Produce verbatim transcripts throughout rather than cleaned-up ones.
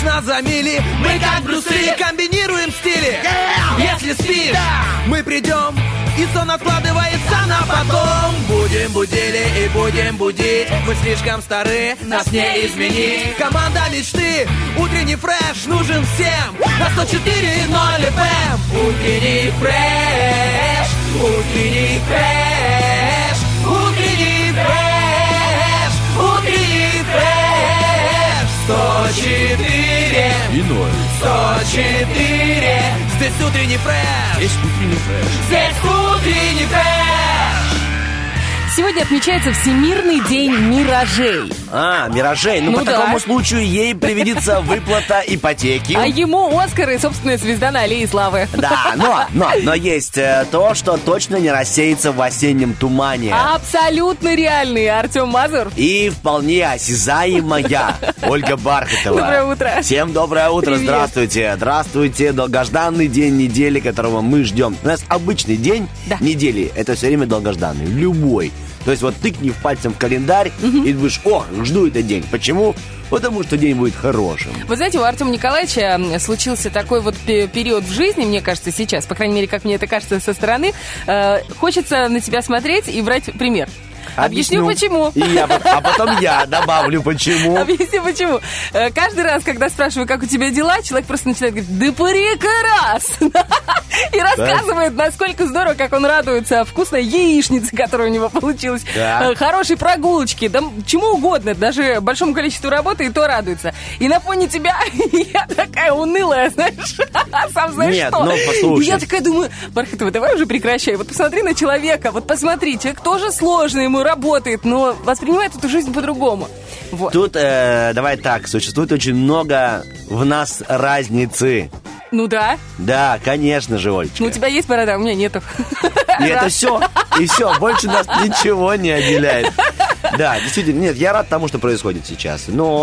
нас за мили. Мы как Брюс Ли комбинируем стили. Если спишь, мы придем, и сон откладывается на потом. Будем будили и будем будить. Мы слишком стары, нас не изменить. Команда мечты, утренний фреш нужен всем. На сто четыре ноль эф эм. Утренний фреш, утренний фреш, утренний фреш, утренний фреш. Сто четыре и ноль. Сто четыре. Здесь утренний фреш. Здесь утренний фреш. Здесь утренний фреш. Сегодня отмечается Всемирный день миражей. А, миражей. Ну, Ну по да. такому случаю ей приведется выплата ипотеки. А ему Оскар и собственная звезда на аллее славы. Да, но, но, но есть э, то, что точно не рассеется в осеннем тумане. Абсолютно реальный Артем Мазур. И вполне осязаемая Ольга Бархатова. Доброе утро. Всем доброе утро, Привет. здравствуйте. Здравствуйте, долгожданный день недели, которого мы ждем. У нас обычный день Да. недели, это все время долгожданный, любой. То есть вот тыкни пальцем в календарь и думаешь, о, жду этот день. Почему? Потому что день будет хорошим. Вы знаете, у Артема Николаевича случился такой вот пе- период в жизни, мне кажется, сейчас, по крайней мере, как мне это кажется со стороны, э, хочется на тебя смотреть и брать пример. Объясню, почему. И я, а потом я добавлю, почему. Объясню, почему. Э, Каждый раз, когда спрашиваю, как у тебя дела, человек просто начинает говорить, да прекрасно! И рассказывает, насколько здорово, как он радуется вкусной яичнице, которая у него получилась, Да. э, хорошей прогулочке, да чему угодно, даже большому количеству работы, и то радуется. И на фоне тебя я такая унылая, знаешь, сам знаешь Нет, что. ну, послушай. И я такая думаю, Бархатова, давай уже прекращай. Вот посмотри на человека, вот посмотри, человек тоже сложный, ему работает, но воспринимает эту жизнь по-другому. Вот. Тут, э, давай так, существует очень много в нас разницы. Ну да. Да, конечно же, Олечка. Ну у тебя есть борода, у меня нету. И это все, и все, больше нас ничего не отделяет. Да, действительно, нет, я рад тому, что происходит сейчас.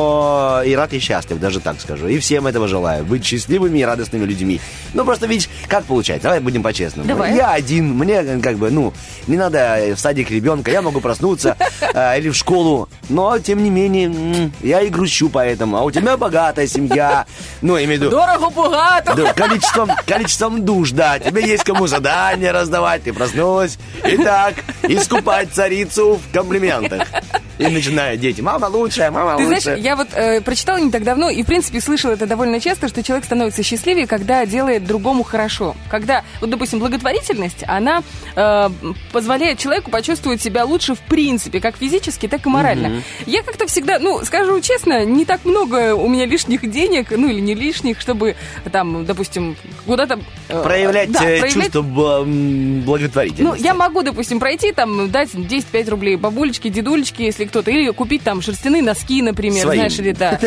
Но и рад и счастлив, даже так скажу. И всем этого желаю. Быть счастливыми и радостными людьми. Ну, просто видишь, как получается. Давай будем по-честному. Давай. Я один, мне как бы, ну, не надо в садик ребенка, я могу проснуться э, или в школу. Но, тем не менее, м, я и грущу поэтому. А у тебя богатая семья. Ну, я имею в виду... Дорого-богато. Да, количеством, количеством душ, да. Тебе есть кому задания раздавать. Ты проснулась. Итак, искупать царицу в комплиментах. И начинают дети. Мама лучшая, мама Ты лучшая. знаешь, я вот э, прочитала не так давно, и, в принципе, слышала это довольно часто, что человек становится счастливее, когда делает другому хорошо. Когда, вот, допустим, благотворительность, она э, позволяет человеку почувствовать себя лучше в принципе, как физически, так и морально. Mm-hmm. Я как-то всегда, ну, скажу честно, не так много у меня лишних денег, ну, или не лишних, чтобы, там, допустим, куда-то... Э, проявлять, да, э, проявлять чувство б- благотворительности. Ну, я могу, допустим, пройти, там, дать десять пять рублей бабулечке, дедулечке, если кто-то, или купить там шерстяные носки, например, Своим. знаешь, или да.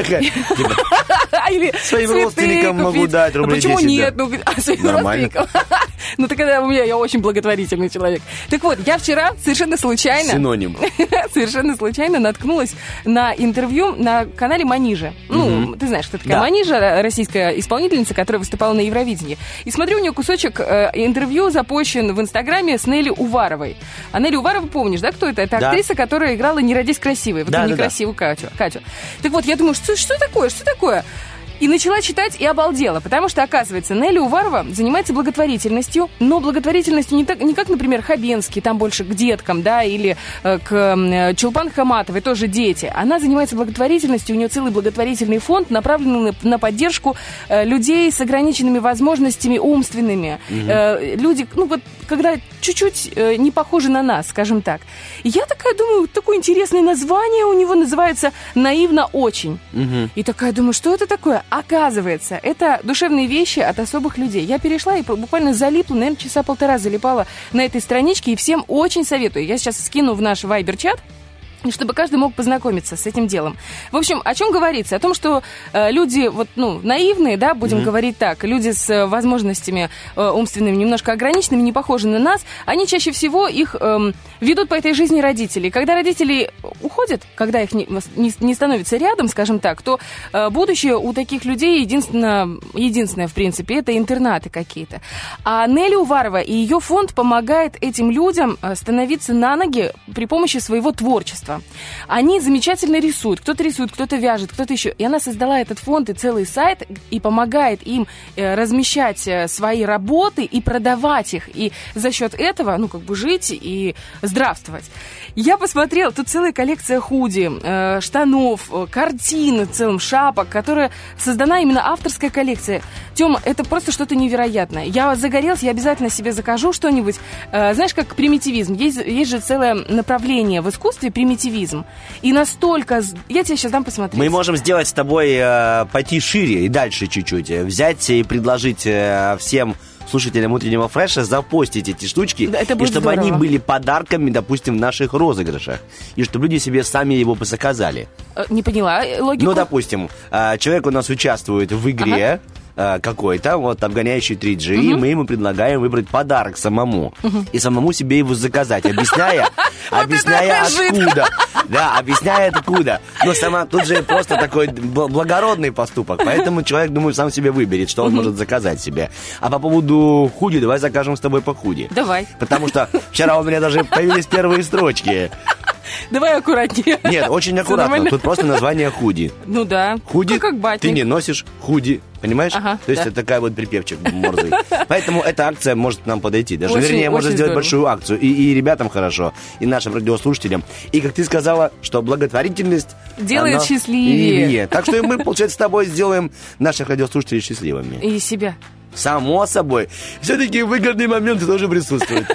Или Своим цветы родственникам купить. могу дать А рублей почему десять, нет? да. Ну, а своим Нормально. родственникам? Ну, так это у меня, я очень благотворительный человек. Так вот, я вчера совершенно случайно... Синоним. Совершенно случайно наткнулась на интервью на канале Манижа. Ну, ты знаешь, кто такая Да. Манижа, российская исполнительница, которая выступала на Евровидении. И смотрю, у нее кусочек э, интервью запущен в Инстаграме с Нелли Уваровой. А Нелли Уварова, помнишь, да, кто это? Это Да. актриса, которая играла «Не родись красивой». Вот Да, эту да, некрасивую Катю, Катю. Так вот, я думаю, что, что такое, что такое? И начала читать и обалдела, потому что, оказывается, Нелли Уварова занимается благотворительностью, но благотворительностью не, так, не как, например, Хабенский, там больше к деткам, да, или э, к э, Чулпан Хаматовой, тоже дети. Она занимается благотворительностью, у нее целый благотворительный фонд, направленный на, на поддержку э, людей с ограниченными возможностями умственными. Mm-hmm. Э, люди, ну вот, когда чуть-чуть э, не похожи на нас, скажем так. И я такая думаю, такое интересное название у него называется «Наивно очень». Угу. И такая думаю, что это такое? Оказывается, это душевные вещи от особых людей. Я перешла и буквально залипла, наверное, часа полтора залипала на этой страничке, и всем очень советую. Я сейчас скину в наш вайбер-чат, чтобы каждый мог познакомиться с этим делом. В общем, о чем говорится? О том, что э, люди вот, ну, наивные, да, будем mm-hmm. говорить так, люди с э, возможностями э, умственными немножко ограниченными, не похожи на нас, они чаще всего их э, ведут по этой жизни родители. И когда родители уходят, когда их не, не, не становится рядом, скажем так, то э, будущее у таких людей единственно, единственное, в принципе, это интернаты какие-то. А Нелли Уварова и ее фонд помогает этим людям становиться на ноги при помощи своего творчества. Они замечательно рисуют. Кто-то рисует, кто-то вяжет, кто-то еще. И она создала этот фонд и целый сайт, и помогает им э, размещать свои работы и продавать их. И за счет этого, ну, как бы жить и здравствовать. Я посмотрела, тут целая коллекция худи, э, штанов, картин, целым шапок, которая создана именно авторская коллекция. Тёма, это просто что-то невероятное. Я загорелась, я обязательно себе закажу что-нибудь. Э, знаешь, как примитивизм. Есть, есть же целое направление в искусстве примитивизм. И настолько... Я тебе сейчас дам посмотреть. Мы можем сделать с тобой э, пойти шире и дальше чуть-чуть. Взять и предложить э, всем слушателям утреннего фреша запостить эти штучки, да, это будет и чтобы здорово. они были подарками, допустим, в наших розыгрышах. И чтобы люди себе сами его заказали. Не поняла логику. Ну, допустим, человек у нас участвует в игре, ага. какой-то, вот, обгоняющий три джи, угу. и мы ему предлагаем выбрать подарок самому. Угу. И самому себе его заказать, объясняя, объясняя откуда. Да, объясняя откуда. Но сама тут же просто такой благородный поступок, поэтому человек, думаю, сам себе выберет, что он угу. может заказать себе. А по поводу худи, давай закажем с тобой по худи. Давай. Потому что вчера у меня даже появились первые строчки. Давай аккуратнее. Нет, очень аккуратно. Тут просто название худи. Ну да. Худи, ну, как батник. Ты не носишь худи. Понимаешь? Ага, То есть да. это такая вот припевчик морзый. Поэтому эта акция может нам подойти. Даже, очень, вернее, может сделать здорово. большую акцию. И, и ребятам хорошо, и нашим радиослушателям. И, как ты сказала, что благотворительность делает она счастливее. Так что и мы, получается, с тобой сделаем наших радиослушателей счастливыми. И себя. Само собой. Все-таки выгодные моменты тоже присутствуют.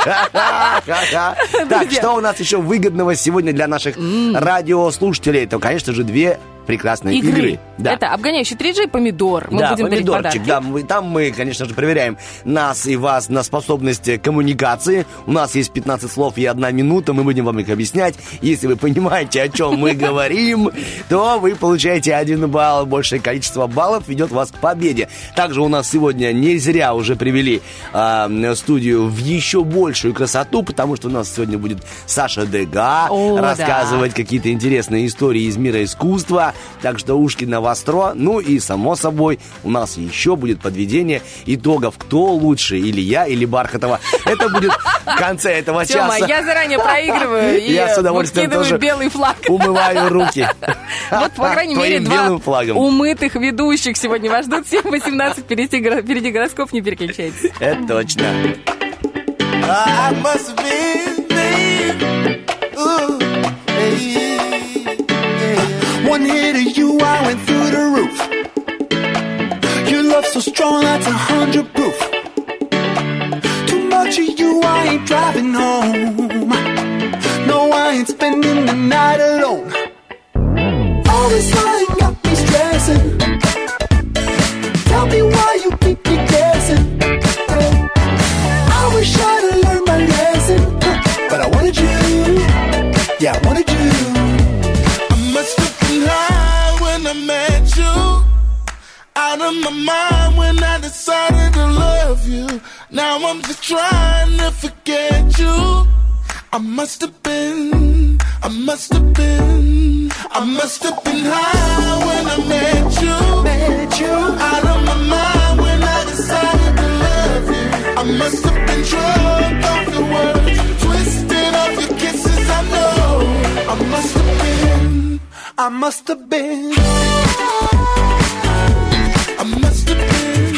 Так, что у нас еще выгодного сегодня для наших радиослушателей? Это, конечно же, две прекрасные игры. игры. Да. Это обгоняющий три джи помидор. Мы да, будем дарить помидорчик. Да, мы, там мы, конечно же, проверяем нас и вас на способность коммуникации. У нас есть пятнадцать слов и одна минута. Мы будем вам их объяснять. Если вы понимаете, о чем мы говорим, то вы получаете один балл. Большее количество баллов ведет вас к победе. Также у нас сегодня не зря уже привели э, студию в еще большую красоту, потому что у нас сегодня будет Саша Дега О, рассказывать да. какие-то интересные истории из мира искусства. Так что ушки навостро. Ну и, само собой, у нас еще будет подведение итогов, кто лучше, или я, или Бархатова. Это будет в конце этого Тёма, часа. я заранее проигрываю и я с удовольствием выкидываю тоже белый флаг. Умываю руки. Вот, по крайней мере, два умытых ведущих сегодня вас ждут. семь восемнадцать, впереди, впереди гороскоп, не переключайтесь. Это точно. One hit of you, I went through the roof. Your love so strong, that's a hundred proof. Too much of you, I ain't driving home. No, I ain't spending the night alone. All this lying got me stressing. Tell me why you keep me guessing. I wish I'd learned my lesson, but I wanted you. Yeah, I wanted you. I met you, out of my mind when I decided to love you. Now I'm just trying to forget you. I must have been, I must have been, I must have been high when I met you. Met you. Out of my mind when I decided to love you. I must have been drunk off your words, twisted off your kisses. I know I must have been. I must have been. I must have been.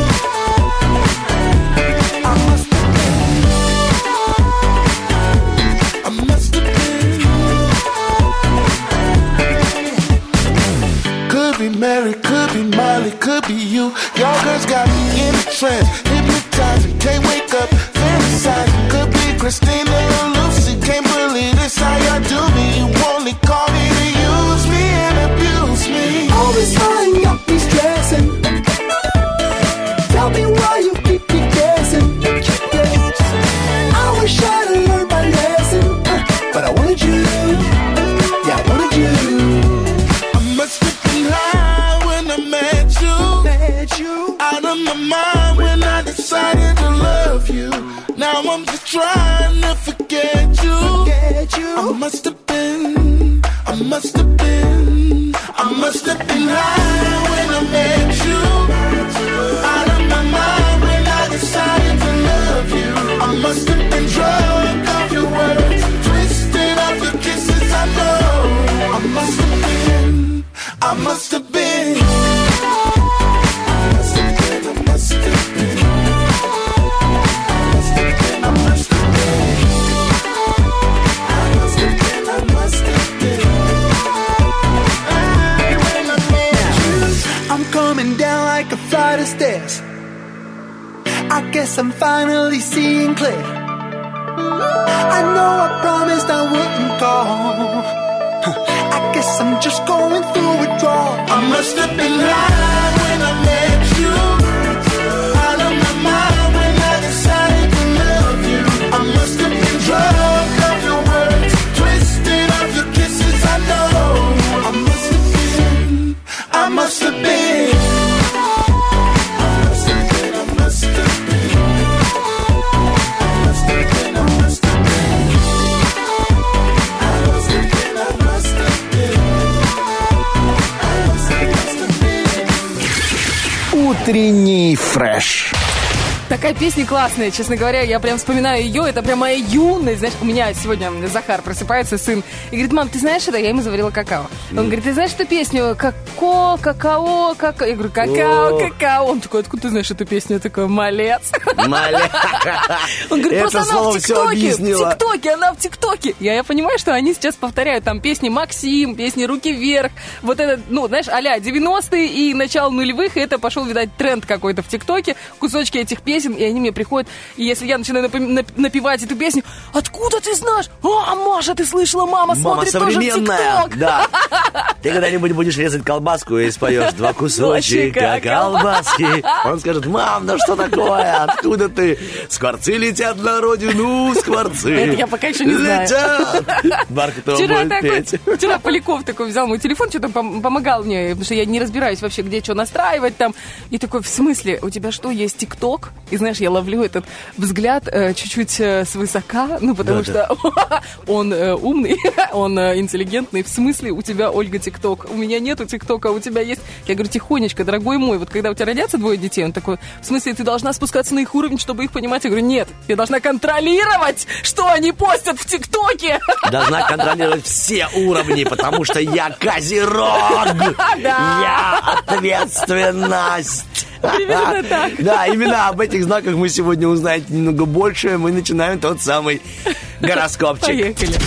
I must have been. I must have been. Could be Mary, could be Molly, could be you. Y'all girls got me in a trance, hypnotizing, can't wake up, fantasizing. Could be Christina or Lucy, can't believe this how y'all do me. You only call me to use me and abuse me. All this lying got me stressing. Tell me why you keep me guessing. I wish I'd learned my lesson, but I wanted you. Yeah, I wanted you. I must have been high when I met you. Met you. Out of my mind when I decided to love you. Now I'm just trying to forget you. Forget you. I must have been. must have been, I must have been high when I met you. Out of my mind when I decided to love you. I must have been drunk off your words, twisted off your kisses, I know. I must have been, I must have been. I must have been, I must have been. I must have been, I must have been. I must have been, I must have been. When I met you, I'm coming down like a flight of stairs. I guess I'm finally seeing clear. I know I promised I wouldn't call. I guess I'm just going through withdrawal. I must have been high when I met you. Out of my mind when I decided to love you. I must have been drunk off your words, twisted off your kisses, I know. I must have been, I must have been. Утренний фреш. Такая песня классная, честно говоря, я прям вспоминаю ее, это прям моя юность, знаешь, у меня сегодня Захар просыпается, сын, и говорит: мам, ты знаешь это? Я ему заварила какао. Он говорит: ты знаешь эту песню? Како, какао, какао. Я говорю: какао, какао. Он такой: откуда ты знаешь эту песню? Я такой: малец. Малец. Он говорит: просто она в ТикТоке, в ТикТоке, она в ТикТоке. Я, я понимаю, что они сейчас повторяют там песни Максим, песни Руки вверх, вот это, ну, знаешь, а-ля девяностые и начало нулевых, и это пошел, видать, тренд какой-то в ТикТоке, кусочки этих песен. И они мне приходят, и если я начинаю напевать эту песню: откуда ты знаешь? А, Маша, ты слышала, мама, мама смотрит тоже ТикТок. Да. Ты когда-нибудь будешь резать колбаску и споешь: два кусочка колбаски. Он скажет: мам, ну что такое? Откуда ты? Скворцы летят на родину, скворцы. Это я пока еще не знаю. Летят. Бархатова Вчера, будет такой, петь. вчера Поляков такой взял мой телефон, что-то пом- помогал мне, потому что я не разбираюсь вообще, где что настраивать там. И такой: в смысле? У тебя что, есть ТикТок? И знаешь, я ловлю этот взгляд э, чуть-чуть э, свысока, ну, потому да, что да. он э, умный, он э, интеллигентный. В смысле, у тебя, Ольга, ТикТок? У меня нету ТикТока, у тебя есть? Я говорю: тихонечко, дорогой мой, вот когда у тебя родятся двое детей, он такой: в смысле, ты должна спускаться на их уровень, чтобы их понимать? Я говорю: нет, я должна контролировать, что они постят в ТикТоке. Должна контролировать все уровни, потому что я козерог. Я ответственность. Примерно так. Да, именно об этих знаках мы сегодня узнаете немного больше. Мы начинаем тот самый гороскопчик. Поехали.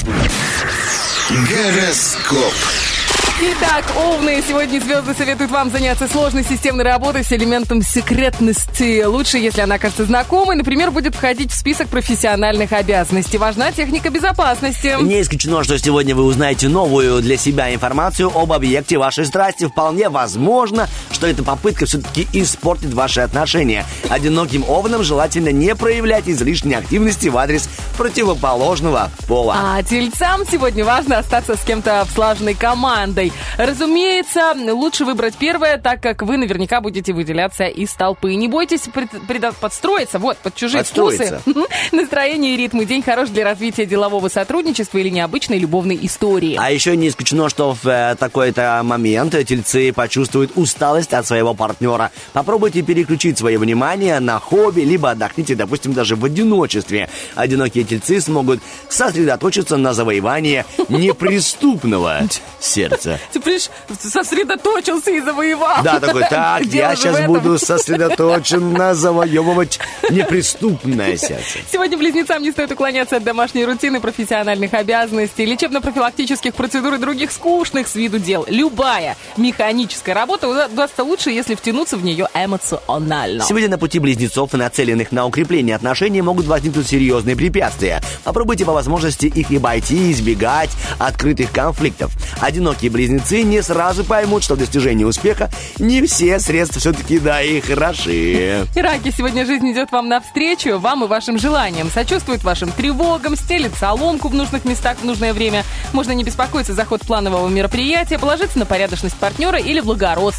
Гороскоп. Итак, овны, сегодня звезды советуют вам заняться сложной системной работой с элементом секретности. Лучше, если она окажется знакомой, например, будет входить в список профессиональных обязанностей. Важна техника безопасности. Не исключено, что сегодня вы узнаете новую для себя информацию об объекте вашей страсти. Вполне возможно, что эта попытка все-таки испортит ваши отношения. Одиноким овнам желательно не проявлять излишней активности в адрес противоположного пола. А тельцам сегодня важно остаться с кем-то в слаженной командой. Разумеется, лучше выбрать первое, так как вы наверняка будете выделяться из толпы. Не бойтесь пред, пред, подстроиться, вот, под чужие вкусы. Настроение и ритм. День хорош для развития делового сотрудничества или необычной любовной истории. А еще не исключено, что в э, такой-то момент тельцы почувствуют усталость от своего партнера. Попробуйте переключить свое внимание на хобби, либо отдохните, допустим, даже в одиночестве. Одинокие тельцы смогут сосредоточиться на завоевании неприступного сердца. Ты, понимаешь, сосредоточился и завоевал. Да, такой: так, я сейчас буду сосредоточенно завоевывать неприступное сердце. Сегодня близнецам не стоит уклоняться от домашней рутины, профессиональных обязанностей, лечебно-профилактических процедур и других скучных с виду дел. Любая механическая работа удастся лучше, если втянуться в нее эмоционально. Сегодня на пути близнецов, нацеленных на укрепление отношений, могут возникнуть серьезные препятствия. Попробуйте по возможности их обойти, избегать открытых конфликтов. Одинокие близнецы не сразу поймут, что в достижении успеха не все средства все-таки, да, и хороши. Раки, сегодня жизнь идет вам навстречу, вам и вашим желаниям. Сочувствует вашим тревогам, стелит соломку в нужных местах в нужное время. Можно не беспокоиться за ход планового мероприятия, положиться на порядочность партнера или благородство противника.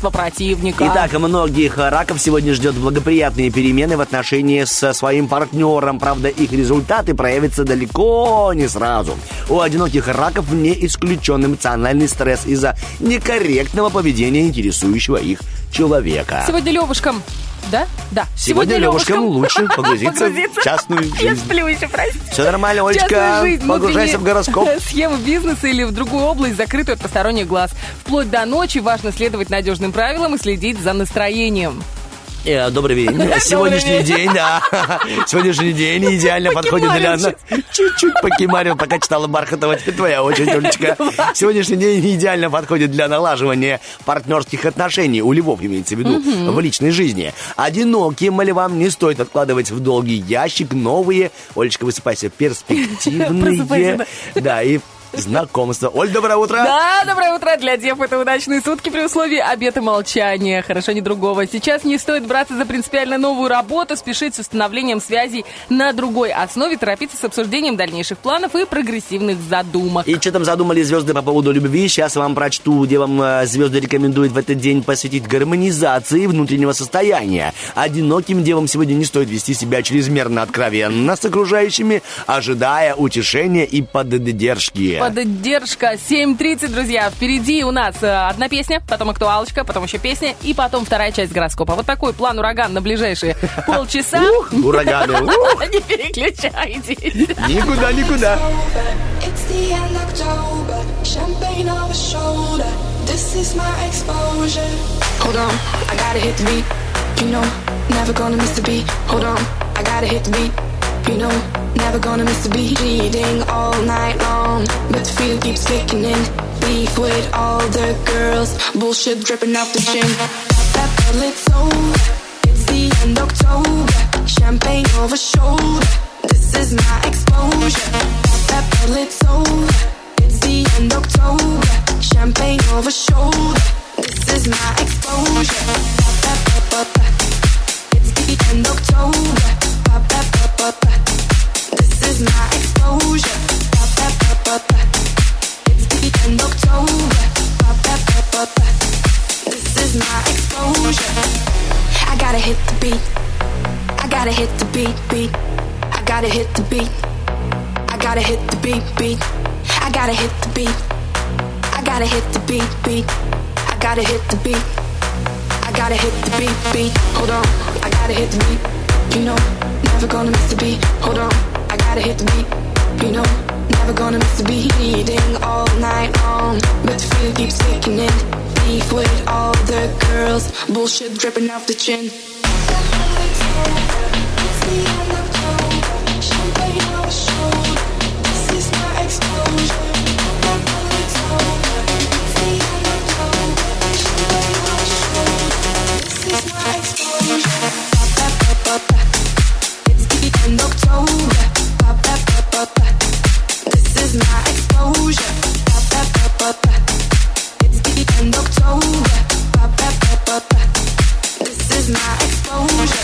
противника. Итак, многих раков сегодня ждет благоприятные перемены в отношении со своим партнером. Правда, их результаты проявятся далеко не сразу. У одиноких раков не исключен эмоциональный стресс из-за некорректного поведения интересующего их человека. Сегодня Левушкам... Да? Да. Сегодня, Сегодня Левушкам лучше погрузиться в частную жизнь. Я сплю еще, простите. Все нормально, Олечка. Погружайся в гороскоп. Схемы бизнеса или в другую область, закрытую от посторонних глаз. Вплоть до ночи важно следовать надежным правилам и следить за настроением. Добрый день. Сегодняшний день, да. Сегодняшний день идеально подходит для нас. Чуть-чуть покемарил, пока читала Бархатова. Теперь твоя очередь, Олечка. Сегодняшний день идеально подходит для налаживания партнерских отношений. У львов имеется в виду угу. в личной жизни. Одиноким львам не стоит откладывать в долгий ящик новые, Олечка, высыпайся, перспективные. Да, и знакомство. Оль, доброе утро! Да, доброе утро. Для дев это удачные сутки при условии обета молчания. Хорошо, не другого. Сейчас не стоит браться за принципиально новую работу, спешить с установлением связей на другой основе, торопиться с обсуждением дальнейших планов и прогрессивных задумок. И что там задумали звезды по поводу любви? Сейчас вам прочту, где вам звезды рекомендуют в этот день посвятить гармонизации внутреннего состояния. Одиноким девам сегодня не стоит вести себя чрезмерно откровенно с окружающими, ожидая утешения и поддержки. Поддержка. семь тридцать, друзья. Впереди у нас одна песня, потом актуалочка, потом еще песня и потом вторая часть гороскопа. Вот такой план ураган на ближайшие полчаса. Ух, ураганы. Не переключайтесь. Никуда, никуда. You know, never gonna miss a beat. Reading all night long, but the feel keeps kicking in. Beef with all the girls, bullshit dripping off the chin. That bottle, it's over, it's the end of October. Champagne over shoulder, this is my exposure. That bottle, it's over, it's the end of October. Champagne over shoulder, this is my exposure. It's the end of October. This is my exposure. It's the end of October. This is my exposure. I gotta hit the beat. I gotta hit the beat, beat. I gotta hit the beat. I gotta hit the beat, beat. I gotta hit the beat. I gotta hit the beat, beat. I gotta hit the beat. I gotta hit the beat, beat. Hold on, I gotta hit the beat. You know, never gonna miss a beat. Hold on, I gotta hit the beat. You know, never gonna miss a beat. Reading all night long, but the feel keeps kicking in. Beef with all the girls, bullshit dripping off the chin. It's the end of October, champagne over shoulder. This is my exposure. It's the end of October, champagne over shoulder. This is my exposure. It's the end of October. This is my exposure. It's the end of October. This is my exposure.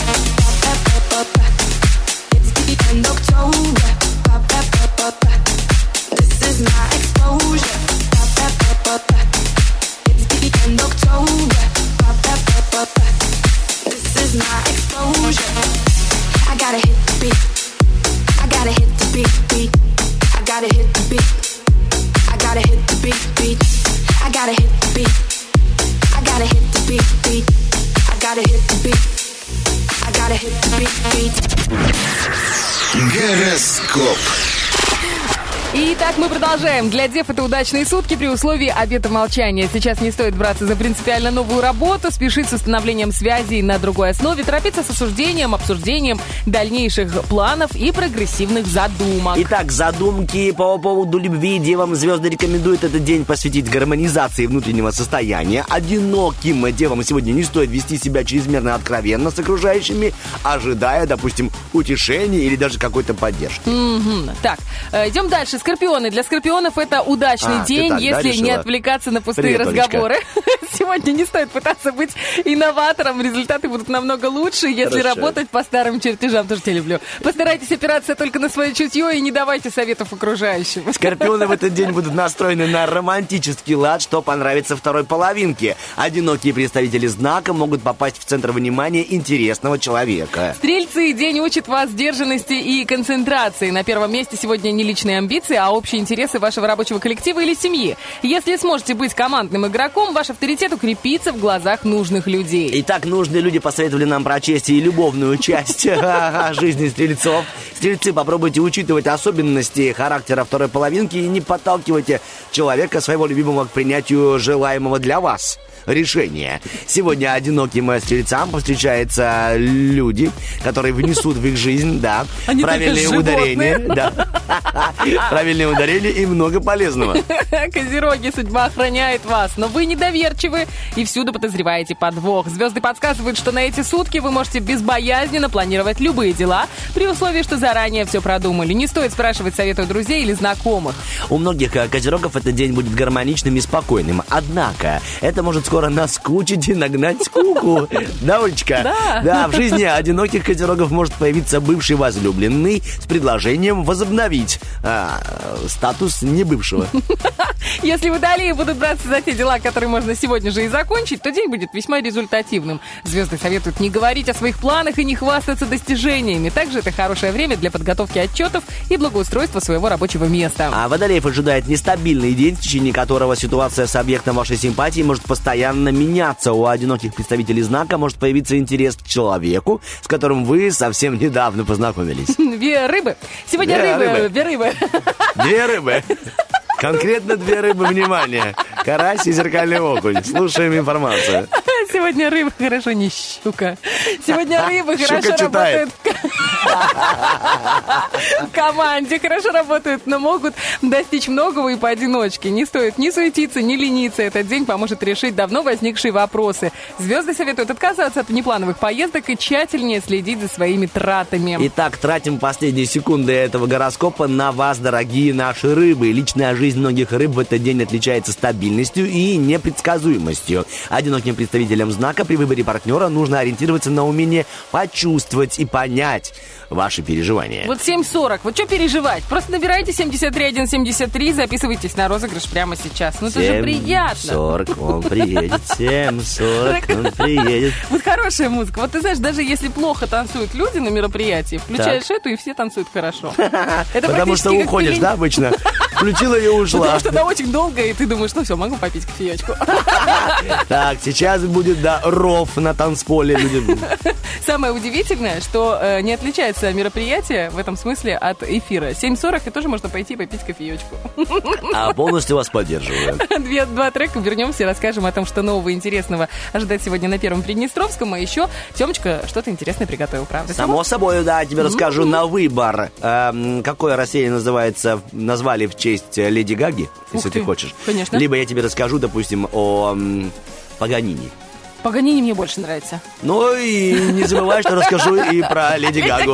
It's the end of October. This is my exposure. It's the end of October. This is my exposure. I gotta hit the beat. I gotta hit the beat, beat. I gotta hit the beat. I gotta hit the beat, beat. I gotta hit the beat. I gotta hit the beat, beat. I gotta hit the beat. I gotta hit the beat, beat. Гороскоп. Итак, мы продолжаем. Для дев это удачные сутки при условии обета молчания. Сейчас не стоит браться за принципиально новую работу, спешить с установлением связей на другой основе, торопиться с осуждением, обсуждением дальнейших планов и прогрессивных задумок. Итак, задумки по поводу любви. Девам звезды рекомендуют этот день посвятить гармонизации внутреннего состояния. Одиноким девам сегодня не стоит вести себя чрезмерно откровенно с окружающими, ожидая, допустим, утешения или даже какой-то поддержки. Mm-hmm. Так, идем дальше. Скорпионы. Для скорпионов это удачный А, ты день, так, да, если не решила? отвлекаться на пустые Привет, разговоры. Сегодня не стоит пытаться быть инноватором. Результаты будут намного лучше, если Хорошо. работать по старым чертежам. Тоже тебя люблю. Постарайтесь опираться только на свое чутье и не давайте советов окружающим. Скорпионы в этот день будут настроены на романтический лад, что понравится второй половинке. Одинокие представители знака могут попасть в центр внимания интересного человека. Стрельцы, день учит вас сдержанности и концентрации. На первом месте сегодня не личные амбиции, а общие интересы вашего рабочего коллектива или семьи. Если сможете быть командным игроком, ваш авторитет укрепится в глазах нужных людей. Итак, нужные люди посоветовали нам прочесть и любовную часть жизни стрельцов. Стрельцы, попробуйте учитывать особенности характера второй половинки и не подталкивайте человека, своего любимого, к принятию желаемого для вас решения. Сегодня одиноким стрельцам повстречаются люди, которые внесут в их жизнь, да, Они правильные только ударения, да, правильные ударения и много полезного. Козероги, судьба охраняет вас, но вы недоверчивы и всюду подозреваете подвох. Звезды подсказывают, что на эти сутки вы можете безбоязненно планировать любые дела, при условии, что заранее все продумали. Не стоит спрашивать совета у друзей или знакомых. У многих э, козерогов этот день будет гармоничным и спокойным. Однако, это может скоро наскучить и нагнать скуку. Да, Олечка? Да. Да, в жизни одиноких козерогов может появиться бывший возлюбленный с предложением возобновить а, статус небывшего. Если водолеи будут браться за те дела, которые можно сегодня же и закончить, то день будет весьма результативным. Звезды советуют не говорить о своих планах и не хвастаться достижениями. Также это хорошее время для подготовки отчетов и благоустройства своего рабочего места. А водолеев ожидает нестабильный день, в течение которого ситуация с объектом вашей симпатии может постоянно меняться. У одиноких представителей знака может появиться интерес к человеку, с которым вы совсем недавно познакомились. Две рыбы. Сегодня Две рыбы. рыбы. Две рыбы. Две рыбы. Конкретно две рыбы, внимание. Карась и зеркальный окунь. Слушаем информацию. Сегодня рыба хорошо, не щука. Сегодня рыбы Щука хорошо читает. работают в команде, хорошо работают, но могут достичь многого и поодиночке. Не стоит ни суетиться, ни лениться. Этот день поможет решить давно возникшие вопросы. Звезды советуют отказаться от внеплановых поездок и тщательнее следить за своими тратами. Итак, тратим последние секунды этого гороскопа на вас, дорогие наши рыбы. Личная жизнь многих рыб в этот день отличается стабильностью и непредсказуемостью. Одиноким представителям знака при выборе партнера нужно ориентироваться на умение почувствовать и понять ваши переживания. Вот семь сорок. Вот что переживать? Просто набирайте семьдесят три один семьдесят три, записывайтесь на розыгрыш прямо сейчас. Ну это же приятно. семь сорок он приедет, семь сорок он приедет. Вот хорошая музыка. Вот ты знаешь, даже если плохо танцуют люди на мероприятии, включаешь эту, и все танцуют хорошо. Это Потому что практически как уходишь, пелен- да, обычно? Включила и ушла. Потому что она очень долгая, и ты думаешь, ну все, могу попить кофеечку. Так, сейчас будет, да, ров на танцполе. Люди... Самое удивительное, что э, не отличается мероприятие в этом смысле от эфира. семь сорок, и тоже можно пойти и попить кофеечку. А полностью вас поддерживаю. Две, два трека, вернемся и расскажем о том, что нового и интересного ожидать сегодня на Первом Приднестровском. А еще Тёмочка что-то интересное приготовил, правда? Само собой, да, тебе расскажу на выбор. Эм, какое растение называется, назвали в честь Леди Гаги, если Ух ты ты, хочешь. конечно. Либо я тебе расскажу, допустим, о м, Паганини. Паганини мне больше нравится. Ну и не забывай, что расскажу и про Леди Гагу.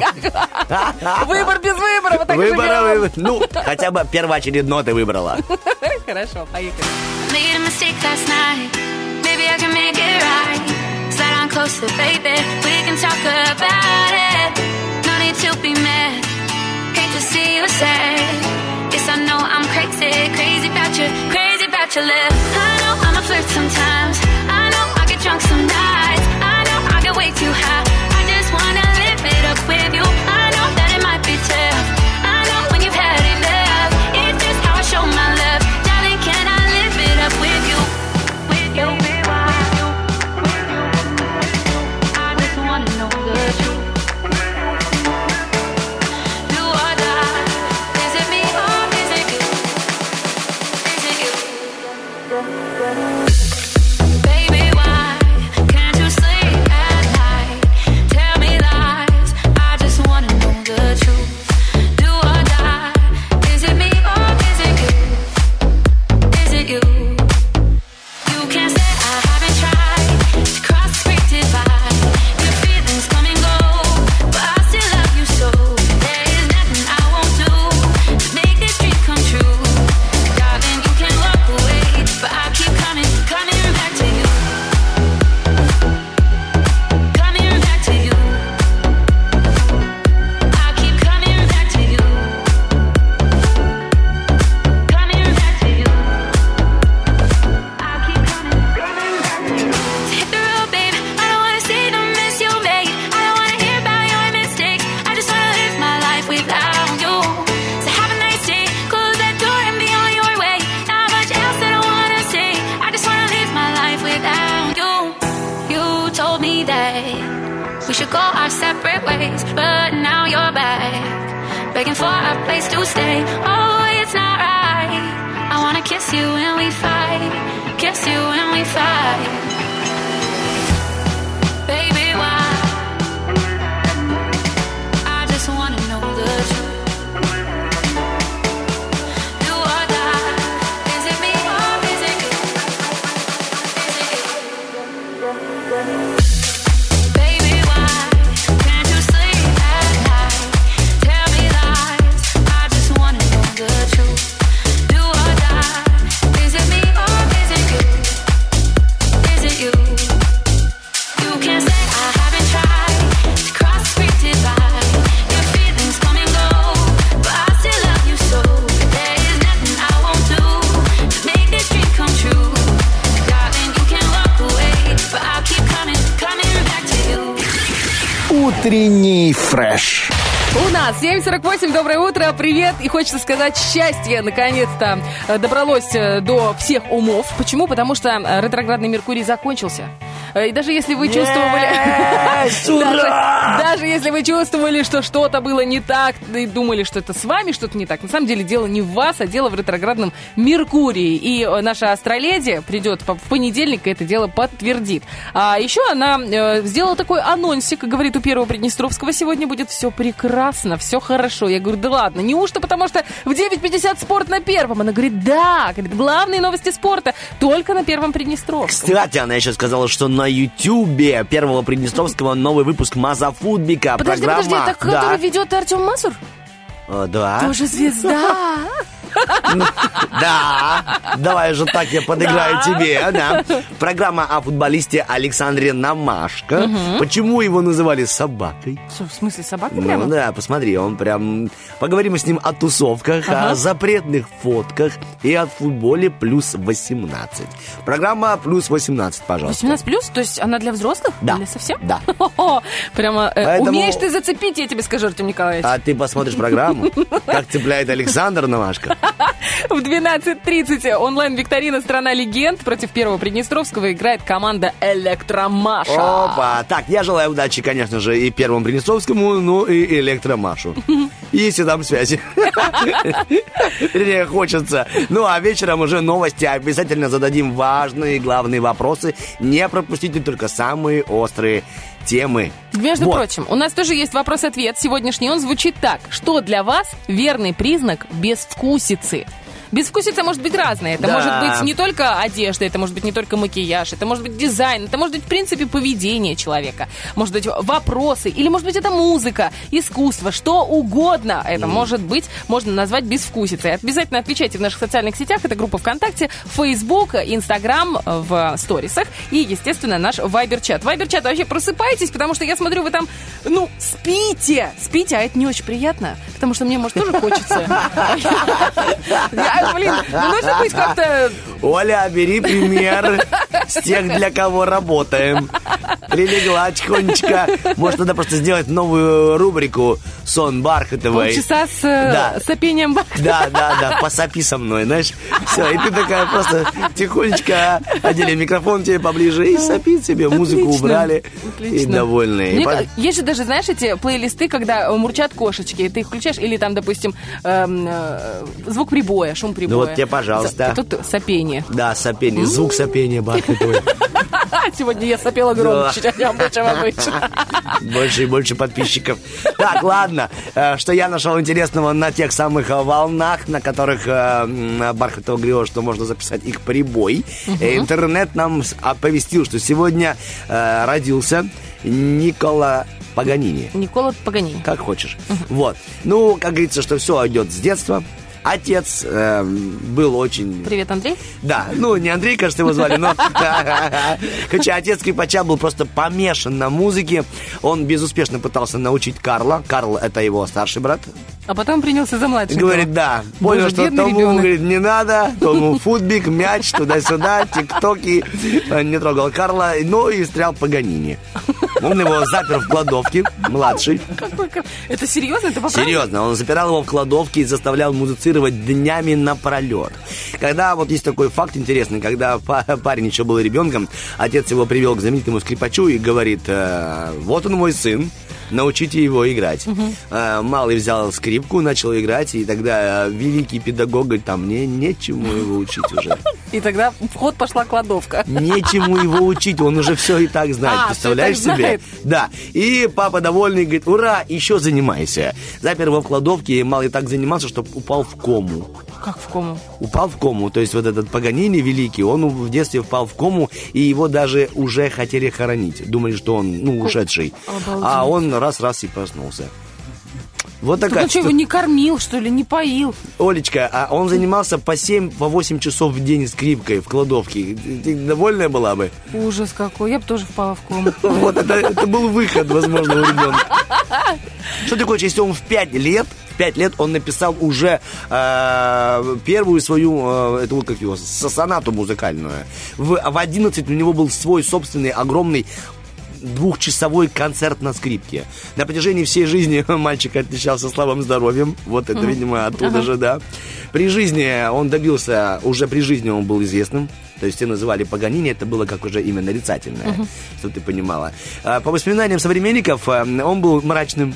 Выбор без выбора, вот так и Выбора, живем. выбор. Ну, хотя бы первоочередно ты выбрала. Хорошо, поехали. Made a mistake last night. Maybe I can make it right. Slide on closer, baby. We can talk about it. No need to be mad. Can't just see you sad. Yes, I know I'm crazy, crazy about you, crazy about your love. I know I'm a flirt sometimes. I know I get drunk some nights. I know I get way too high. I just wanna live it up with you. I know that it might be tough. I know when you've had enough. It's just how I show my love. Darling, can I live it up with you? With you, with you, with you. I just wanna know the truth. Do or die. Is it me or is it you? Is it you? Baby, why can't you but now you're back, begging for a place to stay. Oh, it's not right. I wanna kiss you when we fight, kiss you when we fight. Baby, why? I just wanna know the truth. Do or die. Is it me or is it you? Is it you? Baby, why can't you sleep at night? Tell me lies. I just wanna know the truth. Do or die. Is it me or is it you? Is it you? You can't say I haven't tried to cross the street divide. Your feelings come and go, but I still love you so. There is nothing I won't do to make this dream come true. Darling, you can walk away, but I'll keep coming, coming back to you. Утренний фреш. У нас семь сорок восемь, доброе утро, привет. И хочется сказать, счастье наконец-то добралось до всех умов. Почему? Потому что ретроградный Меркурий закончился. И даже если вы чувствовали... даже, даже если вы чувствовали, что что-то было не так, и думали, что это с вами что-то не так, на самом деле дело не в вас, а дело в ретроградном Меркурии. И наша астроледи придет в понедельник и это дело подтвердит. А еще она э, сделала такой анонсик, говорит, у Первого Приднестровского сегодня будет все прекрасно, все хорошо. Я говорю, да ладно, неужто потому что в девять пятьдесят спорт на Первом? Она говорит, да, говорит, главные новости спорта только на Первом Приднестровском. Кстати, она еще сказала, что на Ютубе Первого Приднестровского новый выпуск Мазафутбика. Подожди, программа... подожди, это да. который ведет Артем Мазур? О, да. Тоже звезда. Да, давай же так я подыграю Да. тебе. Да. Программа о футболисте Александре Намашко. Мгм. Почему его называли собакой? Что, в смысле, собака Ну прямо? да, посмотри, он прям... Поговорим с ним о тусовках, Ага. о запретных фотках и о футболе плюс восемнадцать. Программа плюс восемнадцать, пожалуйста. восемнадцать плюс? То есть она для взрослых? Да. Или совсем? Да. Хо-хо. Прямо э, Поэтому- умеешь ты зацепить, я тебе скажу, Артем Николаевич. А ты посмотришь программу, как цепляет Александр Намашко. В двенадцать тридцать онлайн-викторина «Страна легенд» против Первого Приднестровского играет команда «Электромаша». Опа! Так, я желаю удачи, конечно же, и Первому Приднестровскому, ну и Электромашу. Если там связи. Вернее, хочется. Ну, а вечером уже новости. Обязательно зададим важные главные вопросы. Не пропустите только самые острые темы. Между Вот. прочим, у нас тоже есть вопрос-ответ. Сегодняшний он звучит так. Что для вас верный признак безвкусицы? Безвкусица может быть разная. Это Да. может быть не только одежда, это может быть не только макияж, это может быть дизайн, это может быть, в принципе, поведение человека. Может быть, вопросы, или, может быть, это музыка, искусство, что угодно. Это может быть, можно назвать безвкусицей. Обязательно отвечайте в наших социальных сетях. Это группа ВКонтакте, Фейсбук, Инстаграм в сторисах и, естественно, наш Вайбер-чат. Вайбер-чат, вообще просыпайтесь, потому что я смотрю, вы там, ну, спите. Спите, а это не очень приятно, потому что мне, может, тоже хочется. Я, блин, ну нужно быть как-то... Оля, бери пример с тех, для кого работаем. Прилегла тихонечко. Может, надо просто сделать новую рубрику «Сон Бархатовой». Полчаса с э, Да. сопением Бархатова. Да, да, да, посопи со мной, знаешь. Все, и ты такая просто тихонечко одели микрофон тебе поближе и сопи себе, музыку Отлично, убрали отлично. и довольные. Мне И по- ка- есть же даже, знаешь, эти плейлисты, когда э, мурчат кошечки, ты их включаешь, или там, допустим, эм, э, звук прибоя, шум прибоя. Ну вот тебе, пожалуйста. За- Тут сопение. Да, сопение, звук сопения Бархатовой. Сегодня я сопела громче, чем обычно. Больше и больше подписчиков. Так, ладно. Э, Что я нашел интересного на тех самых э, волнах, на которых э, м, Бархатова говорила, что можно записать их прибой. Э, Интернет нам с- оповестил, что сегодня э, родился Никола Паганини. Никола Паганини. Как хочешь. Вот. Ну, как говорится, что все идет с детства. Отец э, был очень... Привет, Андрей. Да, ну, не Андрей, кажется, его звали, но... Хотя отец скрипача был просто помешан на музыке. Он безуспешно пытался научить Карла. Карл — это его старший брат. А потом принялся за младшего. Говорит, да. Понял, Боже, что бедный тому, ребенок. говорит, не надо. Тому футбик, мяч, туда-сюда, тиктоки. Не трогал Карла, но и встрял Паганини. Он его запер в кладовке, младший. Какой кр- Это серьезно? Это по правде? Серьезно, он запирал его в кладовке и заставлял музицировать днями напролет. Когда, вот есть такой факт интересный, когда па- парень еще был ребенком, отец его привел к знаменитому скрипачу и говорит, э, вот он мой сын, научите его играть. А, малый взял скрипку, начал играть, и тогда великий педагог говорит, там мне нечему его учить уже. И тогда в ход пошла кладовка. Нечему его учить, он уже все и так знает, А, представляешь всё и так себе? знает. Да, и папа довольный говорит, ура, еще занимайся. Запер его в кладовке, и малый так занимался, что упал в кому. Как в кому? Упал в кому, то есть вот этот Паганини великий, он в детстве впал в кому, и его даже уже хотели хоронить. Думали, что он, ну, ушедший. Обалдеть. А он раз-раз и проснулся. Вот Так такая... он что, его не кормил, что ли, не поил? Олечка, а он занимался по семь, по восемь часов в день скрипкой в кладовке. Ты довольная была бы? Ужас какой, я бы тоже впала в кому. Вот, это, это был выход, возможно, у ребенка. Что ты хочешь, если он в пять лет, в пять лет он написал уже э, первую свою, э, это вот как его, сонату музыкальную. В, в одиннадцать у него был свой собственный огромный двухчасовой концерт на скрипке. На протяжении всей жизни мальчик отличался слабым здоровьем. Вот это, видимо, оттуда Ага. же, да. При жизни он добился, уже при жизни он был известным. То есть все называли Паганини, это было как уже имя нарицательное, uh-huh. чтобы ты понимала. А, по воспоминаниям современников, он был мрачным,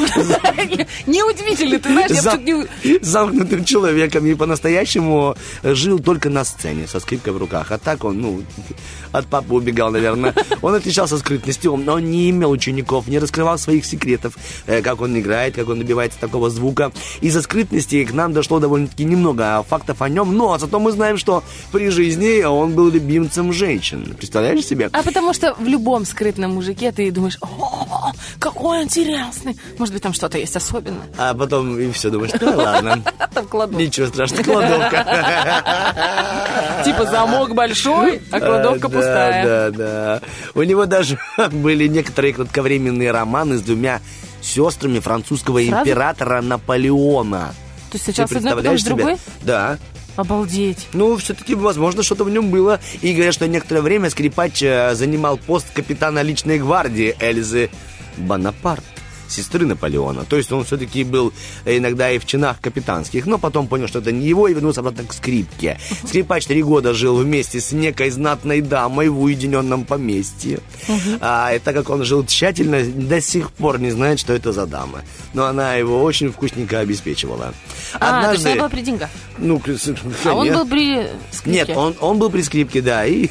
Неудивительно, ты знаешь, я Зам- бы тут не... замкнутым человеком и по-настоящему жил только на сцене со скрипкой в руках. А так он, ну, от папы убегал, наверное. Он отличался скрытностью, но он не имел учеников, не раскрывал своих секретов, э, как он играет, как он добивается такого звука. Из-за скрытности к нам дошло довольно-таки немного фактов о нем, но зато мы знаем, что при жизни он был любимцем женщин. Представляешь себе? А потому что в любом скрытном мужике ты думаешь, о, какой интересный. Может быть, там что-то есть особенное. А потом и все, думаешь, да ладно. Там кладовка. Ничего страшного, кладовка. Типа замок большой, а кладовка Да, пустая. Да, да. У него даже были некоторые кратковременные романы с двумя сестрами французского Сразу? императора Наполеона. То есть сначала Ты с одной, потом представляешь с другой? себе? Да. Обалдеть. Ну, все-таки, возможно, что-то в нем было. И говорят, что некоторое время скрипач э, занимал пост капитана личной гвардии Эльзы Бонапарт, сестры Наполеона. То есть он все-таки был иногда и в чинах капитанских, но потом понял, что это не его, и вернулся обратно к скрипке. Скрипач три года жил вместе с некой знатной дамой в уединенном поместье. А, и так как он жил тщательно, до сих пор не знает, что это за дама. Но она его очень вкусненько обеспечивала. А, то есть она была при деньгах. Ну, А он был при скрипке. Нет, он, он был при скрипке, да, и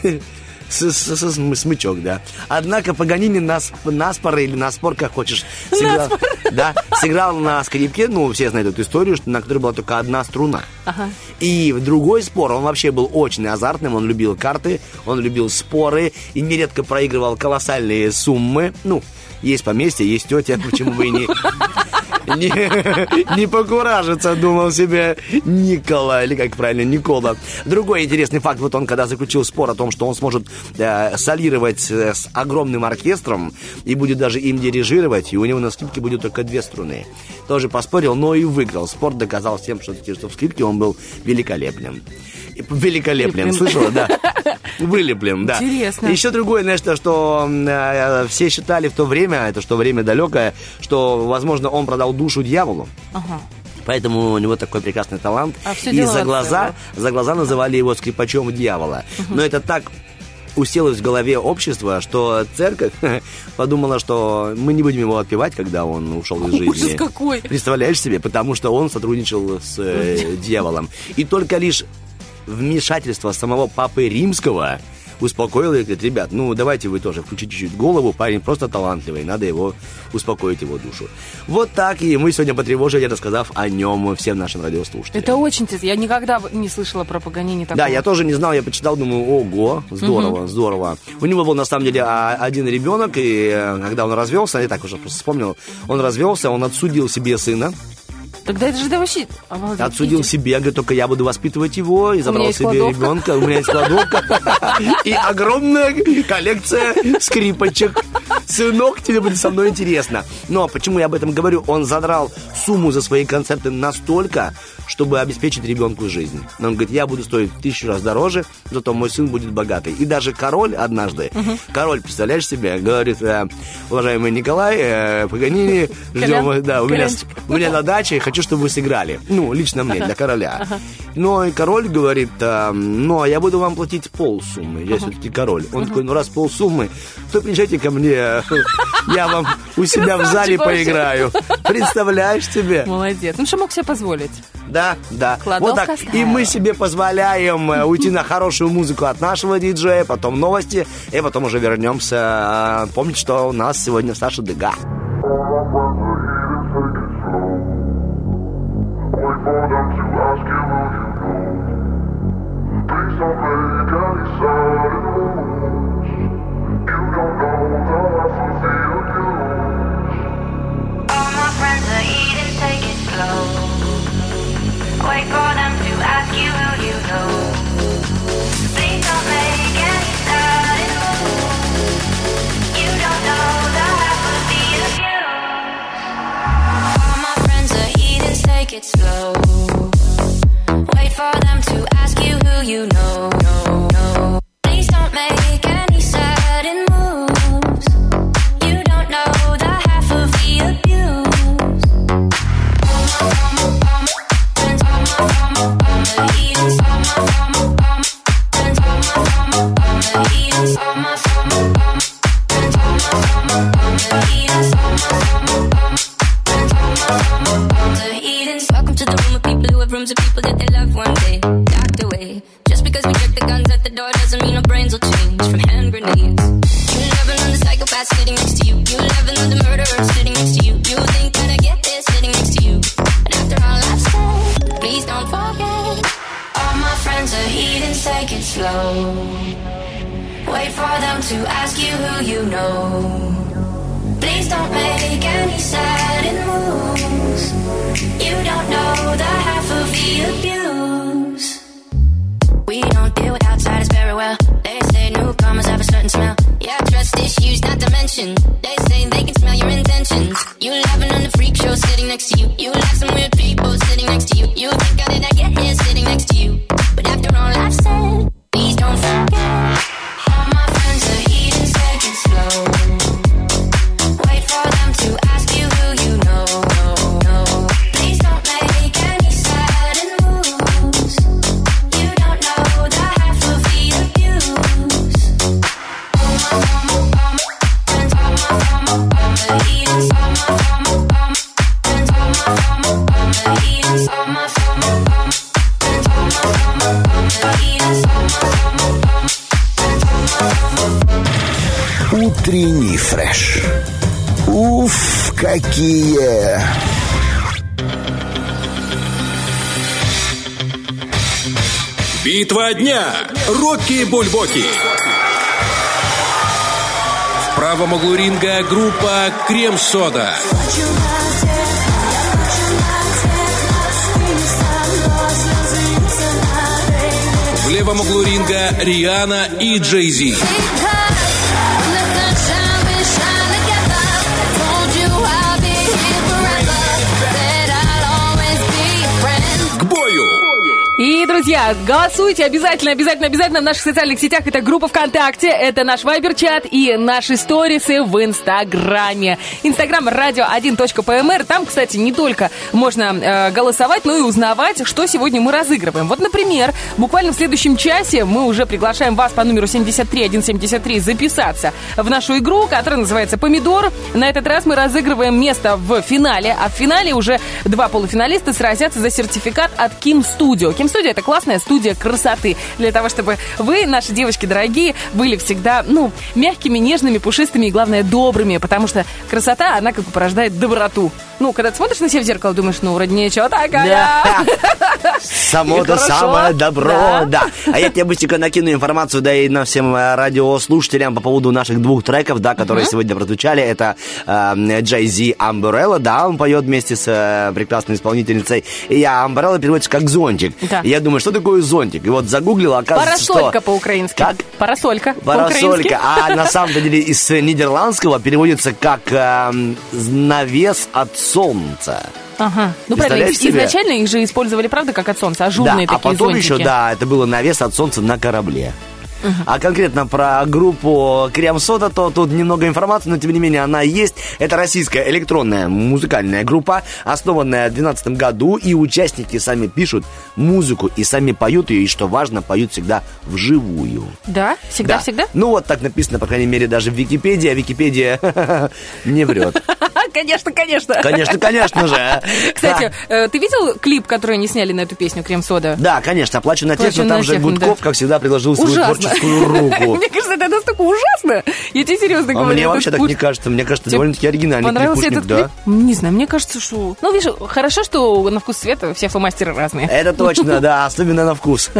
с, с- с- с- смычок, да. Однако Паганини нас, наспор или на спор, как хочешь, сыграл, да, сыграл на скрипке, ну, все знают эту историю, что на которой была только одна струна. Ага. И в другой спор он вообще был очень азартным, он любил карты, он любил споры и нередко проигрывал колоссальные суммы. Ну, есть поместье, есть тетя, почему бы и не... Не, не покуражиться, думал себе Никола, или как правильно, Никола. Другой интересный факт, вот он когда заключил спор о том, что он сможет э, солировать э, с огромным оркестром и будет даже им дирижировать, и у него на скрипке будет только две струны. Тоже поспорил, но и выиграл. Спор доказал всем, что, что в скрипке он был великолепным. Великолепным, Вылеплен. слышала, да? Вылеплен, да. Интересно. Еще другое, знаешь, то, что э, все считали в то время, это что время далекое, что, возможно, он продал душу дьяволу. Ага. Поэтому у него такой прекрасный талант. А всё И дело за от глаза, за глаза называли его скрипачом дьявола. Но это так уселось в голове общества, что церковь подумала, что мы не будем его отпевать, когда он ушел из жизни. Ужас какой. Представляешь себе? Потому что он сотрудничал с э, дьяволом. И только лишь вмешательство самого Папы Римского успокоило и говорит, ребят, ну давайте вы тоже включите чуть-чуть голову, парень просто талантливый, надо его успокоить, его душу. Вот так, и мы сегодня потревожили, рассказав о нем всем нашим радиослушателям. Это очень интересно. Я никогда не слышала про Паганини такого. Да, я тоже не знал, я почитал, думаю, ого, здорово, здорово. У него был на самом деле а, один ребенок, и э, когда он развелся, я так уже просто вспомнил, он развелся, он отсудил себе сына, Тогда это же да вообще... Обалдеть. отсудил себе, говорит, только я буду воспитывать его, и забрал есть себе кладовка. ребенка, у меня есть кладовка, и огромная коллекция скрипочек. Сынок, тебе будет со мной интересно. Но почему я об этом говорю? Он задрал сумму за свои концерты настолько, чтобы обеспечить ребенку жизнь. Он говорит, я буду стоить в тысячу раз дороже, зато мой сын будет богатый. И даже король однажды, uh-huh. король, представляешь себе, говорит, э, уважаемый Николай, э, Паганини, ждем, да, у меня, у меня на даче, хочу, чтобы вы сыграли. Ну, лично мне, uh-huh. для короля. Uh-huh. Но и король говорит, э, ну, а я буду вам платить полсуммы, я uh-huh. все-таки король. Он uh-huh. такой, ну, раз полсуммы, то приезжайте ко мне, я вам у себя в зале поиграю. Представляешь себе? Молодец. Ну, что мог себе позволить? Да, да. Кладовка вот так. стайл. И мы себе позволяем уйти на хорошую музыку от нашего диджея, потом новости, и потом уже вернемся. Помните, что у нас сегодня Саша Дега. Wait for them to ask you who you know. Please don't make any sudden moves. You don't know the half of the abuse. All my friends are heathens, take it slow. Wait for them to ask you who you know. No, no. Please don't make any sudden moves. You don't know the half of the abuse. All my, all my, all my friends, all my, all my, all my heathens, all my, all my, all my friends, all my, all my, all my heathens, all my, all my, all my friends, all my, all my, all my heathens, all my, all my, all my friends, all my, all my, all my heathens. Welcome to the room of people who have rooms of people that they love one day docked away. Just because we check the guns at the door doesn't mean our brains will change from hand grenades. You never know the psychopath sitting next to you. You never know the murderer sitting next to you. You think that I get this sitting next to you. But after all I've said, please don't forget. All my friends are heathens, take it slow. Wait for them to ask you who you know. Please don't make any sudden moves. You don't know the half of the abuse. We don't deal with outsiders very well. They say newcomers have a certain smell. Yeah, trust issues not to mention. They say they can smell your intentions. You laughing on the freak show sitting next to you. You laugh some weird people sitting next to you. You think, how did I get here sitting next to you? But after all I've said, please don't forget. All my friends are heathens, take it slow. Wait for them to ask you who you know. No, no. Please don't make any sudden moves. You don't know the half of the abuse. All my, all my, all my friends, all my, all my, all my heathens, all my, all my, all my friends, all my, all my, all my heathens, all my, all my, all my friends, all my, all my, all my heathens, all my, all my, all my friends, all my, all my. Утренний фреш. Уф, какие! Битва дня. Рокки Бульбоки. В правом углу ринга группа Крем-Сода. В левом углу ринга Риhanna и Джей Зи. К бою! И, друзья, голосуйте обязательно, обязательно, обязательно в наших социальных сетях. Это группа ВКонтакте, это наш вайбер-чат и наши сторисы в Инстаграме. Инстаграм радио один точка пэ эм эр. Там, кстати, не только можно э, голосовать, но и узнавать, что сегодня мы разыгрываем. Вот, например, буквально в следующем часе мы уже приглашаем вас по номеру семь три один семь три записаться в нашу игру, которая называется «Помидор». На этот раз мы разыгрываем место в финале, а в финале уже два полуфиналиста сразятся за сертификат от Kim Studio. Kim Studio — это классная студия красоты. Для того, чтобы вы, наши девочки дорогие, были всегда, ну, мягкими, нежными, пушистыми и, главное, добрыми. Потому что красота, она как бы порождает доброту. Ну, когда ты смотришь на себя в зеркало, думаешь, ну, вроде ничего такая. Само-то самое добро, да. А я тебе быстренько накину информацию, да и на всем радиослушателям по поводу наших двух треков, да, которые сегодня прозвучали. Это Джей Зи Umbrella, да, он поет вместе с прекрасной исполнительницей. И Umbrella переводится как зонтик. Да. И я думаю, что такое зонтик? И вот загуглил, оказывается, Парасолька что... по-украински. Как? Парасолька. Парасолька. А на самом деле из нидерландского переводится как э, навес от солнца. Ага. Ну, правильно, себе? изначально их же использовали, правда, как от солнца, ажурные да, такие а потом зонтики. еще, да, это было навес от солнца на корабле. Uh-huh. А конкретно про группу Крем-Сода, то тут немного информации, но тем не менее она есть. Это российская электронная музыкальная группа, основанная в две тысячи двенадцатом году, и участники сами пишут музыку и сами поют ее, и, что важно, поют всегда вживую. Да? Всегда-всегда? Да. Ну вот так написано, по крайней мере, даже в Википедии, а Википедия не врет. Конечно, конечно. Конечно, конечно же. Кстати, ты видел клип, который они сняли на эту песню «Крем-сода»? Да, конечно, «Оплачу на техно», там же Гудков, как всегда, предложил свою творческую руку. Мне кажется, это настолько ужасно. Я тебе серьезно говорю. А мне вообще так не кажется. Мне кажется, довольно-таки оригинальный понравился клипушник, этот да? клип? Не знаю, мне кажется, что... Ну, видишь, хорошо, что на вкус цвета все фломастеры разные. Это точно, да, особенно на вкус.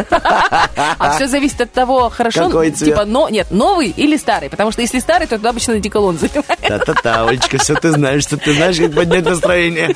А все зависит от того, хорошо, какой цвет? Типа, но, нет, новый или старый. Потому что если старый, то туда обычно одеколон заливают. Та-та-та, Олечка, все ты знаешь, что ты знаешь, как поднять настроение.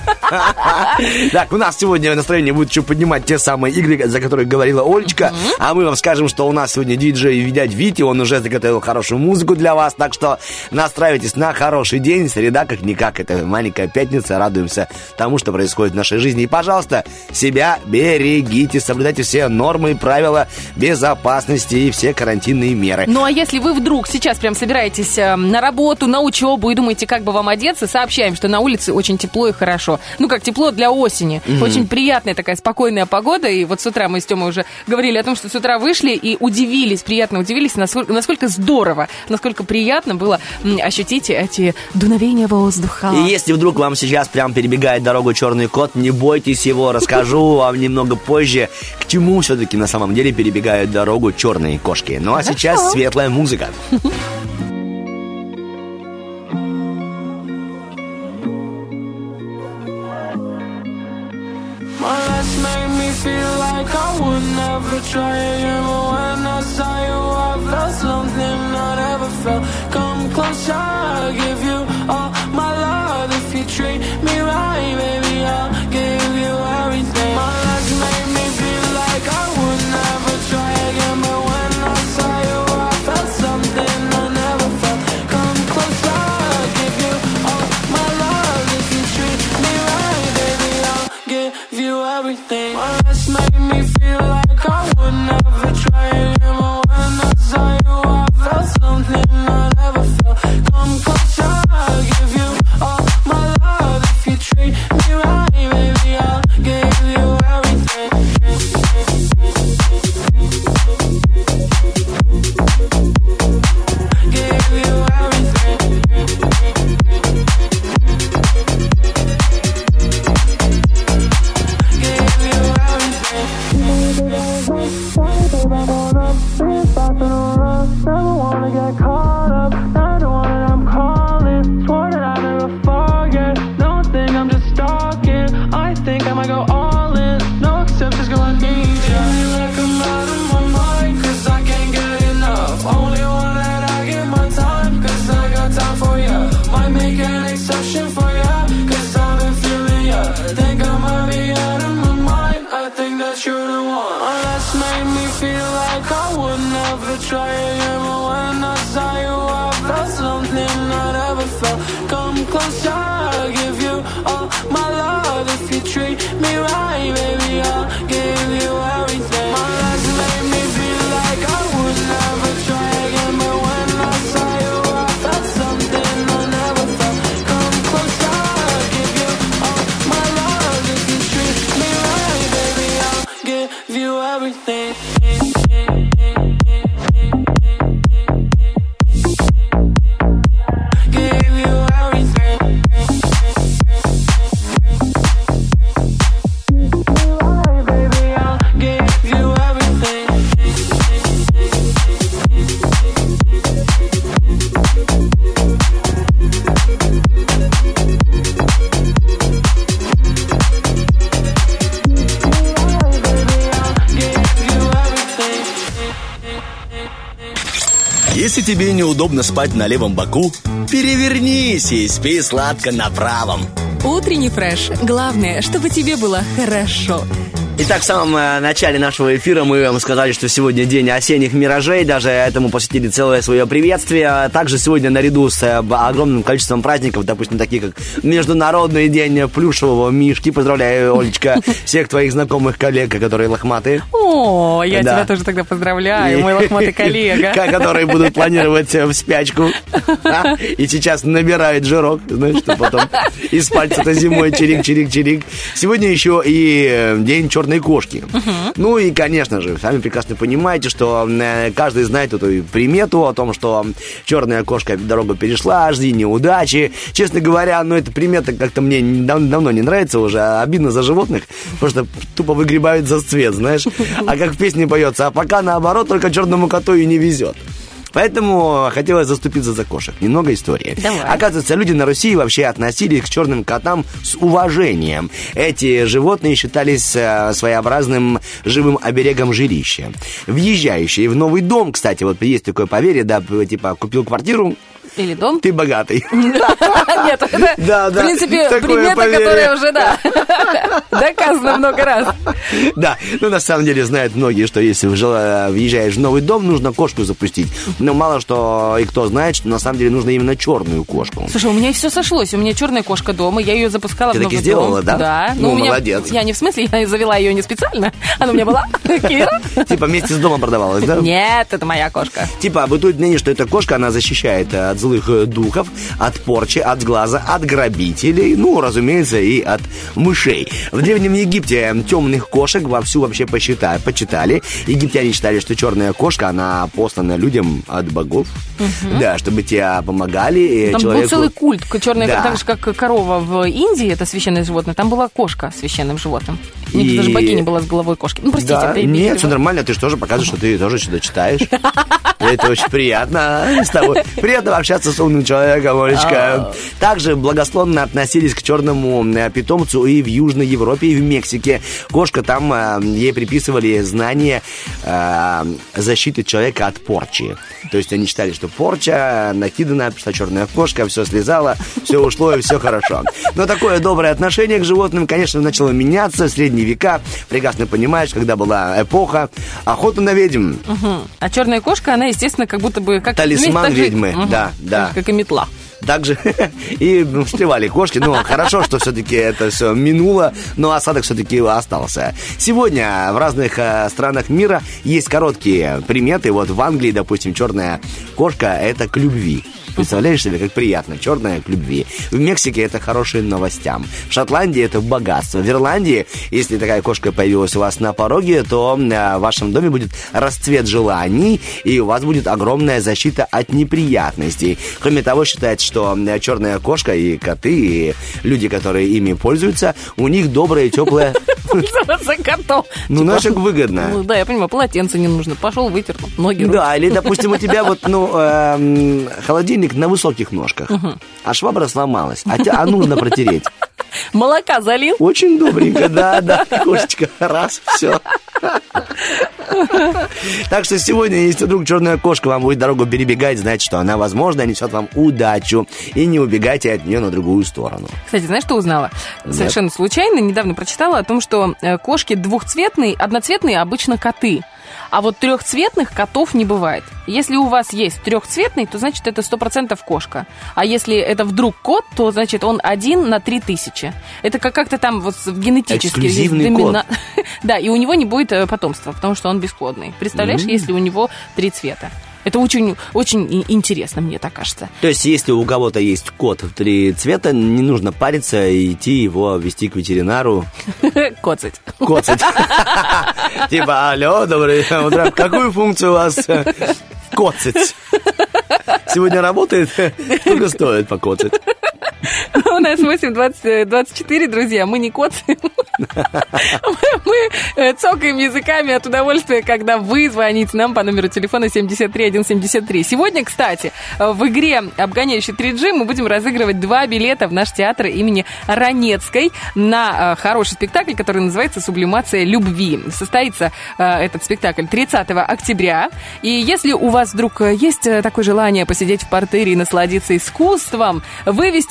Так, у нас сегодня настроение будет еще поднимать те самые игры, за которые говорила Олечка. А мы вам скажем, что у нас сегодня диджей Видять Вити, он уже заготовил хорошую музыку для вас, так что настраивайтесь на хороший день. Среда, как-никак, это маленькая пятница. Радуемся тому, что происходит в нашей жизни. И, пожалуйста, себя берегите, соблюдайте все нормы и правила безопасности и все карантинные меры. Ну, а если вы вдруг сейчас прям собираетесь э, на работу, на учебу и думаете, как бы вам одеться, сообщаем, что на улице очень тепло и хорошо. Ну, как тепло для осени. Mm-hmm. Очень приятная такая спокойная погода. И вот с утра мы с Тёмой уже говорили о том, что с утра вышли и удивились, приятно удивились, насколько, насколько здорово, насколько приятно было ощутить эти дуновения воздуха. И если вдруг вам сейчас прям перебегает дорогу черный кот, не бойтесь его, расскажу вам немного позже, к чему все-таки на самом деле перебегают дорогу черные кошки. Ну а Хорошо. Сейчас светлая музыка. Try again, but when I saw you, I felt something I never felt. Come closer, I'll give you all my love. If you treat me right, baby, I'll give you everything. My life made me feel like I would never try again, but when I saw you, I felt something I never felt. Come closer, I'll give you all my love. If you treat me right, baby, I'll give you everything. My life made me feel like I would never try again, but when I saw you, I felt something I never felt. Come closer, I'll give you all my love. If you treat me right, baby, I'll give you everything. Give you everything. Give you everything. Never wanna get caught up, not the one that I'm calling. Swore that I never forget, don't think I'm just stalking. I think I might go all in, no exceptions, girl, I need ya. Like I'm out of my mind, cause I can't get enough. Only one that I give my time, cause I got time for ya. Might make an exception for ya, cause I've been feeling ya. Think I might be out of my mind, I think that you're the one. My last made me feel like I would never try again, but when I saw you, I felt something I never felt. Come closer, I'll give you all my love. If you treat me right, baby, I'll give you everything. My last made me feel like I would never try again, but when I saw you, I felt something I never felt. Come closer, I'll give you all my love. If you treat me right, baby, I'll give you everything. Если тебе неудобно спать на левом боку, перевернись и спи сладко на правом. Утренний фреш. Главное, чтобы тебе было хорошо. Итак, в самом э, начале нашего эфира мы вам сказали, что сегодня день осенних миражей, даже этому посвятили целое свое приветствие. Также сегодня наряду с э, огромным количеством праздников, допустим, такие как Международный день плюшевого мишки. Поздравляю, Олечка, всех твоих знакомых коллег, которые лохматые. О, я Да. тебя тоже тогда поздравляю, мой лохматый коллега. Которые будут планировать в спячку. А? И сейчас набирают жирок, знаешь, что потом из пальца-то зимой чирик-чирик-чирик. Сегодня еще и день черной кошки. Ну и, конечно же, сами прекрасно понимаете, что э, каждый знает эту примету о том, что черная кошка дорогу перешла, жди неудачи. Честно говоря, ну эта примета как-то мне дав- давно не нравится уже, обидно за животных, потому что тупо выгребают за цвет, знаешь. А как в песне поется, а пока наоборот, только черному коту и не везет. Поэтому хотелось заступиться за кошек. Немного истории. Давай. Оказывается, люди на Руси вообще относились к черным котам с уважением. Эти животные считались э, своеобразным живым оберегом жилища. Въезжающие в новый дом, кстати, вот есть такое поверье, да, типа купил квартиру, Или дом? ты богатый. Нет, это, Да, в да, принципе, такое примета, поверье. которая уже, да, доказана много раз. Да, ну на самом деле знают многие, что если жила- въезжаешь в новый дом, нужно кошку запустить. Но мало что и кто знает, что на самом деле нужно именно черную кошку. Слушай, у меня все сошлось. У меня черная кошка дома, я ее запускала Ты в таки новый сделала, дом. да? Да. Ну, у меня- молодец. Я не в смысле, я завела ее не специально. Она у меня была. Кира? Типа вместе с домом продавалась, да? Нет, это моя кошка. Типа, бытует мнение, что эта кошка, она защищает от злых э, духов, от порчи, от сглаза, от грабителей, ну, разумеется, и от мышей. В Древнем Египте темных кошек вовсю вообще посчитали, почитали. Египтяне считали, что черная кошка, она послана людям от богов. Да, чтобы те помогали. и Там человеку... был целый культ. Черная, Да. так же, как корова в Индии, это священное животное, там была кошка священным животным. У них И- даже богиня была с головой кошки. Ну, простите, Да, перебили нет, все вас. нормально, ты же тоже показываешь, что ты тоже что-то читаешь. Это очень приятно с тобой. Приятно общаться с умным человеком, Олечка. Также благосклонно относились к черному э, питомцу и в Южной Европе, и в Мексике. Кошка там, э, ей приписывали знания э, защиты человека от порчи. То есть они считали, что порча накидана, пришла черная кошка, все слезала, все ушло и все хорошо. Но такое доброе отношение к животным, конечно, начало меняться в средние века. Прекрасно понимаешь, когда была эпоха охоты на ведьм. Мгм. А черная кошка, она, естественно, как будто бы... Как, Талисман так же- ведьмы, Мгм. да, да. Как и метла. Также и встревали кошки. Ну, хорошо, что все-таки это все минуло, но осадок все-таки остался. Сегодня в разных э, странах мира есть короткие приметы. Вот в Англии, допустим, черная кошка – это к любви. Представляешь себе, как приятно, черная к любви. В Мексике это хорошим новостям. В Шотландии это богатство. В Ирландии, если такая кошка появилась у вас на пороге, то э, в вашем доме будет расцвет желаний, и у вас будет огромная защита от неприятностей. Кроме того, считается, что э, черная кошка и коты, и люди, которые ими пользуются, у них доброе, теплое... Пользоваться котом. Ну, Типа, знаешь, как выгодно. ну, да, я понимаю, полотенце не нужно. Пошел, вытер ноги, руки. Да, или, допустим, у тебя вот, ну, эм, холодильник на высоких ножках, а швабра сломалась, а, тебя, а нужно протереть. Молока залил. Очень добренько, да, да, кошечка, раз, все. Так что сегодня, если вдруг черная кошка вам будет дорогу перебегать, знайте, что она, возможно, несет вам удачу. И не убегайте от нее на другую сторону. Кстати, знаешь, что узнала? Нет. Совершенно случайно, недавно прочитала о том, что э, кошки двухцветные, одноцветные обычно коты. А вот трехцветных котов не бывает. Если у вас есть трехцветный, то значит это сто процентов кошка. А если это вдруг кот, то значит он один на три тысячи. Это как- как-то там вот генетически. Эксклюзивный здесь кот. Да, и у него не будет э, потомства, потому что он бесплодный. Представляешь, М. если у него три цвета. Это очень, очень и- интересно, мне так кажется. То есть, если у кого-то есть кот в три цвета, не нужно париться и идти его вести к ветеринару. Коцать. Коцать. Типа, алло, доброе утро. Какую функцию у вас э, коцать? Сегодня работает? Сколько стоит покоцать? У нас восемь двадцать двадцать четыре, друзья, мы не коцаем. Мы э, цокаем языками от удовольствия, когда вы звоните нам по номеру телефона семьдесят три сто семьдесят три. Сегодня, кстати, в игре «Обгоняющий три джи» мы будем разыгрывать два билета в наш театр имени Ранецкой на э, хороший спектакль, который называется «Сублимация любви». Состоится э, этот спектакль тридцатого октября. И если у вас вдруг есть э, такое желание посидеть в партере и насладиться искусством, вывести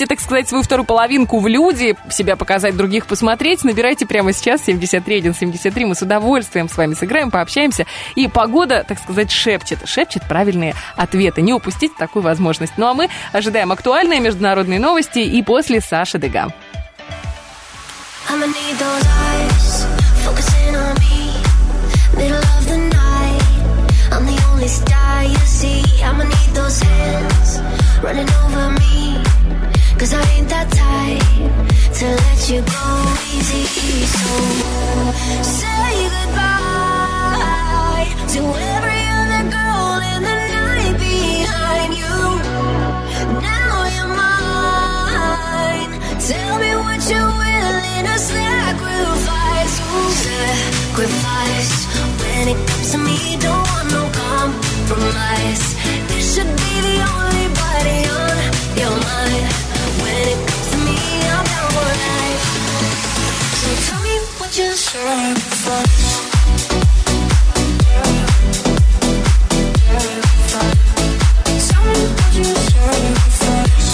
Вывести, так сказать, свою вторую половинку в люди, себя показать, других посмотреть, набирайте прямо сейчас семьдесят три один семьдесят три. Мы с удовольствием с вами сыграем, пообщаемся. И погода, так сказать, шепчет. Шепчет правильные ответы. Не упустите такую возможность. Ну а мы ожидаем актуальные международные новости и после Саши Дега. I'ma need those eyes focusing on me. Middle of the night, I'm the only star you see. I'ma need those hands running over me. Cause I ain't that type to let you go easy. So say goodbye to every other girl in the night behind you. Now you're mine. Tell me what you're willing to sacrifice. Ooh, sacrifice. When it comes to me, don't want no compromise. This should be the only body on your mind. When it comes to me, I'm down for life. So tell me what you're sacrifice. Tell me what you're sacrifice.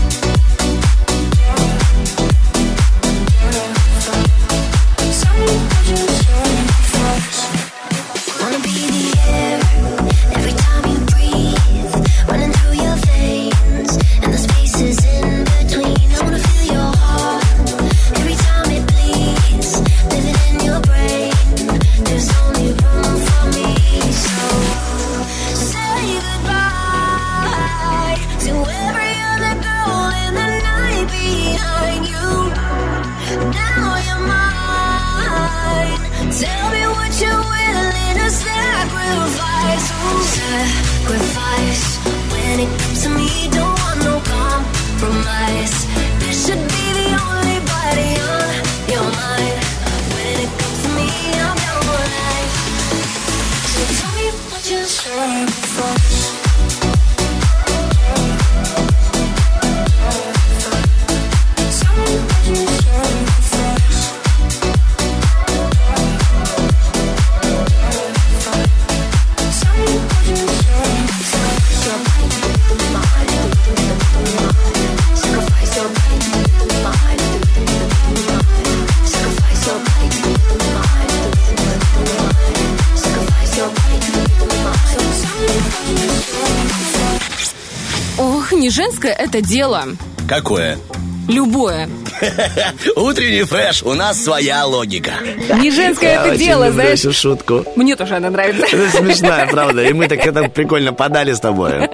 Tell me what you're sacrifice. Wanna be the air every time you breathe, running through your veins and the spaces in between. I wanna feel your heart every time it bleeds, living in your brain. There's only room for me, so say goodbye to every other girl in the night behind you. Now you're mine. Tell me what you're willing to sacrifice. Ooh, sacrifice. When it comes to me, don't want no compromise. This should be the only body on your mind. When it comes to me, I'm down for life. So tell me what you're sacrifice. Tell me what you're sacrifice. Tell me what you're sacrifice. Sacrifice your right to the mind. Sacrifice your right to the mind. Sacrifice your right to the mind. Ох, не женское это дело. Какое? Любое. Утренний фреш, у нас своя логика. Не женское Я это очень дело, люблю знаешь. эту шутку. Мне тоже она нравится. Это смешная, правда. И мы так это прикольно подали с тобой.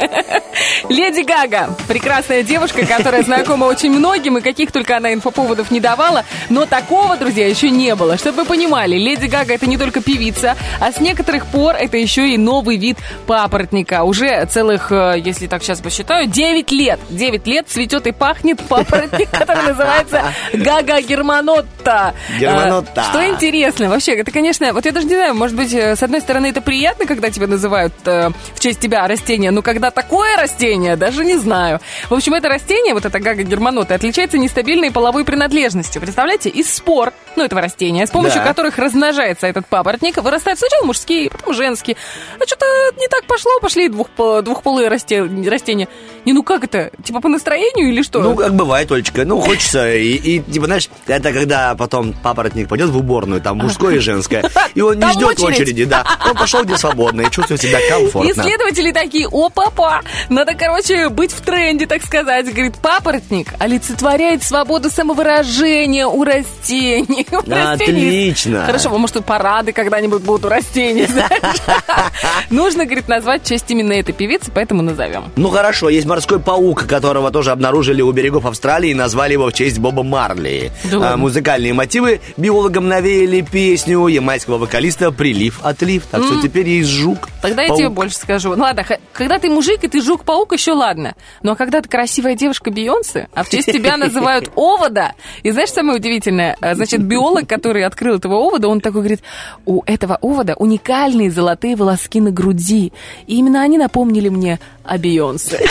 Леди Гага. Прекрасная девушка, которая знакома очень многим, и каких только она инфоповодов не давала. Но такого, друзья, еще не было. Чтобы вы понимали, Леди Гага — это не только певица, а с некоторых пор это еще и новый вид папоротника. Уже целых, если так сейчас посчитаю, девять лет. девять лет цветет и пахнет папоротник, который называется Гага Германотта. Германотта. Что интересно, вообще, это, конечно, вот я даже не знаю, может быть, с одной стороны, это приятно, когда тебя называют в честь тебя растение, но когда такое растение, даже не знаю. В общем, это растение, вот это Гага Германотта, отличается нестабильной половой принадлежностью. Представляете, из спор, ну, этого растения, с помощью Да. которых размножается этот папоротник, вырастают сначала мужские, потом женские. А что-то не так пошло, пошли двухпо- двухполые расте- растения. Не, ну как это? Типа по настроению или что? Ну, как бывает, Олечка. Ну, хочется. И, и, типа, знаешь, это когда потом папоротник пойдет в уборную, там мужское и женское, и он не Там ждет очередь. очереди, да. Он пошел где свободно и чувствует себя комфортно. Исследователи такие: о, папа, надо, короче, быть в тренде, так сказать. Говорит, папоротник олицетворяет свободу самовыражения у растений. У растений. Отлично. Хорошо, может, парады когда-нибудь будут у растений, знаешь. Нужно, говорит, назвать в честь именно этой певицы, поэтому назовем. Ну, хорошо, есть морской паук, которого тоже обнаружили у берегов Австралии и назвали его в честь Боба Марли. Да ладно? А, музыкальные мотивы биологам навеяли песню ямайского вокалиста «Прилив-отлив». Так что теперь есть жук. Тогда я паук. тебе больше скажу. Ну ладно, х- когда ты мужик и ты жук-паук, еще ладно. Ну а когда ты красивая девушка Бейонсе, а в честь тебя называют овода. И знаешь, самое удивительное? А, Значит, биолог, который открыл этого овода, он такой говорит: у этого овода уникальные золотые волоски на груди. И именно они напомнили мне о Бейонсе.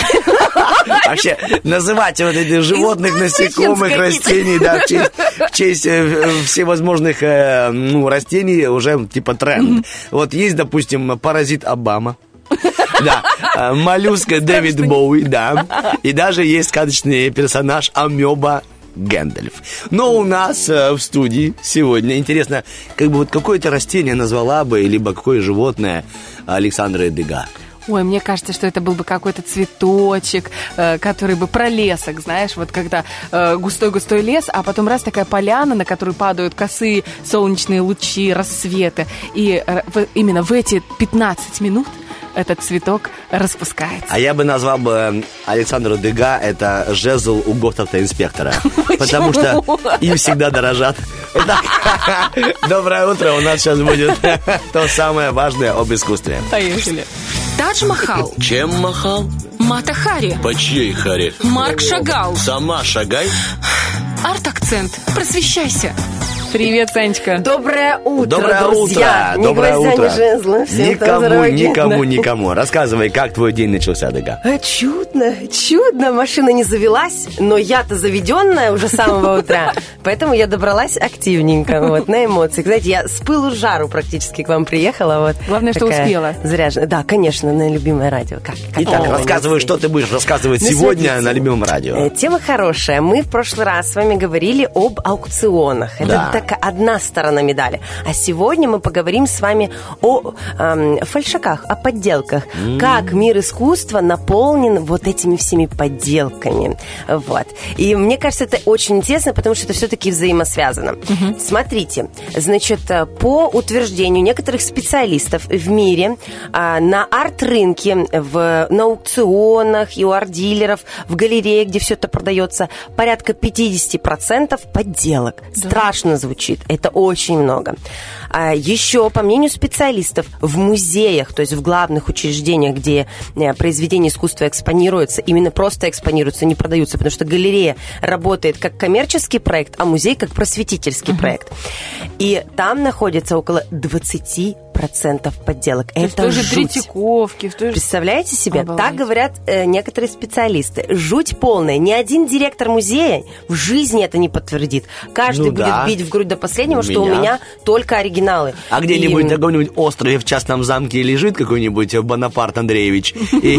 Вообще, называть вот этих животных, насекомых, какие-то. растений, да, в честь, в честь э, всевозможных э, ну, растений уже типа тренд. Вот есть, допустим, паразит Обама. Да, э, моллюска Дэвид Боуи, да. И даже есть сказочный персонаж Амеба Гэндальф. Но у нас э, в студии сегодня, интересно, как бы вот какое-то растение назвала бы, либо какое животное Александра Дега? Ой, мне кажется, что это был бы какой-то цветочек, э, который бы пролесок, знаешь, вот когда э, густой-густой лес, а потом раз такая поляна, на которую падают косые солнечные лучи, рассветы. И э, в, именно в эти пятнадцать минут этот цветок распускается. А я бы назвал бы Александра Дега это жезл у госавтоинспектора. Потому что им всегда дорожат. Итак, доброе утро. У нас сейчас будет то самое важное об искусстве. Поехали. Тадж Махал. Чем махал? Мата Хари. По чьей Хари? Марк Шагал. Сама шагай. Арт-акцент. Просвещайся. Привет, Санечка. Доброе утро, Доброе друзья. утро. Ни Доброе гвоздя, утро. ни жезла. Всем Никому, дороги. никому, Да. никому. Рассказывай, как твой день начался, Дега? А, Чудно, чудно. Машина не завелась, но я-то заведенная уже с самого утра. Поэтому я добралась активненько, вот, на эмоциях. Знаете, я с пылу с жару практически к вам приехала. Вот, Главное, что такая успела. Заряженная. Да, конечно, на любимое радио. Как, как Итак, его рассказывай, не что ты будешь рассказывать Ну, сегодня смотрите. на любимом радио. Э, Тема хорошая. Мы в прошлый раз с вами говорили об аукционах. Это Да. такая одна сторона медали. А сегодня мы поговорим с вами о эм, фальшаках, о подделках. М. Как мир искусства наполнен вот этими всеми подделками. Вот. И мне кажется, это очень интересно, потому что это все-таки взаимосвязано. Смотрите, значит, э, по утверждению некоторых специалистов в мире а, на арт-рынке, в, на аукционах и у арт-дилеров, в галерее, где все это продается, порядка пятьдесят процентов подделок. Страшно звучит. Это очень много. А еще, по мнению специалистов, в музеях, то есть в главных учреждениях, где э, произведения искусства экспонируются, именно просто экспонируются, не продаются, потому что галерея работает как коммерческий проект, а музей как просветительский проект. И там находится около двадцать процентов подделок. То есть Это тоже жуть. Третьяковки. в той же- Представляете себе? Обалдеть. Так говорят э, некоторые специалисты. Жуть полная. Ни один директор музея в жизни это не подтвердит. Каждый Ну будет да. бить в грудь до последнего, У что у меня. меня только оригиналы. А где-нибудь И- на каком-нибудь острове в частном замке лежит какой-нибудь Бонапарт Андреевич и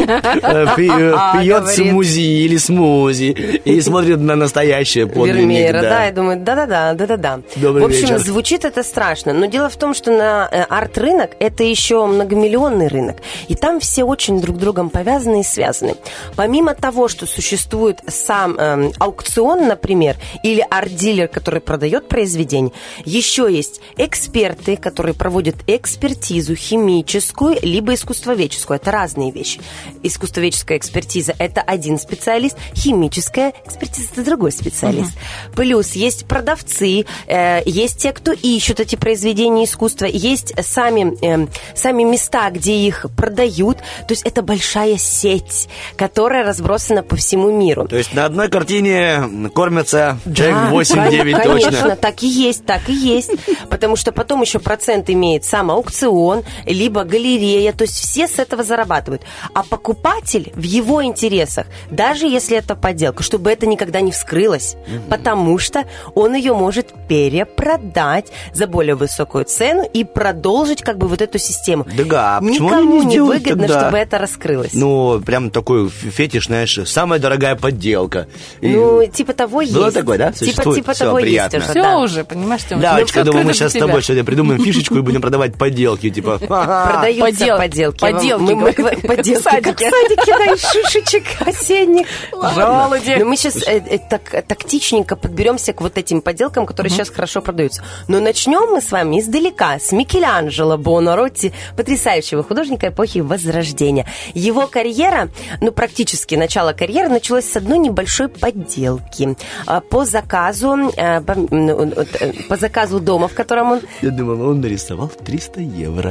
э, пи- э, пьет Говорит. смузи или смузи и смотрит на настоящее подлинник. Вермеера, да. да. и думает, да-да-да, да-да-да. Добрый в общем, вечер. звучит это страшно. Но дело в том, что на э, арт-рынок это еще многомиллионный рынок. И там все очень друг с другом повязаны и связаны. Помимо того, что существует сам эм, аукцион, например, или арт-дилер, который продает произведение, еще есть эксперты, которые проводят экспертизу химическую, либо искусствоведческую. Это разные вещи. Искусствоведческая экспертиза – это один специалист, химическая экспертиза – это другой специалист. Плюс есть продавцы, э, есть те, кто ищут эти произведения искусства, есть сами, э, сами места, где их продают. То есть это большая сеть, которая разбросана по всему миру. То есть на одной картине кормятся человек Да, восемь-девять конечно, точно. так и есть, так и есть. Потому что потом еще процент имеет сам аукцион, либо галерея. То есть все с этого зарабатывают. А покупатель в его интересах, даже если это подделка, чтобы это никогда не вскрылось. Потому что он ее может перепродать за более высокую цену и продолжить как бы вот эту систему. Дега, а почему Никому они не не сделают выгодно, тогда? чтобы это раскрылось. Ну, прям такой фетиш, знаешь, самая дорогая подделка. И- Ну, типа того есть. Было такое, да? Типа, Существует? типа Всё, того приятно. есть уже, Все да. уже, понимаешь, Тёма? Давайте, я Ну, думаю, мы открыто сейчас с для тобой тебя. сегодня придумаем фишечку и будем продавать подделки, типа... Продаются Подел- подделки. Я вам- поделки, мы- мы- говорит, поделки, как в как в садике. садике, да, из шишечек осенних. Желуди. Но мы сейчас э, э, так, тактичненько подберемся к вот этим поделкам, которые сейчас хорошо продаются. Но начнем мы с вами издалека, с Микеланджело Буонаротти, потрясающего художника эпохи Возрождения. Его карьера, ну, практически начало карьеры началось с одной небольшой подделки. А, По заказу, э, по, ну, э, по заказу дома, в котором он... Я думал, он нарисовал триста евро.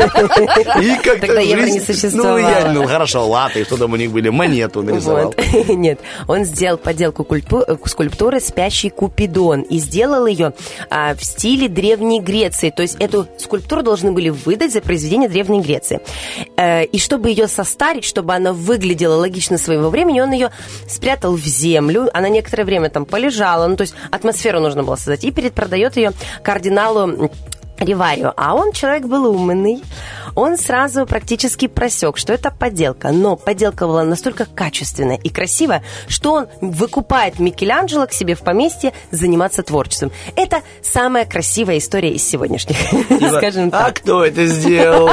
И как-то Тогда евро жизнь- не существовало. Ну, я, ну, хорошо, латы, что там у них были, монету нарисовал. Вот. Нет, он сделал подделку кульпу- скульптуры «Спящий Купидон» и сделал ее а, в стиле Древней Греции. То есть эту скульптуру должны были выдать за произведение Древней Греции. Э, и чтобы ее состарить, чтобы она выглядела логично своего времени, он ее спрятал в землю. Она некоторое время там полежала. Ну, то есть атмосферу нужно было создать. И перепродает ее кардиналу Риварио. А он человек был умный. Он сразу практически просек, что это подделка. Но подделка была настолько качественная и красивая, что он выкупает Микеланджело к себе в поместье заниматься творчеством. Это самая красивая история из сегодняшних. Скажем так. А кто это сделал?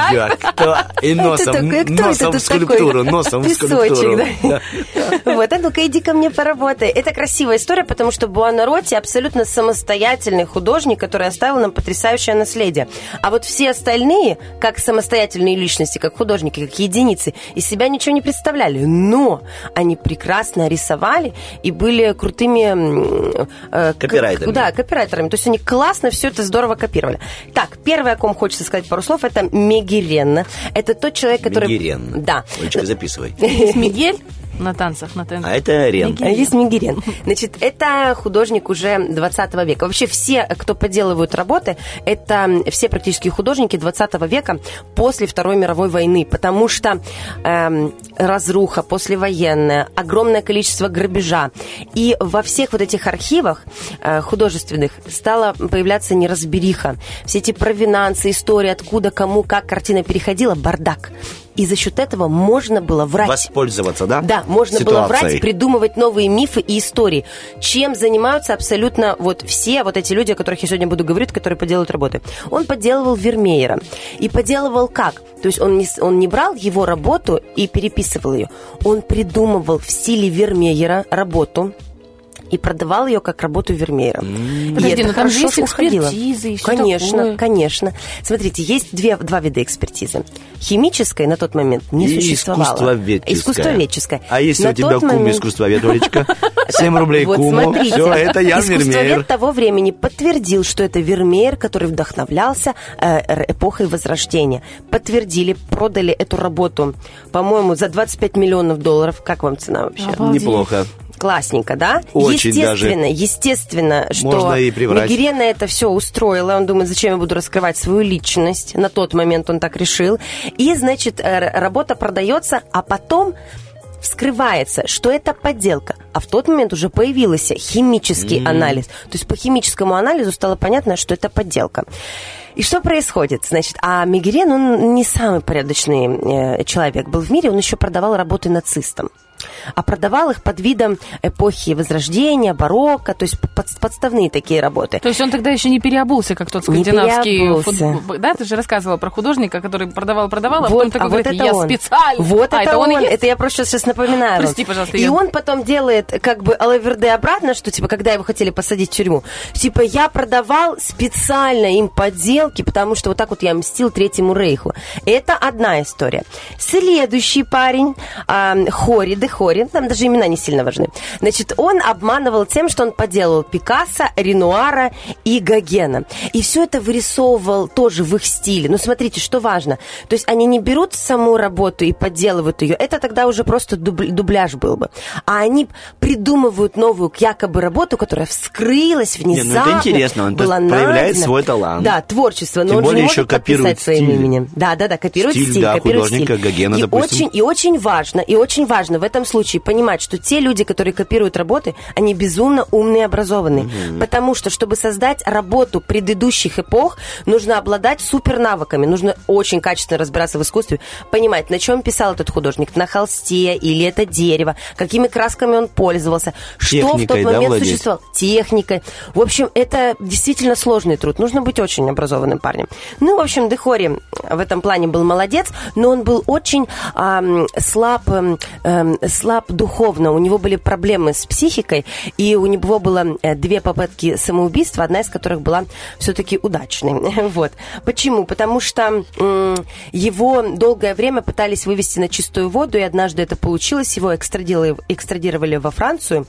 Кто? И носом, носом в скульптуру, носом в скульптуру. Вот, а ну-ка иди ко мне поработай. Это красивая история, потому что Буонаротти абсолютно самостоятельный художник, который оставил нам потрясающее наследие. А вот все остальные, как самостоятельные личности, как художники, как единицы, из себя ничего не представляли. Но они прекрасно рисовали и были крутыми... Э, копирайтерами. К, да, копирайтерами. То есть они классно все это здорово копировали. Так, первое, о ком хочется сказать пару слов, это Мегеренна. Это тот человек, который... Мегеренна. Да. Олечка, записывай. Мигель? На танцах, на ТНТ. А это Рен. А есть Мегерен. Значит, это художник уже двадцатого века. Вообще все, кто подделывают работы, это все практически художники двадцатого века после Второй мировой войны, потому что эм, разруха послевоенная, огромное количество грабежа. И во всех вот этих архивах э, художественных стала появляться неразбериха. Все эти провинансы, истории, откуда, кому, как картина переходила, бардак. И за счет этого можно было врать. Воспользоваться, да? Да, можно ситуацией. было врать, придумывать новые мифы и истории. Чем занимаются абсолютно вот все вот эти люди, о которых я сегодня буду говорить, которые поделывают работы. Он подделывал Вермеера. И поделывал как? То есть он не, он не брал его работу и переписывал ее. Он придумывал в стиле Вермеера работу и продавал ее как работу Вермеера. Mm. Подожди, но там же есть экспертизы и все Конечно, такое. Конечно. Смотрите, есть две, два вида экспертизы. Химическая на тот момент не и существовало. Искусствоведческая. Искусствоведческая. А если на у тебя кум момент... искусствовед, Олечка? семь рублей вот куму. Смотрите, все, это Ян Вермеер. Искусствовед того времени подтвердил, что это Вермеер, который вдохновлялся э, эпохой Возрождения. Подтвердили, продали эту работу, по-моему, за двадцать пять миллионов долларов. Как вам цена вообще? Обалдеть. Неплохо. Классненько, да? Очень естественно, даже. Естественно, что можно и приврать. Мегерена это все устроила. Он думает, зачем я буду раскрывать свою личность. На тот момент он так решил. И, значит, работа продается, а потом вскрывается, что это подделка. А в тот момент уже появился химический mm. анализ. То есть по химическому анализу стало понятно, что это подделка. И что происходит? Значит, а Мегерен, он не самый порядочный э, человек был в мире, он еще продавал работы нацистам. А продавал их под видом эпохи Возрождения, барокко, то есть под, подставные такие работы. То есть он тогда еще не переобулся, как тот скандинавский футбол. Да, ты же рассказывала про художника, который продавал-продавал, а вот, потом такой а говорит, вот это я он. специально. Вот а, это, это он, он. и Это я просто сейчас напоминаю. Прости, пожалуйста. И я... он потом делает как бы алаверде обратно, что типа, когда его хотели посадить в тюрьму, типа, я продавал специально им подделки, потому что вот так вот я мстил Третьему Рейху. Это одна история. Следующий парень, э, Хори, де Хори, там даже имена не сильно важны. Значит, он обманывал тем, что он подделал Пикассо, Ренуара и Гогена. И все это вырисовывал тоже в их стиле. Но смотрите, что важно. То есть они не берут саму работу и подделывают ее. Это тогда уже просто дубля, дубляж был бы. А они придумывают новую якобы работу, которая вскрылась внезапно. Не, ну это интересно. Он была проявляет найдена. Свой талант. Да, творчество. Но Тем он более же не еще может подписать своим стиль. именем. Да, да, да, копирует стиль, стиль, да, копирует художника стиль. Гогена, и допустим. очень, и очень важно, и очень важно в этом случае понимать, что те люди, которые копируют работы, они безумно умные и образованные. Mm-hmm. Потому что, чтобы создать работу предыдущих эпох, нужно обладать супернавыками, нужно очень качественно разбираться в искусстве, понимать, на чем писал этот художник, на холсте или это дерево, какими красками он пользовался, Техникой, что в тот момент да, существовало, техникой. В общем, это действительно сложный труд. Нужно быть очень образованным парнем. Ну, в общем, де Хори в этом плане был молодец, но он был очень э, слаб, э, слаб духовно. У него были проблемы с психикой, и у него было две попытки самоубийства, одна из которых была все-таки удачной. Вот. Почему? Потому что э, его долгое время пытались вывести на чистую воду, и однажды это получилось. Его экстрадировали, экстрадировали во Францию.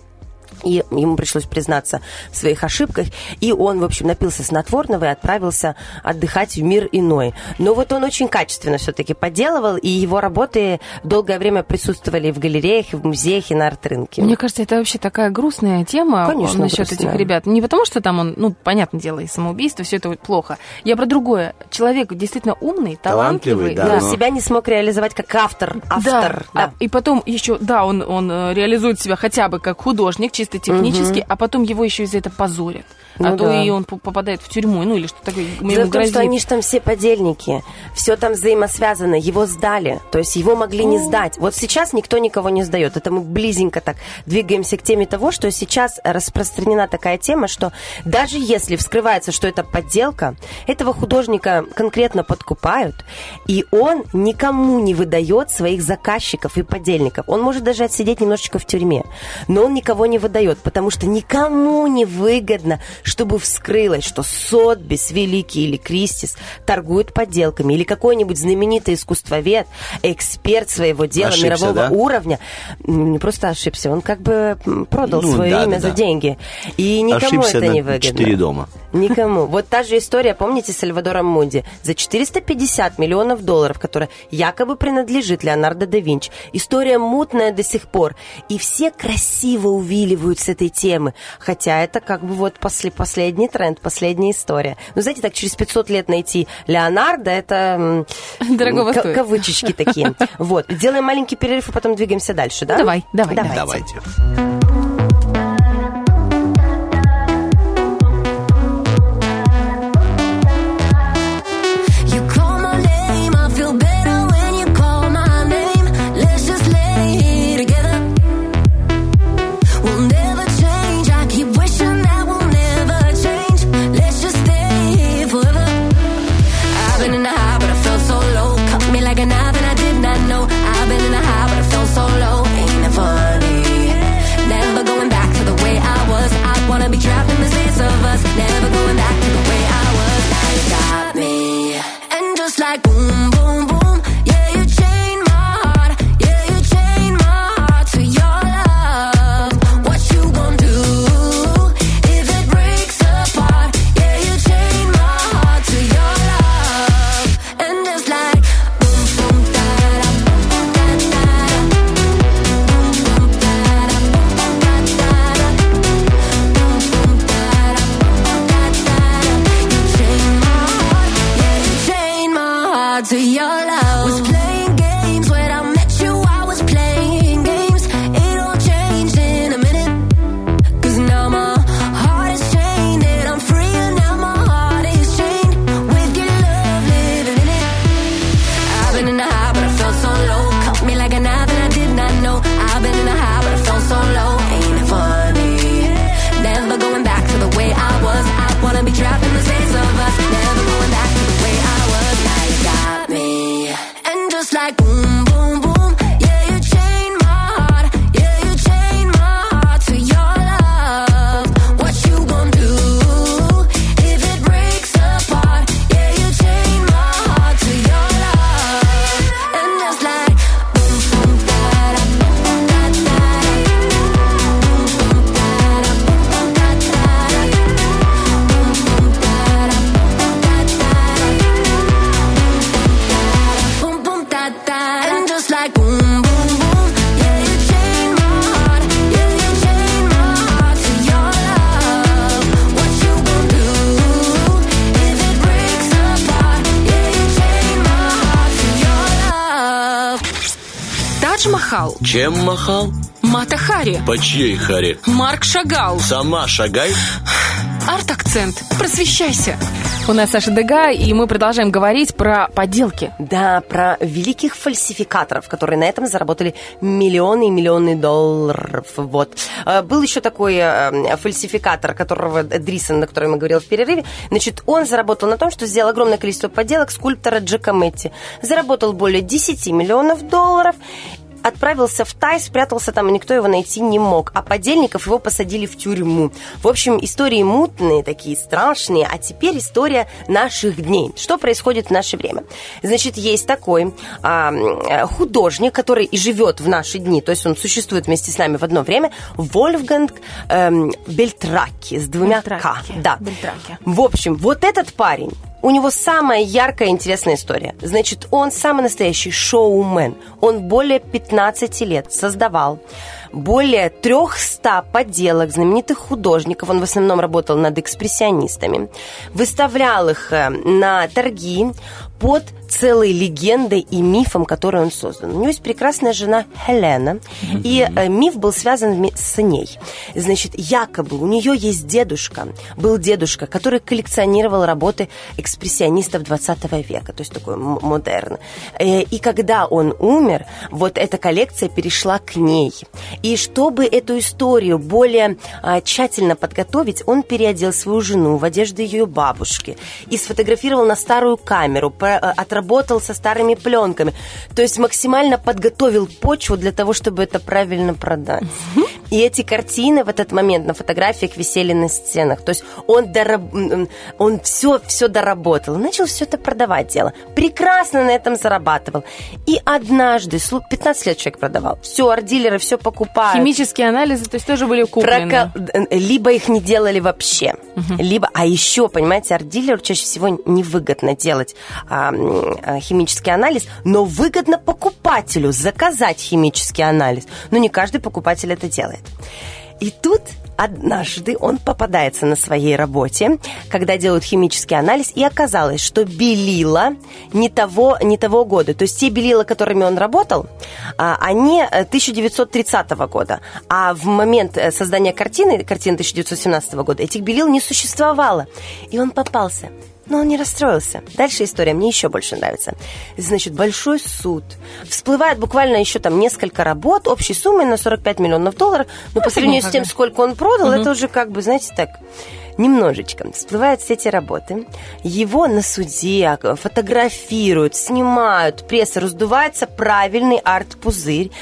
И ему пришлось признаться в своих ошибках. И он, в общем, напился снотворного и отправился отдыхать в мир иной. Но вот он очень качественно все-таки подделывал, и его работы долгое время присутствовали в галереях, и в музеях, и на арт-рынке. Мне кажется, это вообще такая грустная тема. Конечно, насчет грустная. этих ребят. Не потому, что там он, ну, понятное дело, и самоубийство, все это плохо. Я про другое. Человек действительно умный, талантливый. Талантливый, да. Да, но... себя не смог реализовать как автор. Автор, да. да. А, и потом еще, да, он, он реализует себя хотя бы как художник, чисто технически, угу. а потом его еще и за это позорят. а Ну то да. и он п- попадает в тюрьму, ну или что такое, ему Дело в том, грозит. что они же там все подельники, все там взаимосвязано, его сдали, то есть его могли не сдать. Вот сейчас никто никого не сдает, это мы близенько так двигаемся к теме того, что сейчас распространена такая тема, что даже если вскрывается, что это подделка, этого художника конкретно подкупают, и он никому не выдает своих заказчиков и подельников. Он может даже отсидеть немножечко в тюрьме, но он никого не выдает, потому что никому не выгодно, чтобы вскрылось, что Сотбис Великий или Кристис торгуют подделками, или какой-нибудь знаменитый искусствовед, эксперт своего дела Ошибся, мирового да? уровня, не просто ошибся, он как бы продал Ну, свое да, имя да, за да. деньги. И никому Ошибся это на не выгодно. четыре дома. Никому. Вот та же история, помните, с Сальвадором Мунди? За четыреста пятьдесят миллионов долларов, которая якобы принадлежит Леонардо да Винчи. История мутная до сих пор. И все красиво увиливают с этой темы. Хотя это как бы вот после, последний тренд, последняя история. Ну, знаете, так через пятьсот лет найти Леонардо, это... м, Дорогого к- стоит. Кавычечки такие. Вот. Делаем маленький перерыв, и потом двигаемся дальше, да? Давай, давай. Давайте. Давайте. You call my name, I feel better when you call my name. Let's just lay together. We'll never change. I keep wishing that we'll never change. Let's just stay forever. I've been in the high, but I felt so low. Cut me like a knife and I did not know. I've been in the high, but I felt so low. Ain't it funny? Never going back to the way I was. I wanna be trapped in the space of us. Never going back to the way I was. Now you got me. And just like boom, boom, boom. Yeah, you chained my heart. Yeah, you chained my heart to your love. What you gon' do if it breaks apart? Yeah, you chained my heart to your love. And just like boom, boom, da da, boom, boom, da da, boom, boom, da da, boom, boom, da da, boom, boom, da da, boom, boom, da da. You chained my heart, yeah, you chained my heart to your love. Was playing games when I met you, I was playing games. It all changed in a minute. Cause now my heart is chained and I'm free and now my heart is chained with your love living in it. I've been in the high but I felt so low. Cut me like a knife and I did not know. I've been in the high but I felt so low. Ain't it funny? Never going back to the way I was. I wanna be trapped in the space of us. Never going back to the way I was. Now you got me. And just like boom, boom, boom. Yeah, you chained my heart. Yeah, you chained my heart to your love. What you gon' do if it breaks apart? Yeah, you chained my heart to your love. And just like boom, boom, da da, boom, boom, da da, boom, boom, da da, boom, boom, da da, boom, boom, da da, boom, boom, da da, boom, boom, da da. And just like boom, boom, boom. Yeah, you chained my heart. Yeah, you chained my heart to your love. What you gon' do if it breaks apart? Yeah, you chained my heart to your love. Тадж-Махал, Чем махал? Мата Хари, По чьей харе? Марк Шагал, Сама шагай. арт-акцент. Просвещайся. У нас Саша Дега, и мы продолжаем говорить про подделки. Да, про великих фальсификаторов, которые на этом заработали миллионы и миллионы долларов. Вот. А, Был еще такой э, фальсификатор, которого Дрисон, на который мы говорили в перерыве. Значит, он заработал на том, что сделал огромное количество подделок скульптора Джакометти. Заработал более десять миллионов долларов. Отправился в Тай, спрятался там, и никто его найти не мог. А подельников его посадили в тюрьму. В общем, истории мутные, такие страшные. А теперь история наших дней. Что происходит в наше время? Значит, есть такой а, художник, который и живет в наши дни, то есть он существует вместе с нами в одно время, Вольфганг эм, Бельтраки с двумя «К». Бельтраки. Да. Бельтраки. В общем, вот этот парень, у него самая яркая и интересная история. Значит, он самый настоящий шоумен. Он более пятнадцати лет создавал более трехсот подделок знаменитых художников. Он в основном работал над экспрессионистами. Выставлял их на торги под целой легендой и мифом, который он создан. У него есть прекрасная жена Хелена, mm-hmm. и э, миф был связан с ней. Значит, якобы у нее есть дедушка, был дедушка, который коллекционировал работы экспрессионистов двадцатого века, то есть такой м- модерн. Э, и когда он умер, вот эта коллекция перешла к ней. И чтобы эту историю более э, тщательно подготовить, он переодел свою жену в одежду ее бабушки и сфотографировал на старую камеру, про, э, отработал со старыми пленками. То есть максимально подготовил почву для того, чтобы это правильно продать. И эти картины в этот момент на фотографиях висели на стенах. То есть он, дораб... он все, все доработал. Начал все это продавать дело. Прекрасно на этом зарабатывал. И однажды, пятнадцать лет человек продавал. Все, арт-дилеры все покупают. Химические анализы, то есть тоже были куплены. Прока... Либо их не делали вообще. Угу. Либо... А еще, понимаете, арт-дилеру чаще всего невыгодно делать а, а, химический анализ, но выгодно покупателю заказать химический анализ. Но не каждый покупатель это делает. И тут однажды он попадается на своей работе, когда делают химический анализ, и оказалось, что белила не того, не того года. То есть те белила, которыми он работал, они тысяча девятьсот тридцатого года. А в момент создания картины, картины тысяча девятьсот семнадцатого года, этих белил не существовало. И он попался. Но он не расстроился. Дальше история мне еще больше нравится. Значит, большой суд. Всплывает буквально еще там несколько работ общей суммой на сорок пять миллионов долларов. Но ну, по сравнению с тем, сколько он продал, угу. это уже как бы, знаете, так... Немножечко. Всплывают все эти работы. Его на суде фотографируют, снимают, пресса раздувается, правильный арт-пузырь.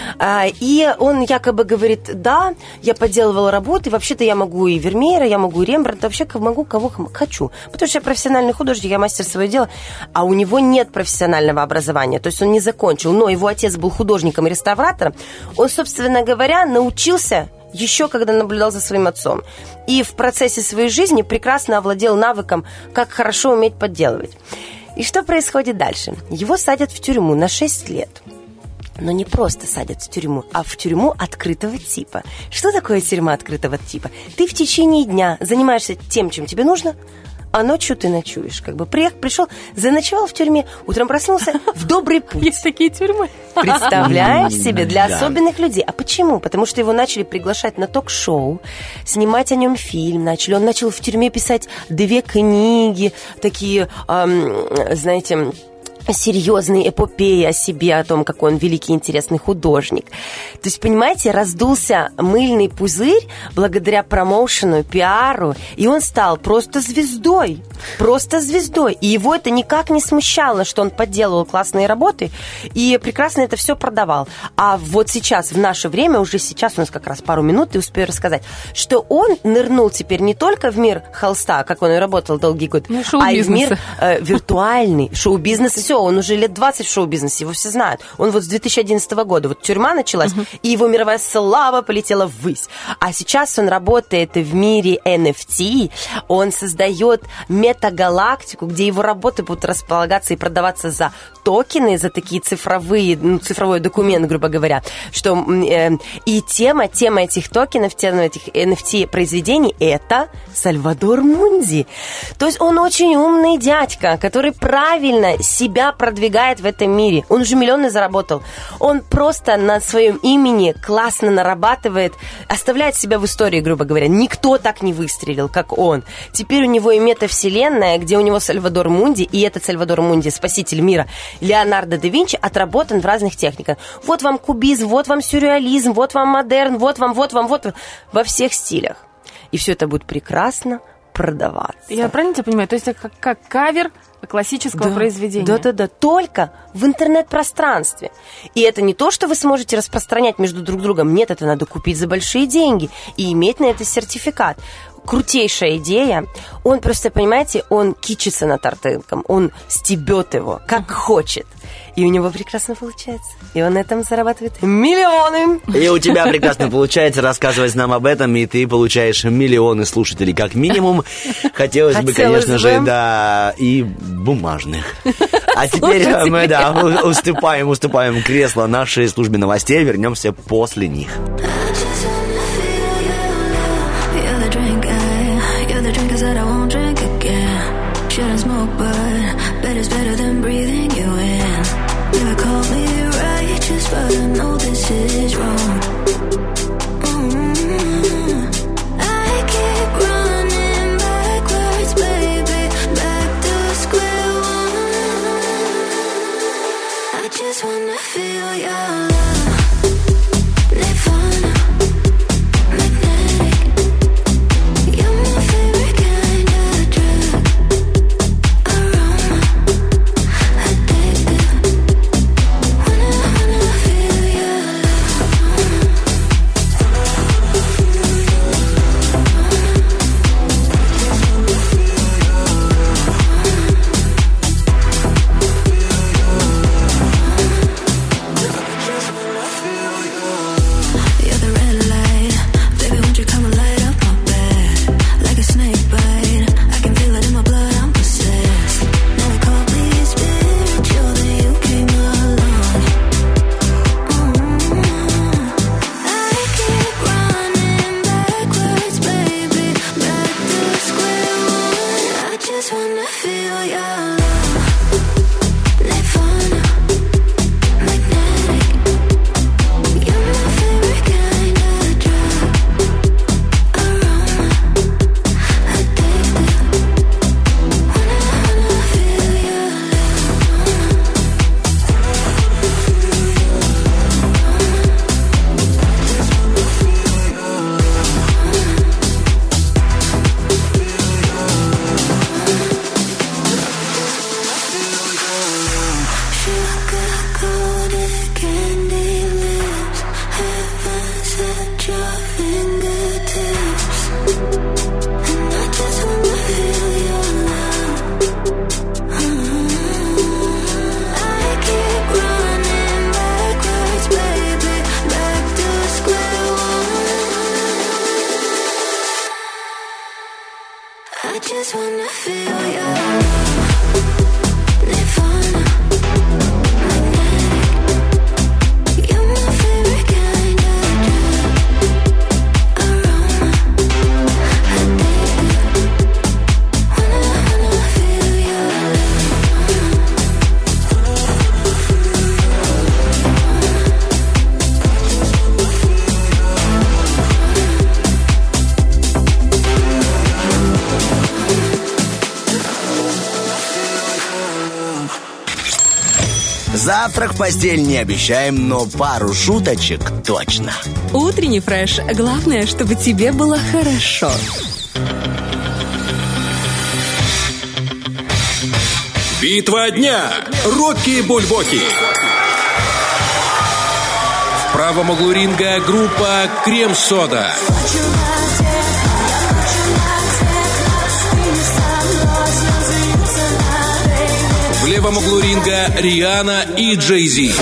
И он якобы говорит, да, я подделывал работы, вообще-то я могу и Вермеера, я могу и Рембрандта, вообще могу кого хочу. Потому что я профессиональный художник, я мастер своего дела. А у него нет профессионального образования, то есть он не закончил. Но его отец был художником и реставратором. Он, собственно говоря, научился... еще когда наблюдал за своим отцом. И в процессе своей жизни прекрасно овладел навыком, как хорошо уметь подделывать. И что происходит дальше? Его садят в тюрьму на шесть лет. Но не просто садят в тюрьму, а в тюрьму открытого типа. Что такое тюрьма открытого типа? Ты в течение дня занимаешься тем, чем тебе нужно, а ночью ты ночуешь. Как бы приехал, пришел, заночевал в тюрьме, утром проснулся, в добрый путь. Есть такие тюрьмы. Представляешь себе? Для особенных людей. А почему? Потому что его начали приглашать на ток-шоу, снимать о нем фильм начали. Он начал в тюрьме писать две книги, такие, эм, знаете... серьезные эпопеи о себе, о том, какой он великий, интересный художник. То есть, понимаете, раздулся мыльный пузырь благодаря промоушену, пиару, и он стал просто звездой. Просто звездой. И его это никак не смущало, что он подделывал классные работы и прекрасно это все продавал. А вот сейчас, в наше время, уже сейчас у нас как раз пару минут, и успею рассказать, что он нырнул теперь не только в мир холста, как он и работал долгие годы, ну, а и в мир э, виртуальный, шоу-бизнеса. Все, он уже лет двадцать в шоу-бизнесе, его все знают. Он вот с две тысячи одиннадцатого года, вот тюрьма началась, uh-huh. и его мировая слава полетела ввысь. А сейчас он работает в мире эн эф ти, он создает метагалактику, где его работы будут располагаться и продаваться за токены, за такие цифровые, ну, цифровой документ, грубо говоря, что э, и тема, тема этих токенов, тема этих эн эф ти-произведений это Сальвадор Мунди. То есть он очень умный дядька, который правильно себя продвигает в этом мире. Он уже миллионы заработал. Он просто на своем имени классно нарабатывает, оставляет себя в истории, грубо говоря. Никто так не выстрелил, как он. Теперь у него и метавселенная, где у него Сальвадор Мунди, и этот Сальвадор Мунди, спаситель мира, Леонардо да Винчи, отработан в разных техниках. Вот вам кубизм, вот вам сюрреализм, вот вам модерн, вот вам, вот вам, вот вам. Во всех стилях. И все это будет прекрасно продаваться. Я правильно тебя понимаю? То есть это как, как кавер классического да, произведения. Да-да-да, только в интернет-пространстве. И это не то, что вы сможете распространять между друг другом. Нет, это надо купить за большие деньги и иметь на это сертификат. Крутейшая идея. Он просто, понимаете, он кичится над арт-рынком, он стебет его, как хочет. И у него прекрасно получается. И он на этом зарабатывает миллионы. И у тебя прекрасно получается рассказывать нам об этом, и ты получаешь миллионы слушателей, как минимум. Хотелось бы, конечно же, да, и бумажных. А теперь мы, да, уступаем, уступаем кресло нашей службе новостей. Вернемся после них. Shouldn't smoke, but bet it's better than breathing just wanna feel your love. Nirvana, magnetic. You're my favorite kind of drug. Aroma, addictive. Wanna, wanna feel your Завтрак в постель не обещаем, но пару шуточек точно. Утренний фреш. Главное, чтобы тебе было хорошо. Битва дня. Рокки Бульбоки. В правом углу ринга группа «Крем-сода». В левом углу ринга Риhanna и Jay-Z.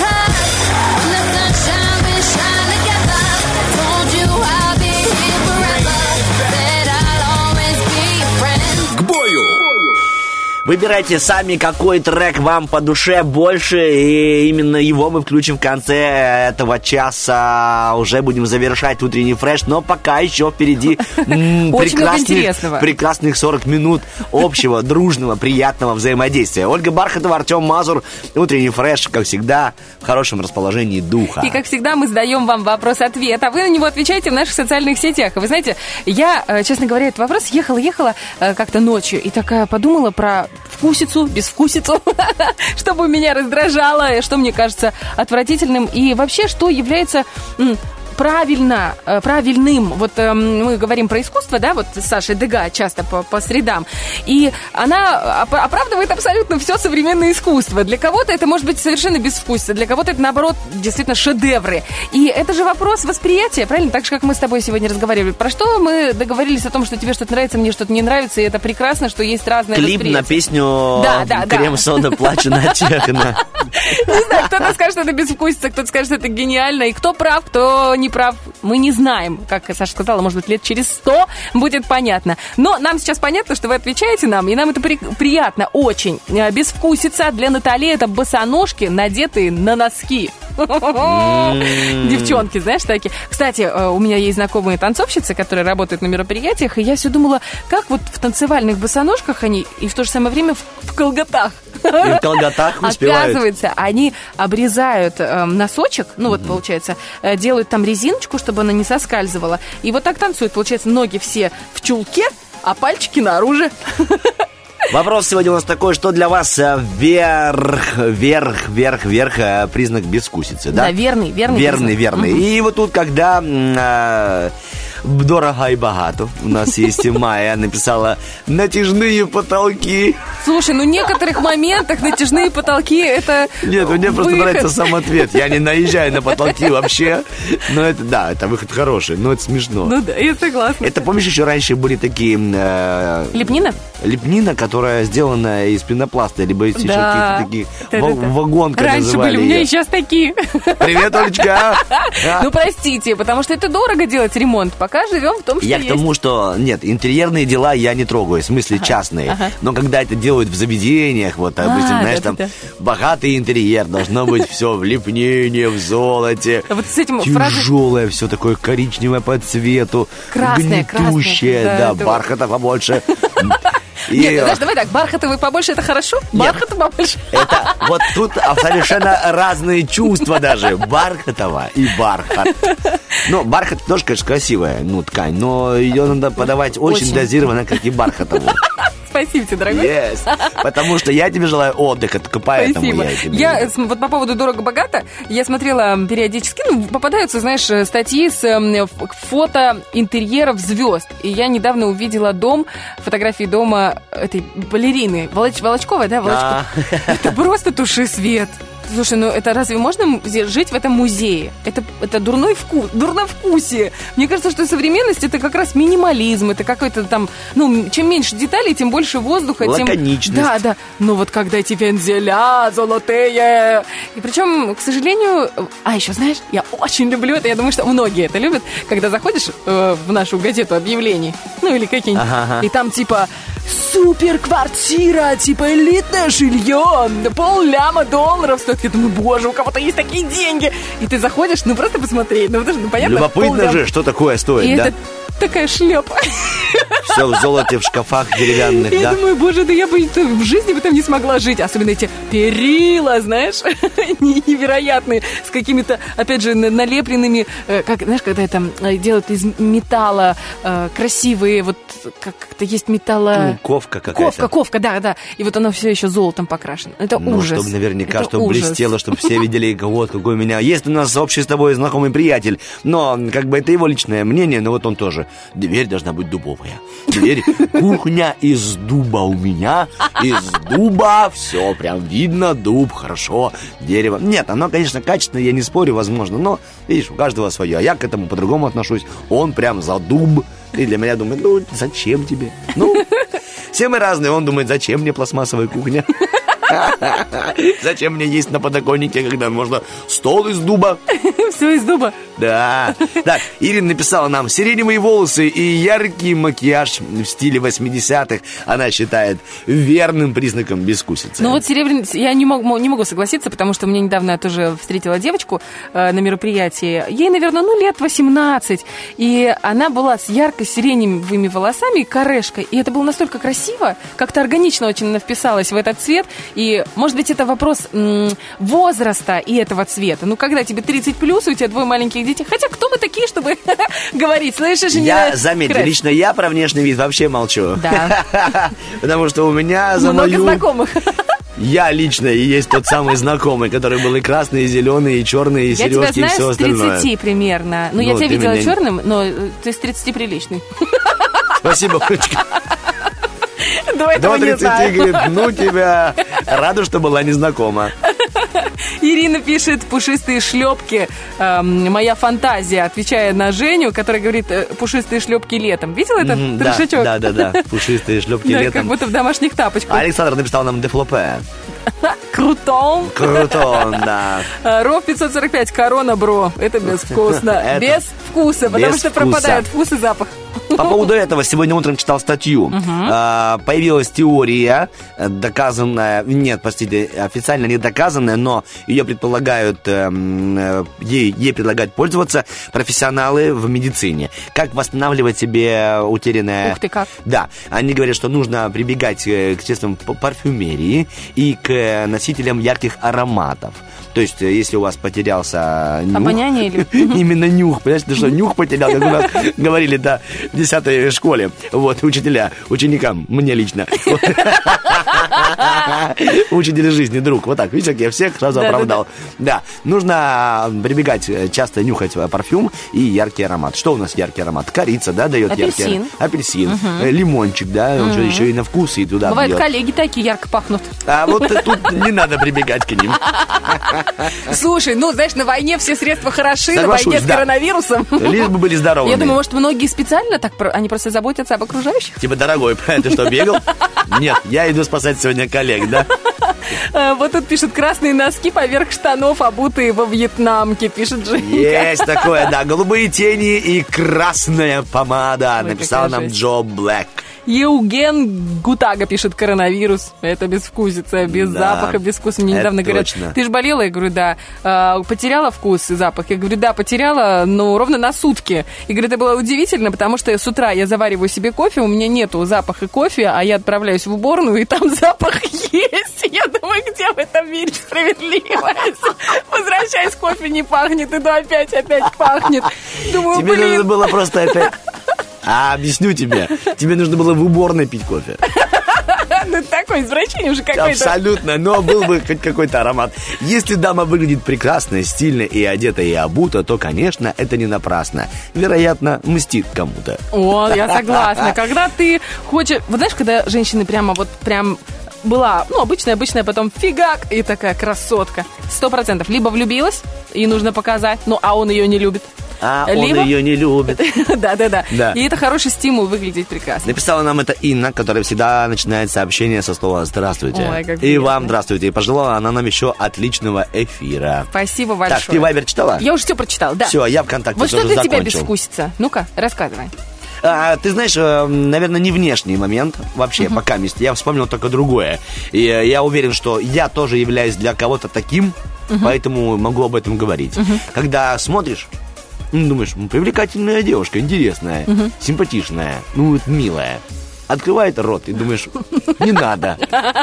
К бою! Выбирайте сами, какой трек вам по душе больше, и именно его мы включим в конце этого часа. Уже будем завершать утренний фреш, но пока еще впереди м, прекрасных, прекрасных сорок минут общего, дружного, приятного взаимодействия. Ольга Бархатова, Артем Мазур. Утренний фреш, как всегда, в хорошем расположении духа. И, как всегда, мы задаем вам вопрос-ответ, а вы на него отвечаете в наших социальных сетях. Вы знаете, я, честно говоря, этот вопрос ехала-ехала как-то ночью и такая подумала про вкусицу, безвкусицу, что бы меня раздражало, что мне кажется отвратительным, и вообще, что является правильно, правильным. Вот э, мы говорим про искусство, да, вот с Сашей Дега часто по, по средам, и она оправдывает абсолютно все современное искусство. Для кого-то это может быть совершенно безвкусица, для кого-то это, наоборот, действительно шедевры. И это же вопрос восприятия, правильно? Так же, как мы с тобой сегодня разговаривали. Про что мы договорились о том, что тебе что-то нравится, мне что-то не нравится, и это прекрасно, что есть разное Клип восприятие. на песню да, да, «Крем-сода, плачу на техно». Не знаю, кто-то скажет, что это безвкусица, кто-то скажет, что это гениально, и кто прав, кто не прав, мы не знаем. Как Саша сказала, может быть, лет через сто будет понятно. Но нам сейчас понятно, что вы отвечаете нам, и нам это при- приятно очень. Безвкусица для Натали — это босоножки, надетые на носки. Девчонки, знаешь, такие. Кстати, у меня есть знакомые танцовщицы, которые работают на мероприятиях, и я все думала, как вот в танцевальных босоножках они, и в то же самое время в, в колготах. И в колготах успевают. Оказывается, они обрезают э, носочек, ну вот, получается, э, делают там резиночку, чтобы она не соскальзывала, и вот так танцуют. Получается, ноги все в чулке, а пальчики наружу. Вопрос сегодня у нас такой, что для вас э, верх, верх, верх, верх э, признак безвкусицы, да? Да, верный, верный Верный, признак. верный. Мгм. И вот тут, когда э, дорого и богато, у нас есть Майя написала натяжные потолки. Слушай, ну в некоторых моментах натяжные потолки это Нет, мне просто выход. нравится сам ответ. Я не наезжаю на потолки вообще. Но это, да, это выход хороший, но это смешно. Ну да, я согласна. Это, помнишь, еще раньше были такие... э, Лепнина? Лепнина, которая сделана из пенопласта, либо из еще Да. каких-то таких... Да-да-да. ва- Вагонка Раньше называли были, у меня ее. и сейчас такие. Привет, Олечка! А? Ну, простите, потому что это дорого делать ремонт. Пока живем в том, что Я к есть. тому, что, нет, интерьерные дела я не трогаю, в смысле частные. ага. Но когда это делают в заведениях, вот, А, обычно, знаешь, да-да-да. там, богатый интерьер, должно быть все в лепнине, в золоте. Вот с этим фразой- Тяжелое, все такое коричневое по цвету. Красное, гнетущее, красное, да, да, это- бархата побольше. И, Нет, знаешь, давай так, бархатовый побольше, это хорошо? Бархата побольше. Это вот тут совершенно разные чувства даже. Бархатово и бархат. Ну, бархат тоже, конечно, красивая, ну, ткань, но ее надо подавать очень, Очень. дозированно, как и бархатовую. Спасибо тебе, дорогой. Yes. Потому что я тебе желаю отдыха, только поэтому Спасибо. я тебе... Я, с- вот по поводу дорого-богато, я смотрела периодически, ну, попадаются, знаешь, статьи с эм, ф- фото интерьеров звезд. И я недавно увидела дом, фотографии дома этой балерины, Волоч- Волочковой, да, Волочкова? А. Это просто туши свет. Слушай, ну это разве можно м- жить в этом музее? Это, это дурной вкус, дурновкусие. Мне кажется, что современность это как раз минимализм, это какой-то там, ну, м- чем меньше деталей, тем больше воздуха, тем... Лаконичность. Да, да. Но вот когда эти вензеля золотые... И причем, к сожалению... А, еще, знаешь, я очень люблю это, я думаю, что многие это любят, когда заходишь э, в нашу газету объявлений, ну или какие-нибудь, Ага, ага. и там типа супер квартира, типа элитное жилье, пол-ляма долларов стоит. Я думаю, боже, у кого-то есть такие деньги. И ты заходишь, ну просто посмотреть, ну потому что, ну, понятно, Любопытно пол-ляма. же, что такое И стоит, да? это такая шлепа. Все в золоте, в шкафах деревянных, Я да? думаю, боже, да я бы это в жизни бы там не смогла жить. Особенно эти перила, знаешь, невероятные, с какими-то, опять же, на- налепленными, э, как, знаешь, когда это э, делают из металла э, красивые, вот как- как-то есть металла... Ну, ковка какая-то. Ковка, ковка, да, да. И вот оно все еще золотом покрашено. Это Ну, ужас. чтобы наверняка, Это чтобы ужас. блестело, чтобы все видели, вот какой у меня. Есть у нас общий с тобой знакомый приятель, но как бы это его личное мнение, но вот он тоже. Дверь должна быть дубовая. Дверь, кухня из дуба у меня, из дуба, все прям видно, дуб, хорошо, дерево. Нет, оно, конечно, качественное, я не спорю, возможно, но, видишь, у каждого свое. А я к этому по-другому отношусь. Он прям за дуб. И для меня думает, ну, зачем тебе? Ну, все мы разные. Он думает, зачем мне пластмассовая кухня? Зачем мне есть на подоконнике, когда можно стол из дуба? Все из дуба. Да. Так, Ирина написала нам: сиреневые волосы и яркий макияж в стиле восьмидесятых она считает верным признаком безвкусицы. Ну вот серебряный... Я не могу, не могу согласиться, потому что мне недавно я тоже встретила девочку э, на мероприятии. Ей, наверное, ну лет восемнадцать. И она была с яркой сиреневыми волосами и корешкой. И это было настолько красиво, как-то органично очень она вписалась в этот цвет. И, может быть, это вопрос м, возраста и этого цвета. Ну, когда тебе тридцать плюс, у тебя двое маленьких детей. Хотя кто мы такие, чтобы говорить? Слышишь, не Я, заметьте, красиво. лично я про внешний вид вообще молчу. Да. Потому что у меня за Много мою... знакомых. Я лично и есть тот самый знакомый, который был и красный, и зеленый, и черный, и Я тебя сережки, и знаю все с остальное. тридцати примерно. Ну, я Ну, тебя ты видела меня- черным, но э, ты с тридцати приличный. Спасибо, Олечка. До этого До не знаю. тридцати, говорит, ну тебя. Рада, что была незнакома. Ирина пишет «пушистые шлепки». эм, моя фантазия, отвечая на Женю, которая говорит э, «пушистые шлепки летом». Видел этот Мгм, да, трешачок? да, да, да. Пушистые шлепки Да, как летом. будто в домашних тапочках. Александр написал нам дефлопе. Крутон. Круто, да. Э, Ров пятьсот сорок пять, корона, бро. Это безвкусно. Это Без вкуса, потому без что вкуса. пропадает вкус и запах. По поводу этого сегодня утром читал статью. А, появилась теория, э, доказанная, нет, простите, официально не доказанная, но ее предполагают, эм, э, ей, ей предлагают пользоваться профессионалы в медицине. Как восстанавливать себе утерянное... Ух ты, как. Да, они говорят, что нужно прибегать э, к средствам п- парфюмерии и к к носителям ярких ароматов. То есть, если у вас потерялся нюх... Обоняние или... Именно нюх. Понимаешь, ты что, нюх потерял, как у нас говорили, да, в десятой школе. Вот, учителя, ученикам, мне лично. Учитель жизни, друг. Вот так, видите, как я всех сразу оправдал. Да, нужно прибегать, часто нюхать парфюм и яркий аромат. Что у нас яркий аромат? Корица, да, дает яркий аромат. Апельсин. Лимончик, да, он же еще и на вкус и туда бывают бьет. коллеги такие ярко пахнут. А вот тут не надо прибегать к ним. Слушай, ну, знаешь, на войне все средства хороши, Соглашусь, на войне с да. коронавирусом. Лишь бы были здоровы. Я думаю, может, многие специально так, про- они просто заботятся об окружающих. Типа, дорогой, ты что, бегал? Нет, я иду спасать сегодня коллег, да? Э, Вот тут пишут: красные носки поверх штанов, обутые во вьетнамке, пишет Женька. Есть такое, да. Голубые тени и красная помада. Ой, Написал какая нам жесть. Джо Блэк. Евген Гутага пишет: коронавирус. Это безвкусица, без Да, запаха, без вкуса. Мне это недавно говорят: точно. ты же болела? Я говорю: да. «А, потеряла вкус и запах? Я говорю: да, потеряла, но ровно на сутки. И говорю: это было удивительно, потому что с утра я завариваю себе кофе, у меня нету запаха кофе, а я отправляюсь в уборную, и там запах есть. Я думаю, где в этом мире справедливость? Возвращаюсь, кофе не пахнет, иду опять, опять пахнет. Думаю, Тебе блин. нужно было просто это... А, объясню тебе. Тебе нужно было в уборной пить кофе. Ну, такое извращение уже какое-то. Абсолютно, но был бы хоть какой-то аромат. Если дама выглядит прекрасно, стильно и одета, и обута, то, конечно, это не напрасно. Вероятно, мстит кому-то. О, я согласна. Когда ты хочешь... Вот знаешь, когда женщины прямо вот прям... была, ну, обычная-обычная, потом фигак, и такая красотка. Сто процентов. Либо влюбилась, и нужно показать, ну, а он ее не любит. А Либо- он ее не любит. Да-да-да. Да. И это хороший стимул выглядеть прекрасно. Написала нам это Инна, которая всегда начинает сообщение со слова «Здравствуйте». Ой, как И приятно. вам здравствуйте. И пожелала она нам еще отличного эфира. Спасибо большое. Так, ты Вайбер читала? Я уже все прочитала, да. Все, я ВКонтакте Вот что тоже для тебя закончил. бескусица? Ну-ка, рассказывай. А, ты знаешь, э, наверное, не внешний момент вообще, uh-huh. пока мест. Я вспомнил только другое. И э, я уверен, что я тоже являюсь для кого-то таким, uh-huh. поэтому могу об этом говорить. Uh-huh. Когда смотришь, ну, думаешь, ну, привлекательная девушка, интересная, uh-huh. симпатичная, ну, вот милая. Открывает рот и думаешь, не надо,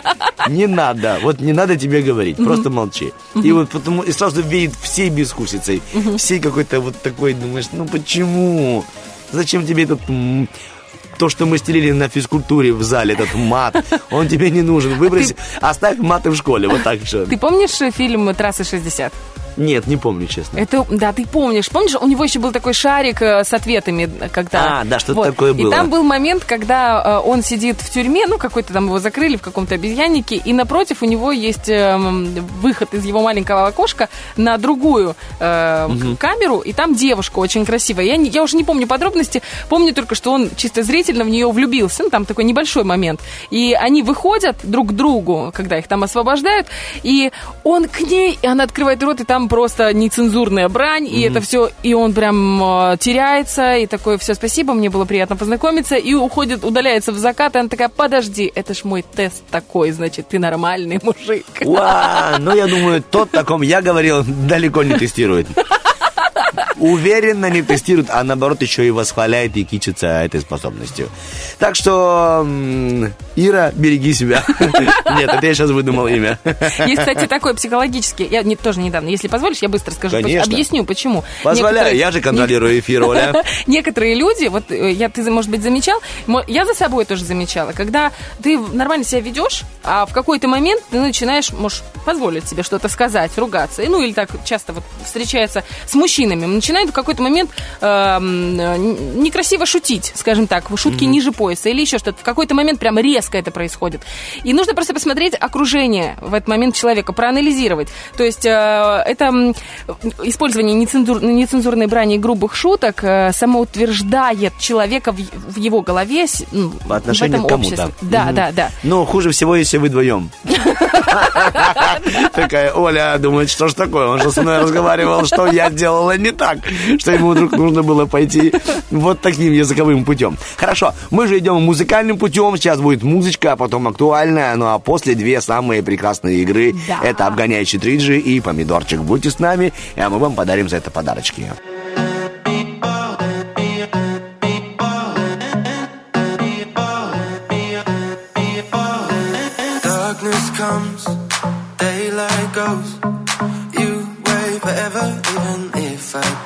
не надо, вот не надо тебе говорить, uh-huh. просто молчи. Uh-huh. И вот потому, и сразу веет всей безвкусицей, uh-huh. всей какой-то вот такой, думаешь, ну почему? Зачем тебе этот... м, то, что мы стелили на физкультуре в зале, этот мат, он тебе не нужен. Выброси, оставь маты в школе, вот так же. Ты помнишь э, фильм «Трасса шестьдесят»? Нет, не помню, честно. Это, да, ты помнишь. Помнишь, у него еще был такой шарик э, с ответами, когда... А, да, что-то вот. такое было. И там был момент, когда э, он сидит в тюрьме, ну, какой-то там его закрыли в каком-то обезьяннике, и напротив у него есть э, выход из его маленького окошка на другую э, Мгм. камеру, и там девушка очень красивая. Я, не- я уже не помню подробности, помню только, что он чисто зрительно в нее влюбился. Ну, там такой небольшой момент. И они выходят друг к другу, когда их там освобождают, и он к ней, и она открывает рот, и там просто нецензурная брань, и Мгм. это все, и он прям э, теряется, и такое: все, спасибо, мне было приятно познакомиться, и уходит, удаляется в закат, и она такая: подожди, это ж мой тест такой, значит, ты нормальный мужик. Уа, ну, я думаю, тот, о ком я говорил, далеко не тестирует. Уверенно не тестирует, а наоборот еще и восхваляет и кичится этой способностью. Так что, м, Ира, береги себя. Нет, это я сейчас выдумал имя. Есть, кстати, такой психологический, я не, тоже недавно, если позволишь, я быстро скажу, Конечно. объясню, почему. Позволяю, Некоторые- я же контролирую эфир, Оля. Некоторые люди, вот э, я, ты, может быть, замечал, мо- я за собой тоже замечала, когда ты нормально себя ведешь, а в какой-то момент ты начинаешь, можешь позволить себе что-то сказать, ругаться, и, ну или так часто вот встречается с мужчинами, начинают в какой-то момент э, м, э, некрасиво шутить, скажем так, шутки Мгм. ниже пояса или еще что-то. В какой-то момент прям резко это происходит. И нужно просто посмотреть окружение в этот момент человека, проанализировать. То есть э, это м, использование нецензур- нецензурной брани и грубых шуток э, самоутверждает человека в, в его голове с- ну, По отношению в этом к кому-то. обществе. Да, Мгм. да, да. Ну, хуже всего, если вы вдвоем. Такая Оля думает, что ж такое, он же со мной разговаривал, что я сделала не так, что ему вдруг нужно было пойти вот таким языковым путем. Хорошо, мы же идем музыкальным путем, сейчас будет музычка, а потом актуальная, ну а после две самые прекрасные игры. Да. Это «Обгоняющий Триджи» и «Помидорчик». Будьте с нами, а мы вам подарим за это подарочки. Darkness comes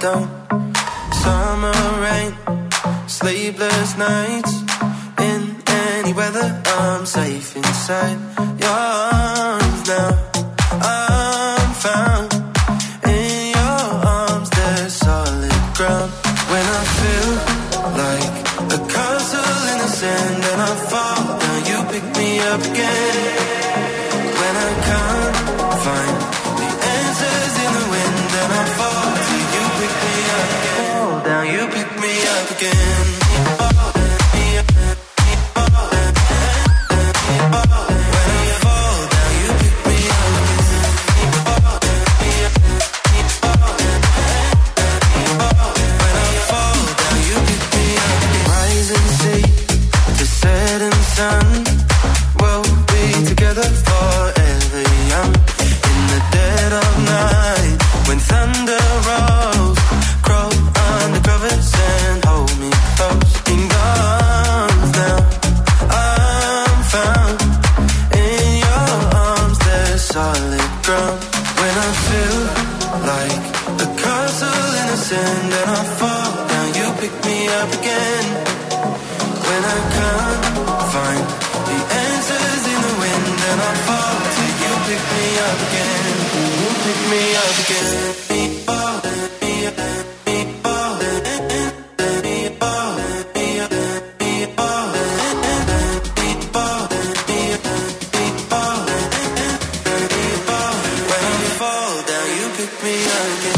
down. Summer rain, sleepless nights. In any weather, I'm safe inside your arms now. I'm found in your arms, there's solid ground. When I feel like a castle in the sand and I fall down, you pick me up again. When I can't find the answers in the wind and I fall till you pick me up again. Fall down, you pick me up again. We'll be together forever young. In the dead of night, when thunder rolls, crawl under covers and hold me close. In your arms now, I'm found. In your arms, there's solid ground. When I feel like a castle in the sand and I fall down, you pick me up again. When I can't find the answers in the wind and I fall till you pick me up again. You pick me up again. When I fall down, you pick me up again.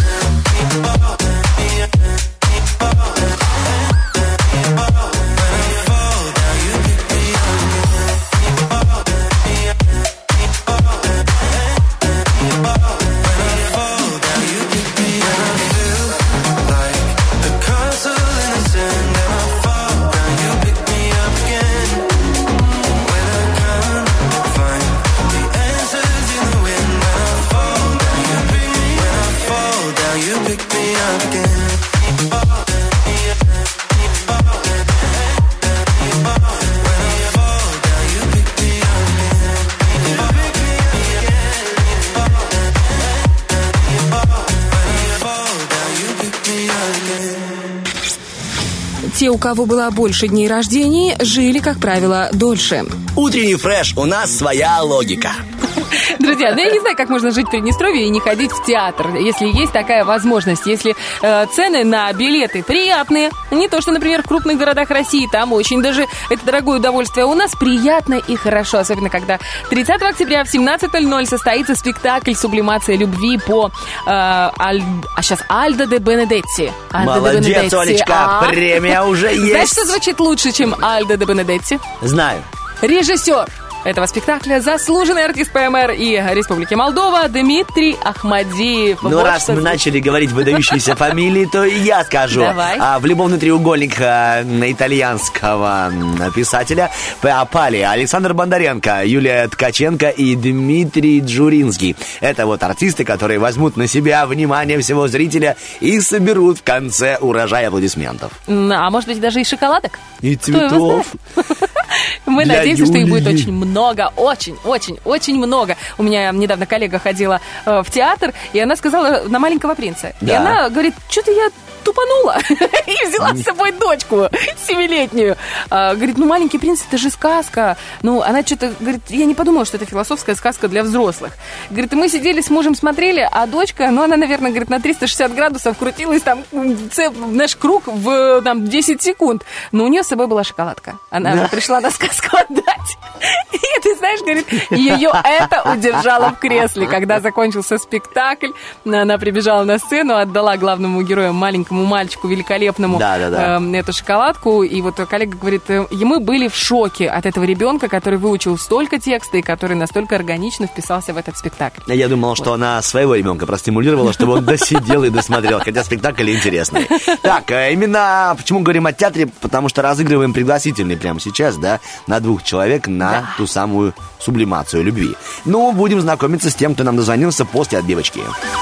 Те, у кого было больше дней рождения, жили, как правило, дольше. Утренний фреш, у нас своя логика. Друзья, ну я не знаю, как можно жить в Приднестровье и не ходить в театр, если есть такая возможность, если э, цены на билеты приятные, не то, что, например, в крупных городах России, там очень даже это дорогое удовольствие, у нас приятно и хорошо, особенно когда тридцатого октября в семнадцать ноль ноль состоится спектакль «Сублимация любви» по э, Аль... а сейчас Альдо де Бенедетти. Альдо Молодец, де Бенедетти. Олечка, А-а-а. премия уже есть. Знаешь, что звучит лучше, чем Альдо де Бенедетти? Знаю. Режиссер этого спектакля, заслуженный артист ПМР и Республики Молдова Дмитрий Ахмадиев. Ну, вот раз что... мы начали говорить выдающиеся фамилии, то и я скажу. Давай. А, в любовный треугольник а, итальянского писателя попали Александр Бондаренко, Юлия Ткаченко и Дмитрий Джуринский. Это вот артисты, которые возьмут на себя внимание всего зрителя и соберут в конце урожай аплодисментов. А может быть, даже и шоколадок? И цветов. Мы Для надеемся, что их будет Юлии. очень много, очень, очень, очень много. У меня недавно коллега ходила э, в театр, и она сказала на «Маленького принца». И Да. она говорит, что-то я тупанула и взяла с собой дочку семилетнюю. А, говорит, ну «Маленький принц» — это же сказка. Ну, она что-то, говорит, я не подумала, что это философская сказка для взрослых. Говорит, и мы сидели с мужем, смотрели, а дочка, ну, она, наверное, говорит, на триста шестьдесят градусов крутилась там цеп, наш круг в там, десять секунд. Но у нее с собой была шоколадка. Она Да. пришла на сказку отдать. И ты знаешь, говорит, ее это удержало в кресле. Когда закончился спектакль, она прибежала на сцену, отдала главному герою, маленькому мальчику великолепному, Да, да, да. э, эту шоколадку. И вот коллега говорит, э, и мы были в шоке от этого ребенка, который выучил столько текста и который настолько органично вписался в этот спектакль. Я думал, что она своего ребенка простимулировала, чтобы он досидел и досмотрел, хотя спектакль интересный. Так, э, именно почему говорим о театре, потому что разыгрываем пригласительный прямо сейчас, да, на двух человек на Да. ту самую сублимацию любви. Ну, будем знакомиться с тем, кто нам дозвонился после отбивочки.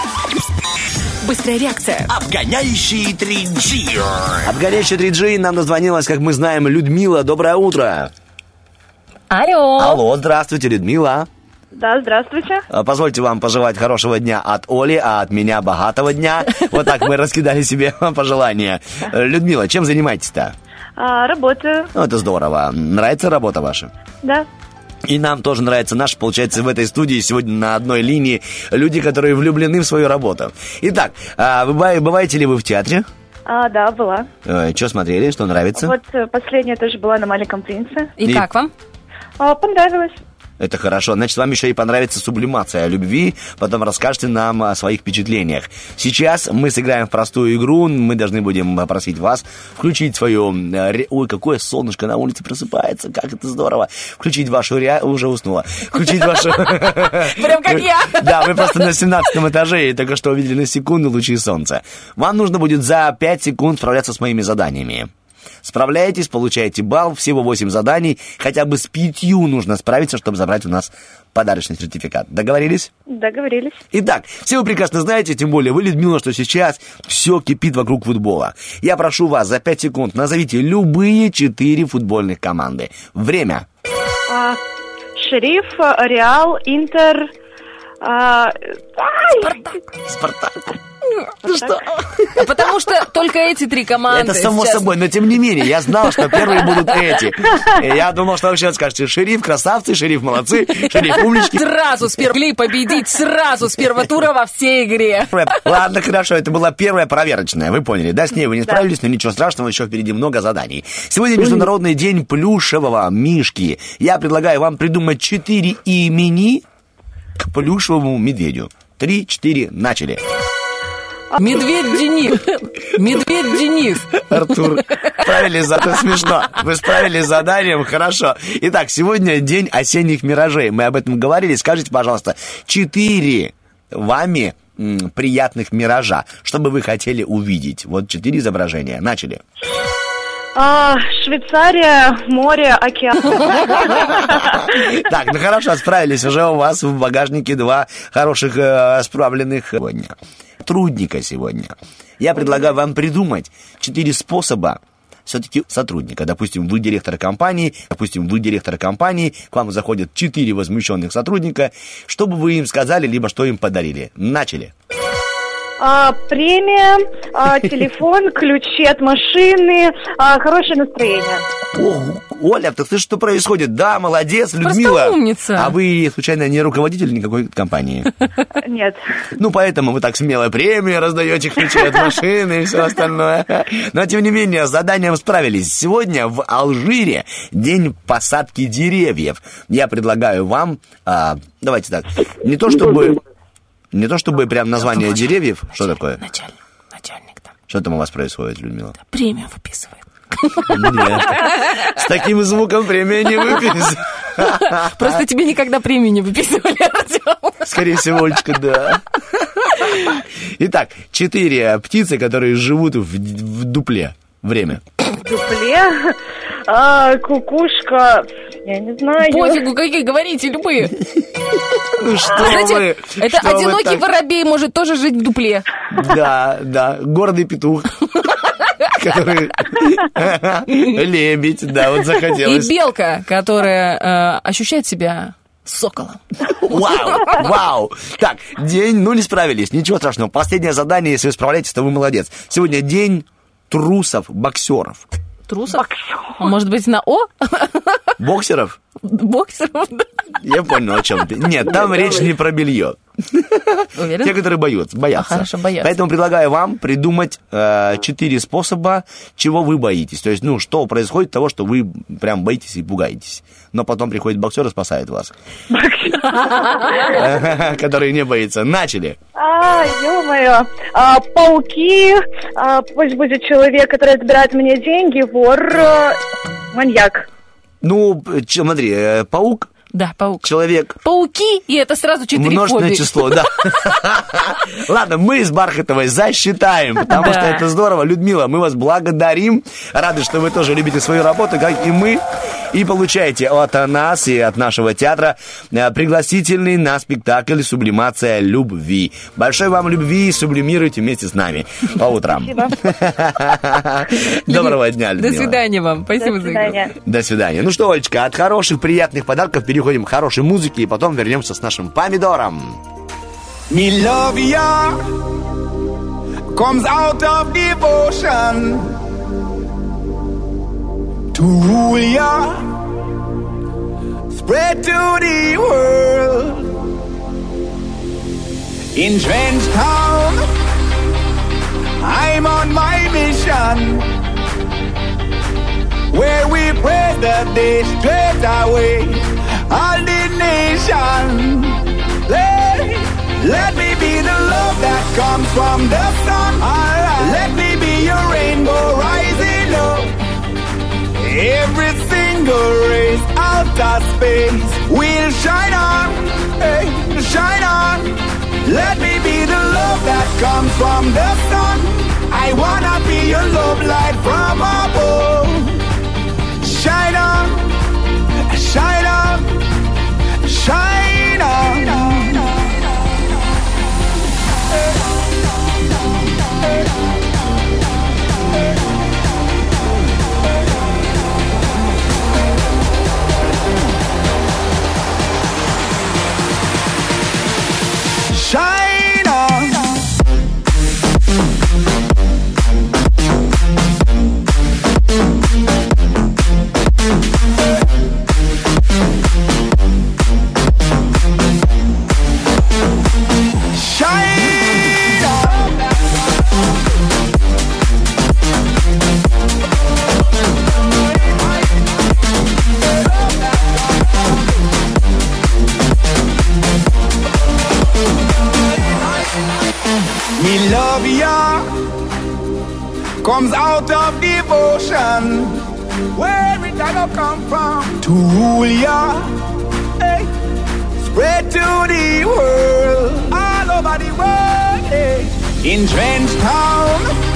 Быстрая реакция. Обгоняющий три джи. Обгоняющий три джи нам дозвонилась, как мы знаем, Людмила. Доброе утро. Алло. Алло, здравствуйте, Людмила. Да, здравствуйте. Позвольте вам пожелать хорошего дня от Оли, а от меня богатого дня. Вот так мы раскидали себе пожелания. Людмила, чем занимаетесь-то? А, работаю. Ну, это здорово. Нравится работа ваша? Да. И нам тоже нравится наша, получается, в этой студии сегодня на одной линии люди, которые влюблены в свою работу. Итак, а вы бываете ли вы в театре? А, да, была. Э, что смотрели, что нравится? Вот последняя тоже была на «Маленьком принце». И, И... как вам? А, понравилось. Это хорошо. Значит, вам еще и понравится сублимация любви. Потом расскажете нам о своих впечатлениях. Сейчас мы сыграем в простую игру. Мы должны будем попросить вас включить свою... Ой, какое солнышко на улице просыпается. Как это здорово. Включить вашу... Ре... Уже уснула. Включить вашу... Прям как я. Да, мы просто на семнадцатом этаже и только что увидели на секунду лучи солнца. Вам нужно будет за пять секунд справляться с моими заданиями. Справляетесь, получаете балл, всего восемь заданий. Хотя бы с пятью нужно справиться, чтобы забрать у нас подарочный сертификат. Договорились? Договорились. Итак, все вы прекрасно знаете, тем более вы, Людмила, что сейчас все кипит вокруг футбола. Я прошу вас за пять секунд назовите любые четыре футбольных команды. Время. А, Шериф, Реал, Интер... А... Спартак. Спартак. Ну что? А потому что только эти три команды. Это само сейчас... собой, но тем не менее, я знал, что первые будут эти. И я думал, что вы сейчас скажете: Шериф, красавцы, Шериф, молодцы, Шериф, умнички. Сразу с первого победить, сразу с первого тура во всей игре. Ладно, хорошо, это была первая проверочная, вы поняли, да? С ней вы не справились, да. Но ничего страшного, еще впереди много заданий. Сегодня Международный день плюшевого мишки. Я предлагаю вам придумать четыре имени к плюшевому медведю. Три, четыре, начали. Медведь Денис. Медведь Денис. Артур, справились, зато смешно. Вы справились с заданием, хорошо. Итак, сегодня день осенних миражей. Мы об этом говорили. Скажите, пожалуйста, четыре вами м, приятных миража. Что бы вы хотели увидеть? Вот четыре изображения. Начали. А, Швейцария, море, океан. Так, ну хорошо, справились. Уже у вас в багажнике два хороших э, справленных сегодня. Сотрудника сегодня. Я предлагаю вам придумать четыре способа все-таки сотрудника. Допустим, вы директор компании, допустим, вы директор компании, к вам заходят четыре возмущенных сотрудника. Что бы вы им сказали, либо что им подарили? Начали. А, премия, а, телефон, ключи от машины, а, хорошее настроение. О, Оля, так ты что происходит? Да, молодец, Людмила. Просто умница. А вы, случайно, не руководитель никакой компании? Нет. Ну, поэтому вы так смело премию раздаете, ключи от машины и все остальное. Но, тем не менее, с заданием справились. Сегодня в Алжире день посадки деревьев. Я предлагаю вам, а, давайте так, не то чтобы... Не то чтобы прям название начальник, деревьев. Начальник, что такое? Начальник, начальник там. Что там у вас происходит, Людмила? Да, премию выписывает. Нет, с таким звуком премия не выписывает. Просто тебе никогда премию не выписывали, Артем. Скорее всего, Олечка, да. Итак, четыре птицы, которые живут в, в дупле. Время. В дупле? А, кукушка... Я не знаю. Пофигу, какие, говорите, любые. Ну что Знаете, вы? это что одинокий воробей может тоже жить в дупле. Да, да, гордый петух. Который... Лебедь, да, вот захотелось. И белка, которая э, ощущает себя соколом. Вау, вау. Так, день, ну не справились, ничего страшного. Последнее задание, если вы справляетесь, то вы молодец. Сегодня день трусов-боксеров. Трусов? Боксеров. Может быть, на О? Боксеров? Боксеров, да. Я понял, о чем ты. Нет, там речь не про белье. Уверен? Те, которые боятся. боятся. А, хорошо, боятся. Поэтому предлагаю вам придумать э, четыре способа, чего вы боитесь. То есть, ну, что происходит того, что вы прям боитесь и пугаетесь. Но потом приходит боксер и спасает вас. Который не боится. Начали. А, ё-моё. А, пауки. А, пусть будет человек, который отбирает мне деньги. Вор. А, маньяк. Ну, смотри, паук. Да, паук. Человек. Пауки, и это сразу четыре множественное фобии. число, да. Ладно, мы с Бархатовой засчитаем, потому да. что это здорово. Людмила, мы вас благодарим. Рады, что вы тоже любите свою работу, как и мы. и получаете от нас и от нашего театра пригласительный на спектакль «Сублимация любви». Большой вам любви и сублимируйте вместе с нами по утрам. Спасибо. Доброго дня, Людмила. До свидания вам. Спасибо за игру. До свидания. Ну что, Олечка, от хороших, приятных подарков переходим к хорошей музыке и потом вернемся с нашим помидором. Me love ya comes out of devotion to rule ya, spread to the world. In Trenchtown, I'm on my mission, where we pray that they straight away all the nation. Let, let me be the love that comes from the sun. Alright. Let me be your rainbow rising up. Every single race out of space will shine on, hey, shine on. Let me be the love that comes from the sun. I wanna be your love light from above. Shine on, shine on, shine on. Shine on. Me love ya comes out of devotion. Where it I go come from? To rule ya, hey, spread to the world, all over the world. Hey. In Trenchtown,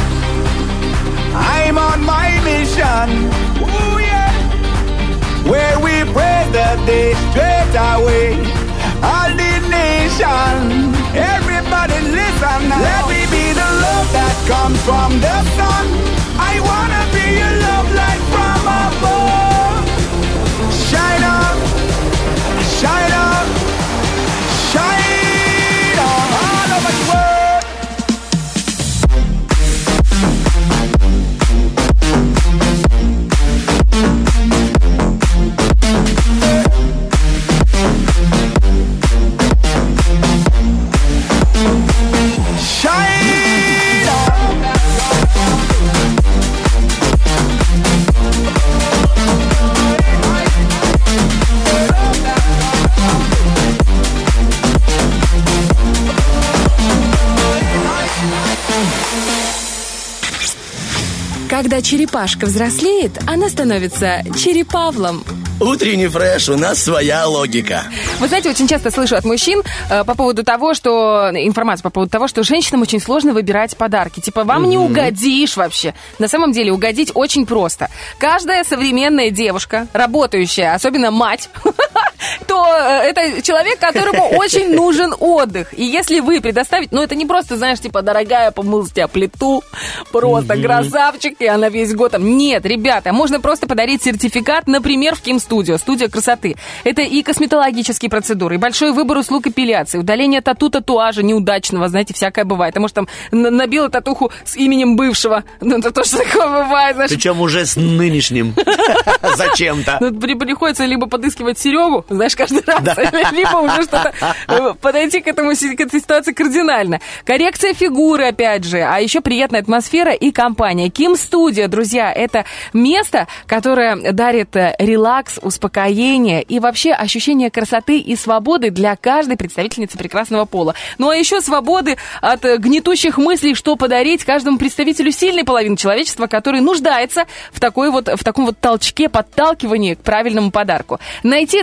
I'm on my mission. Ooh, yeah. Where we pray that they straight away all the nation. Everybody listen now. Let me be the love that comes from the sun. I wanna be your love light from above. Shine on, shine on, shine on all over the world. Когда черепашка взрослеет, она становится черепавлом. Утренний фреш, у нас своя логика. Вы знаете, очень часто слышу от мужчин э, по поводу того, что... Информацию по поводу того, что женщинам очень сложно выбирать подарки. Типа, вам mm-hmm. не угодишь вообще. На самом деле, угодить очень просто. Каждая современная девушка, работающая, особенно мать, то это человек, которому очень нужен отдых. И если вы предоставите... Ну, это не просто, знаешь, типа, дорогая, помыл тебя плиту, просто mm-hmm. красавчик, и она весь год там... Нет, ребята, можно просто подарить сертификат, например, в Ким Студио, студия красоты. Это и косметологические процедуры, и большой выбор услуг эпиляции, удаление тату-татуажа неудачного, знаете, всякое бывает. А может, там набила татуху с именем бывшего. Ну, это тоже такое бывает, знаешь. Причем уже с нынешним. Зачем-то. Ну, приходится либо подыскивать Серегу, знаешь, каждый раз, либо уже что-то подойти к этому, к этой ситуации кардинально. Коррекция фигуры, опять же, а еще приятная атмосфера и компания. Ким Студио, друзья, это место, которое дарит релакс, успокоение и вообще ощущение красоты и свободы для каждой представительницы прекрасного пола. Ну, а еще свободы от гнетущих мыслей, что подарить каждому представителю сильной половины человечества, который нуждается в, такой вот, в таком вот толчке, подталкивании к правильному подарку. Найти это место мечты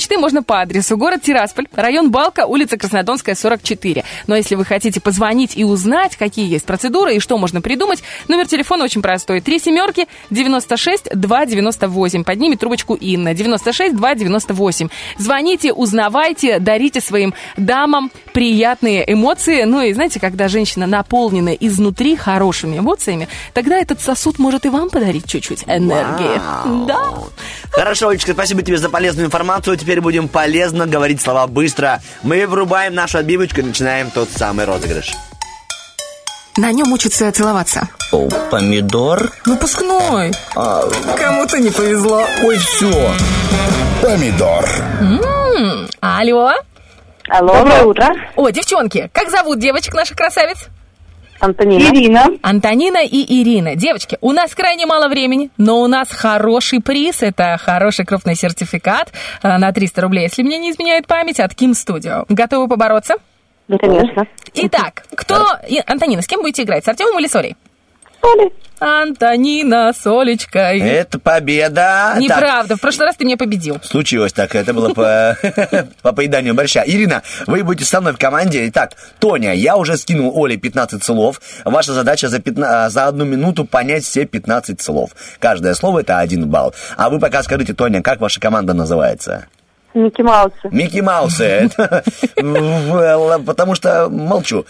мечты можно по адресу город Тирасполь, район Балка, улица Краснодонская, сорок четыре. Но если вы хотите позвонить и узнать, какие есть процедуры и что можно придумать, номер телефона очень простой. Три семерки, девяносто шесть, два девяносто восемь. Поднимет трубочку Инна. девяносто шесть, два девяносто восемь. Звоните, узнавайте, дарите своим дамам приятные эмоции. Ну и знаете, когда женщина наполнена изнутри хорошими эмоциями, тогда этот сосуд может и вам подарить чуть-чуть энергии. Вау. Да. Хорошо, Олечка, спасибо тебе за полезную информацию. Теперь будем полезно говорить слова быстро. Мы врубаем нашу отбивочку и начинаем тот самый розыгрыш. На нем учатся целоваться. О, помидор? Выпускной. А, Кому-то не повезло. ой, все. Помидор. М-м, алло. Алло, доброе утро. О, девчонки, как зовут девочек наших красавиц? Антонина. Ирина. Антонина и Ирина. Девочки, у нас крайне мало времени, но у нас хороший приз. Это хороший крупный сертификат э, на триста рублей, если мне не изменяет память, от Ким Studio. Готовы побороться? Да, конечно. Итак, кто... И- Антонина, с кем будете играть? С Артемом или с Олей? Оля. Антонина с Олечкой. Это победа. Неправда, Так, в прошлый раз ты меня победил. случилось так, это было по, по поеданию борща. Ирина, вы будете со мной в команде. Итак, Тоня, я уже скинул Оле пятнадцать слов. Ваша задача за, пятнадцать, за одну минуту понять все пятнадцать слов. Каждое слово это один балл. А вы пока скажите, Тоня, как ваша команда называется? Микки Маусы. Микки Маусы. Это, потому что молчу.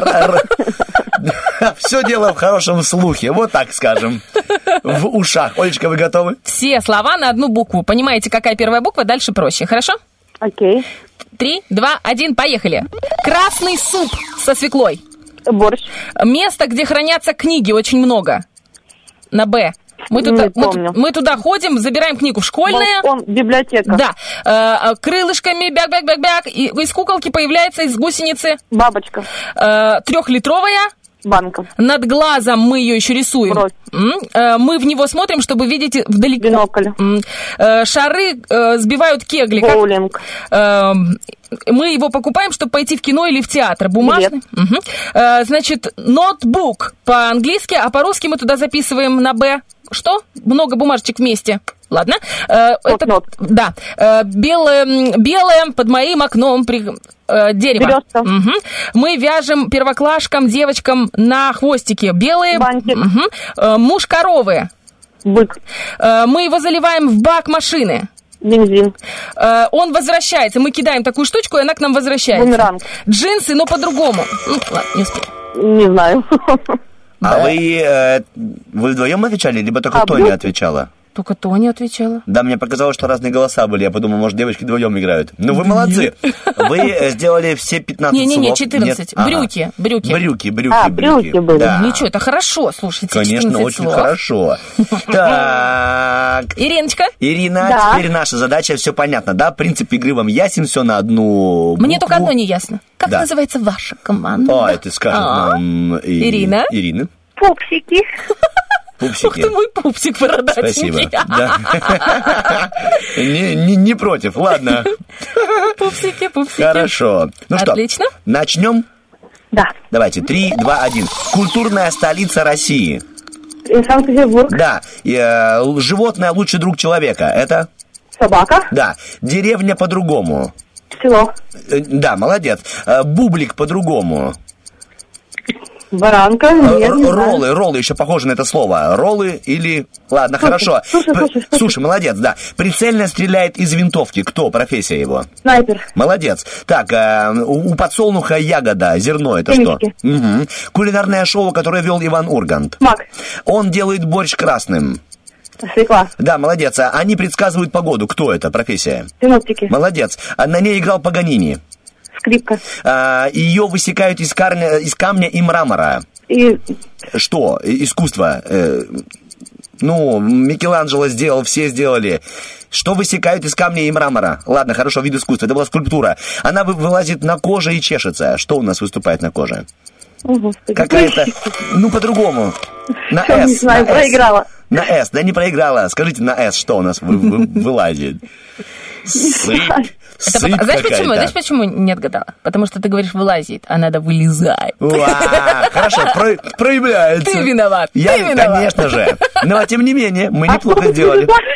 Все дело в хорошем слухе, вот так скажем. В ушах. Олечка, вы готовы? Все слова на одну букву. Понимаете, какая первая буква, дальше проще, хорошо? Окей. Три, два, один, поехали. Красный суп со свеклой. Борщ. Место, где хранятся книги, очень много. На Б. Мы Не туда, мы, помню. мы туда ходим, забираем книгу школьная. Балкон, библиотека. Да. Э, крылышками бяк-бяк-бяк-бяк. И из куколки появляется из гусеницы. Бабочка. Э, трехлитровая. Банка. Над глазом мы ее еще рисуем. Бровь. М, э, мы в него смотрим, чтобы видеть вдалеке. Бинокль. М, э, шары э, сбивают кегли. Как- Боулинг. Э, мы его покупаем, чтобы пойти в кино или в театр. Бумажный. Мгм. Э, значит, ноутбук по-английски, а по-русски мы туда записываем на Б. Что? Много бумажечек вместе. Ладно. Э, это, да. Э, белое, м, белое под моим окном при, э, дерево. Березка. Мгм. Мы вяжем первоклашкам, девочкам на хвостике. Белые. Мгм. Э, муж коровы. Бык. Э, мы его заливаем в бак машины. Бензин. Э, он возвращается. Мы кидаем такую штучку, и она к нам возвращается. Бумеранг. Джинсы, но по-другому. Ну, ладно, не успею. Не знаю. А вы, э, вы вдвоем отвечали, либо только А, Тоня брюки? отвечала? Только Тоня отвечала. Да, мне показалось, что разные голоса были. Я подумал, может, девочки вдвоем играют. Ну, вы молодцы. Вы э, сделали все пятнадцать слов. Не-не-не, четырнадцать. Нет? Брюки, Ага. брюки. Брюки, брюки, А, брюки. брюки были. Да. Ничего, это хорошо, слушайте, Конечно, четырнадцать очень слов. хорошо. Так. Ириночка? Ирина, Да. теперь наша задача, все понятно, да? Принцип игры вам ясен, все на одну букву. Мне только одно не ясно. Как Да. называется ваша команда? Ой, ты скажешь А? нам... И- Ирина? Ирина. Пупсики. Пупсики. Ух ты, мой пупсик бородатенький. Спасибо. Да. Не, не, не против, ладно. Пупсики, пупсики. Хорошо. Ну что, Отлично. начнем? Да. Давайте, три, два, один. Культурная столица России. Санкт-Петербург. Да. И, э, л- животное лучший друг человека. Это? Собака. Да. Деревня по-другому. Село. Э, Да, молодец. Э, Бублик по-другому. Баранка. Э, Нет, р- не знаю. Роллы, роллы еще похоже на это слово. Роллы или... Ладно, Суши, хорошо. суши, П- суши, суши. Суши, молодец, да. Прицельно стреляет из винтовки. Кто? Профессия его? Снайпер. Молодец. Так, э, у у подсолнуха ягода, зерно, это Семечки. что? Мгм. Кулинарное шоу, которое вел Иван Ургант. Мак. Он делает борщ красным. Свекла. Да, молодец. А Они предсказывают погоду. Кто это? Профессия? Синоптики. Молодец. А На ней играл Паганини. Скрипка. А, Ее высекают из камня, из камня и мрамора. И Что? И- Искусство. Э, Ну, Микеланджело сделал, все сделали. Что высекают из камня и мрамора? Ладно, хорошо, вид искусства. Это была скульптура. Она вы- вылазит на коже и чешется. Что у нас выступает на коже? О, Господи. Какая-то... Ну, по-другому. На Всё, не «С». знаю, на «С». проиграла. На «С». Да не проиграла. Скажите на «С», что у нас вы- вы- вылазит? Сыпь. Это Сыпь потому- знаешь, почему? какая-то. Знаешь, почему не отгадала? Потому что ты говоришь «вылазит», а надо «вылезай». Уа, хорошо, про- проявляется. Ты виноват, Я, ты виноват. конечно же. Но, тем не менее, мы неплохо сделали.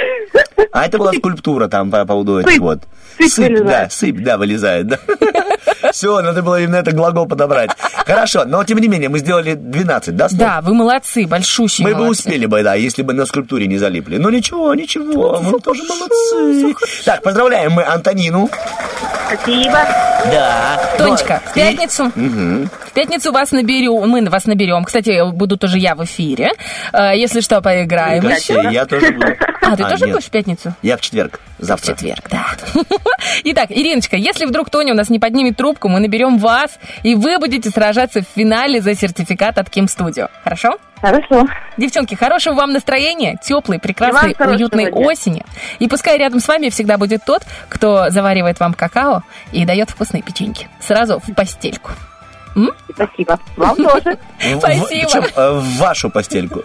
А это была скульптура там по поводу этих вот. Сыпь Сыпь, вылезает. да, сыпь, да, вылезает, да. Все, надо было именно этот глагол подобрать. Хорошо, но тем не менее, мы сделали двенадцать, да, слов? Да, вы молодцы, большущие Мы молодцы. бы успели бы, да, если бы на скульптуре не залипли. Но ничего, ничего, мы тоже молодцы. Так, поздравляем мы Антонину. Спасибо. Да. Тонечка, Но- в пятницу. Мгм. В пятницу вас наберем, мы вас наберем. Кстати, буду тоже я в эфире. Э, Если что, поиграем Кстати, еще. я тоже буду. А, ты А, тоже нет. будешь в пятницу? Я в четверг, завтра. В четверг, да. Итак, Ириночка, если вдруг Тоня у нас не поднимет трубку, мы наберем вас, и вы будете сражаться в финале за сертификат от Ким Studio. Хорошо? Хорошо. Девчонки, хорошего вам настроения, теплой, прекрасной, И вам хорошего уютной дня. осени. И пускай рядом с вами всегда будет тот, кто заваривает вам какао и дает вкусные печеньки. Сразу в постельку. М? Спасибо. Вам тоже. В- в- Спасибо. причем, э, в вашу постельку.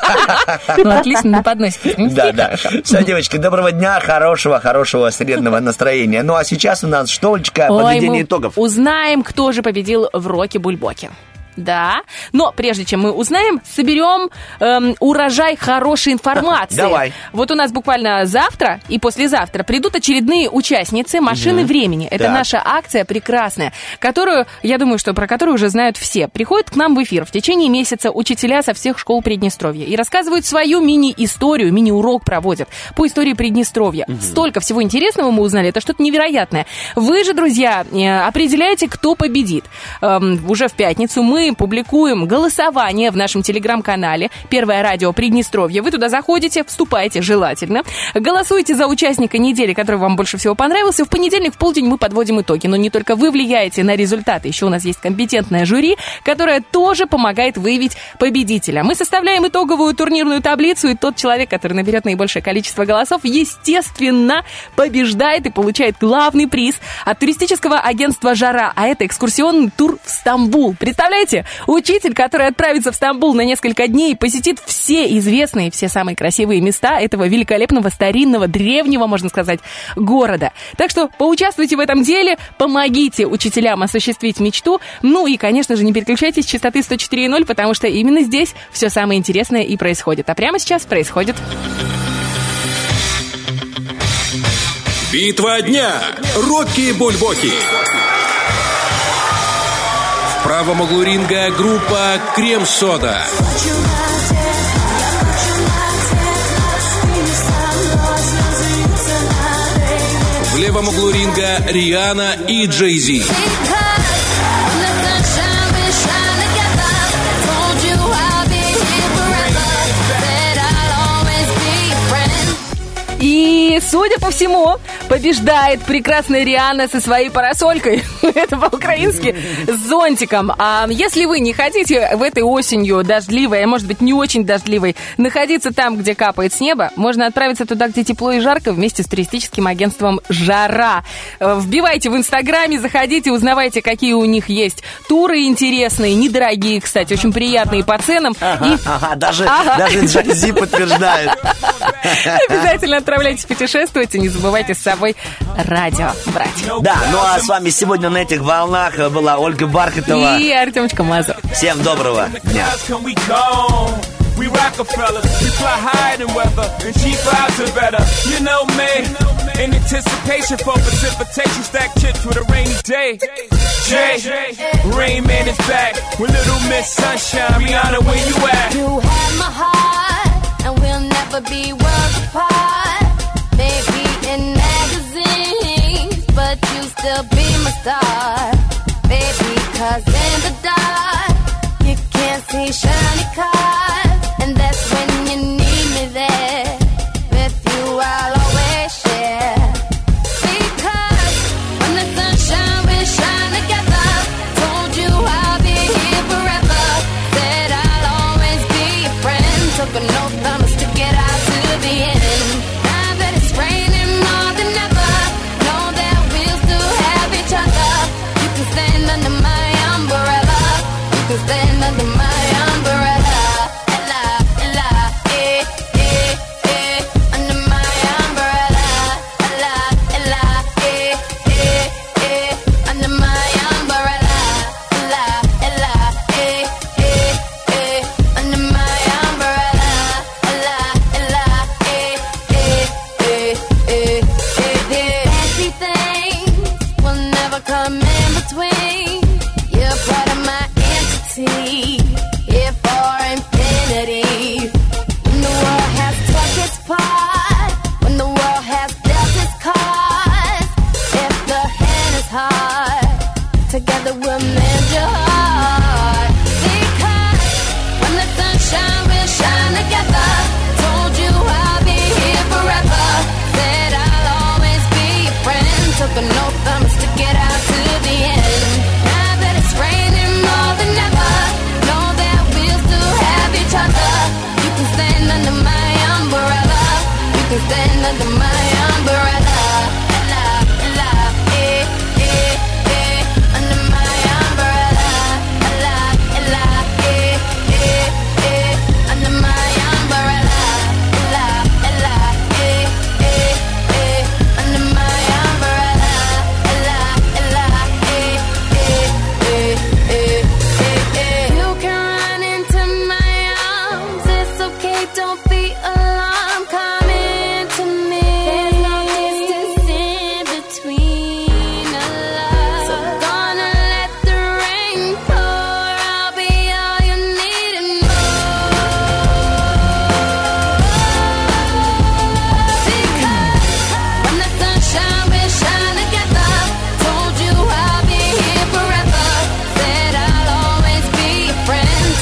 Ну, отлично, на подносике. Да, да. Все, девочки, доброго дня, хорошего, хорошего среднего настроения. Ну, а сейчас у нас что, Олечка, Ой, подведение мы итогов. узнаем, кто же победил в Роке-Бульбоке. Да, но прежде чем мы узнаем, соберем эм, урожай хорошей информации. Давай. Вот у нас буквально завтра и послезавтра придут очередные участницы «Машины Мгм. времени». Это Так. наша акция прекрасная, которую, я думаю, что про которую уже знают все. Приходят к нам в эфир в течение месяца учителя со всех школ Приднестровья и рассказывают свою мини-историю, мини-урок проводят по истории Приднестровья. Столько всего интересного мы узнали, это что-то невероятное. Вы же, друзья, э, определяете, кто победит. Эм, уже в пятницу мы публикуем голосование в нашем телеграм-канале «Первое радио Приднестровье». Вы туда заходите, вступаете желательно, голосуйте за участника недели, который вам больше всего понравился. В понедельник в полдень мы подводим итоги. Но не только вы влияете на результаты, еще у нас есть компетентное жюри, которое тоже помогает выявить победителя. Мы составляем итоговую турнирную таблицу, и тот человек, который наберет наибольшее количество голосов, естественно, побеждает и получает главный приз от туристического агентства «Жара». А это экскурсионный тур в Стамбул. Представляете? Учитель, который отправится в Стамбул на несколько дней и посетит все известные, все самые красивые места этого великолепного, старинного, древнего, можно сказать, города. Так что поучаствуйте в этом деле, помогите учителям осуществить мечту. Ну и, конечно же, не переключайтесь с частоты сто четыре и ноль, потому что именно здесь все самое интересное и происходит. А прямо сейчас происходит... Битва дня. Рокки-Бульбоки. В правом углу ринга группа «Крем-сода». В левом углу ринга Риhanna и Джей-Зи. И, судя по всему, побеждает прекрасная Риhanna со своей парасолькой. Это по-украински с зонтиком. А если вы не хотите в этой осенью дождливой, а может быть не очень дождливой, находиться там, где капает с неба, можно отправиться туда, где тепло и жарко, вместе с туристическим агентством «Жара». Вбивайте в Инстаграме, заходите, узнавайте, какие у них есть туры интересные, недорогие, кстати, очень приятные по ценам. Ага, И- ага, даже, Ага. даже Джей-Зи подтверждает. Обязательно отправляйтесь путешествовать и не забывайте с собой радио брать. Да, ну а с вами сегодня на этих волнах была Ольга Бархатова. И Артемочка Мазур. Всем доброго дня. Can we go? We Rockefellers, we fly higher than weather, and cheap vibes are better. You know me, in anticipation for precipitation, stack chips with a rainy day. Jay, Rain Man is back with Little Miss Sunshine. Rihanna, where you at? You have my heart, and we'll never be worlds apart. Maybe in magazines, but you still be my star. Baby, 'cause in the dark, you can't see shiny cars. And that's when you need me there. With you, I'll always share. Because when the sunshine will shine together, told you I'll be here forever. Said I'll always be your friend. Took an oath, I'ma stick it out to the end. Now that it's raining more than ever, know that we'll still have each other. You can stand under my umbrella. You can stand under my umbrella.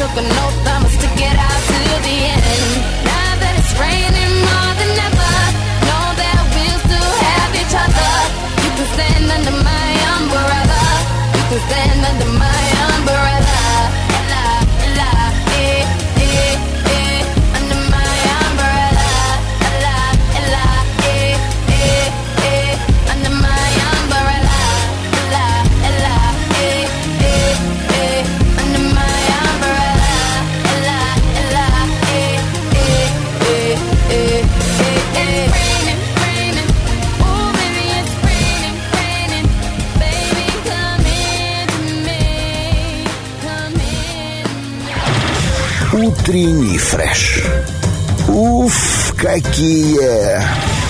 took an oath, I'ma stick it out to the end. Now that it's raining more than ever, know that we'll still have each other. You can stand under my umbrella. You can stand under my umbrella. Ella, ella, eh, eh, eh, under my umbrella. Ella, ella, eh, eh, eh, under my umbrella. Ella, ella, eh, eh, eh, under my umbrella. Ella, ella, eh, eh, eh, eh, eh, eh. Raining, raining, oh baby it's raining, raining, baby come into me, come in. Утренний фреш. Уф, какие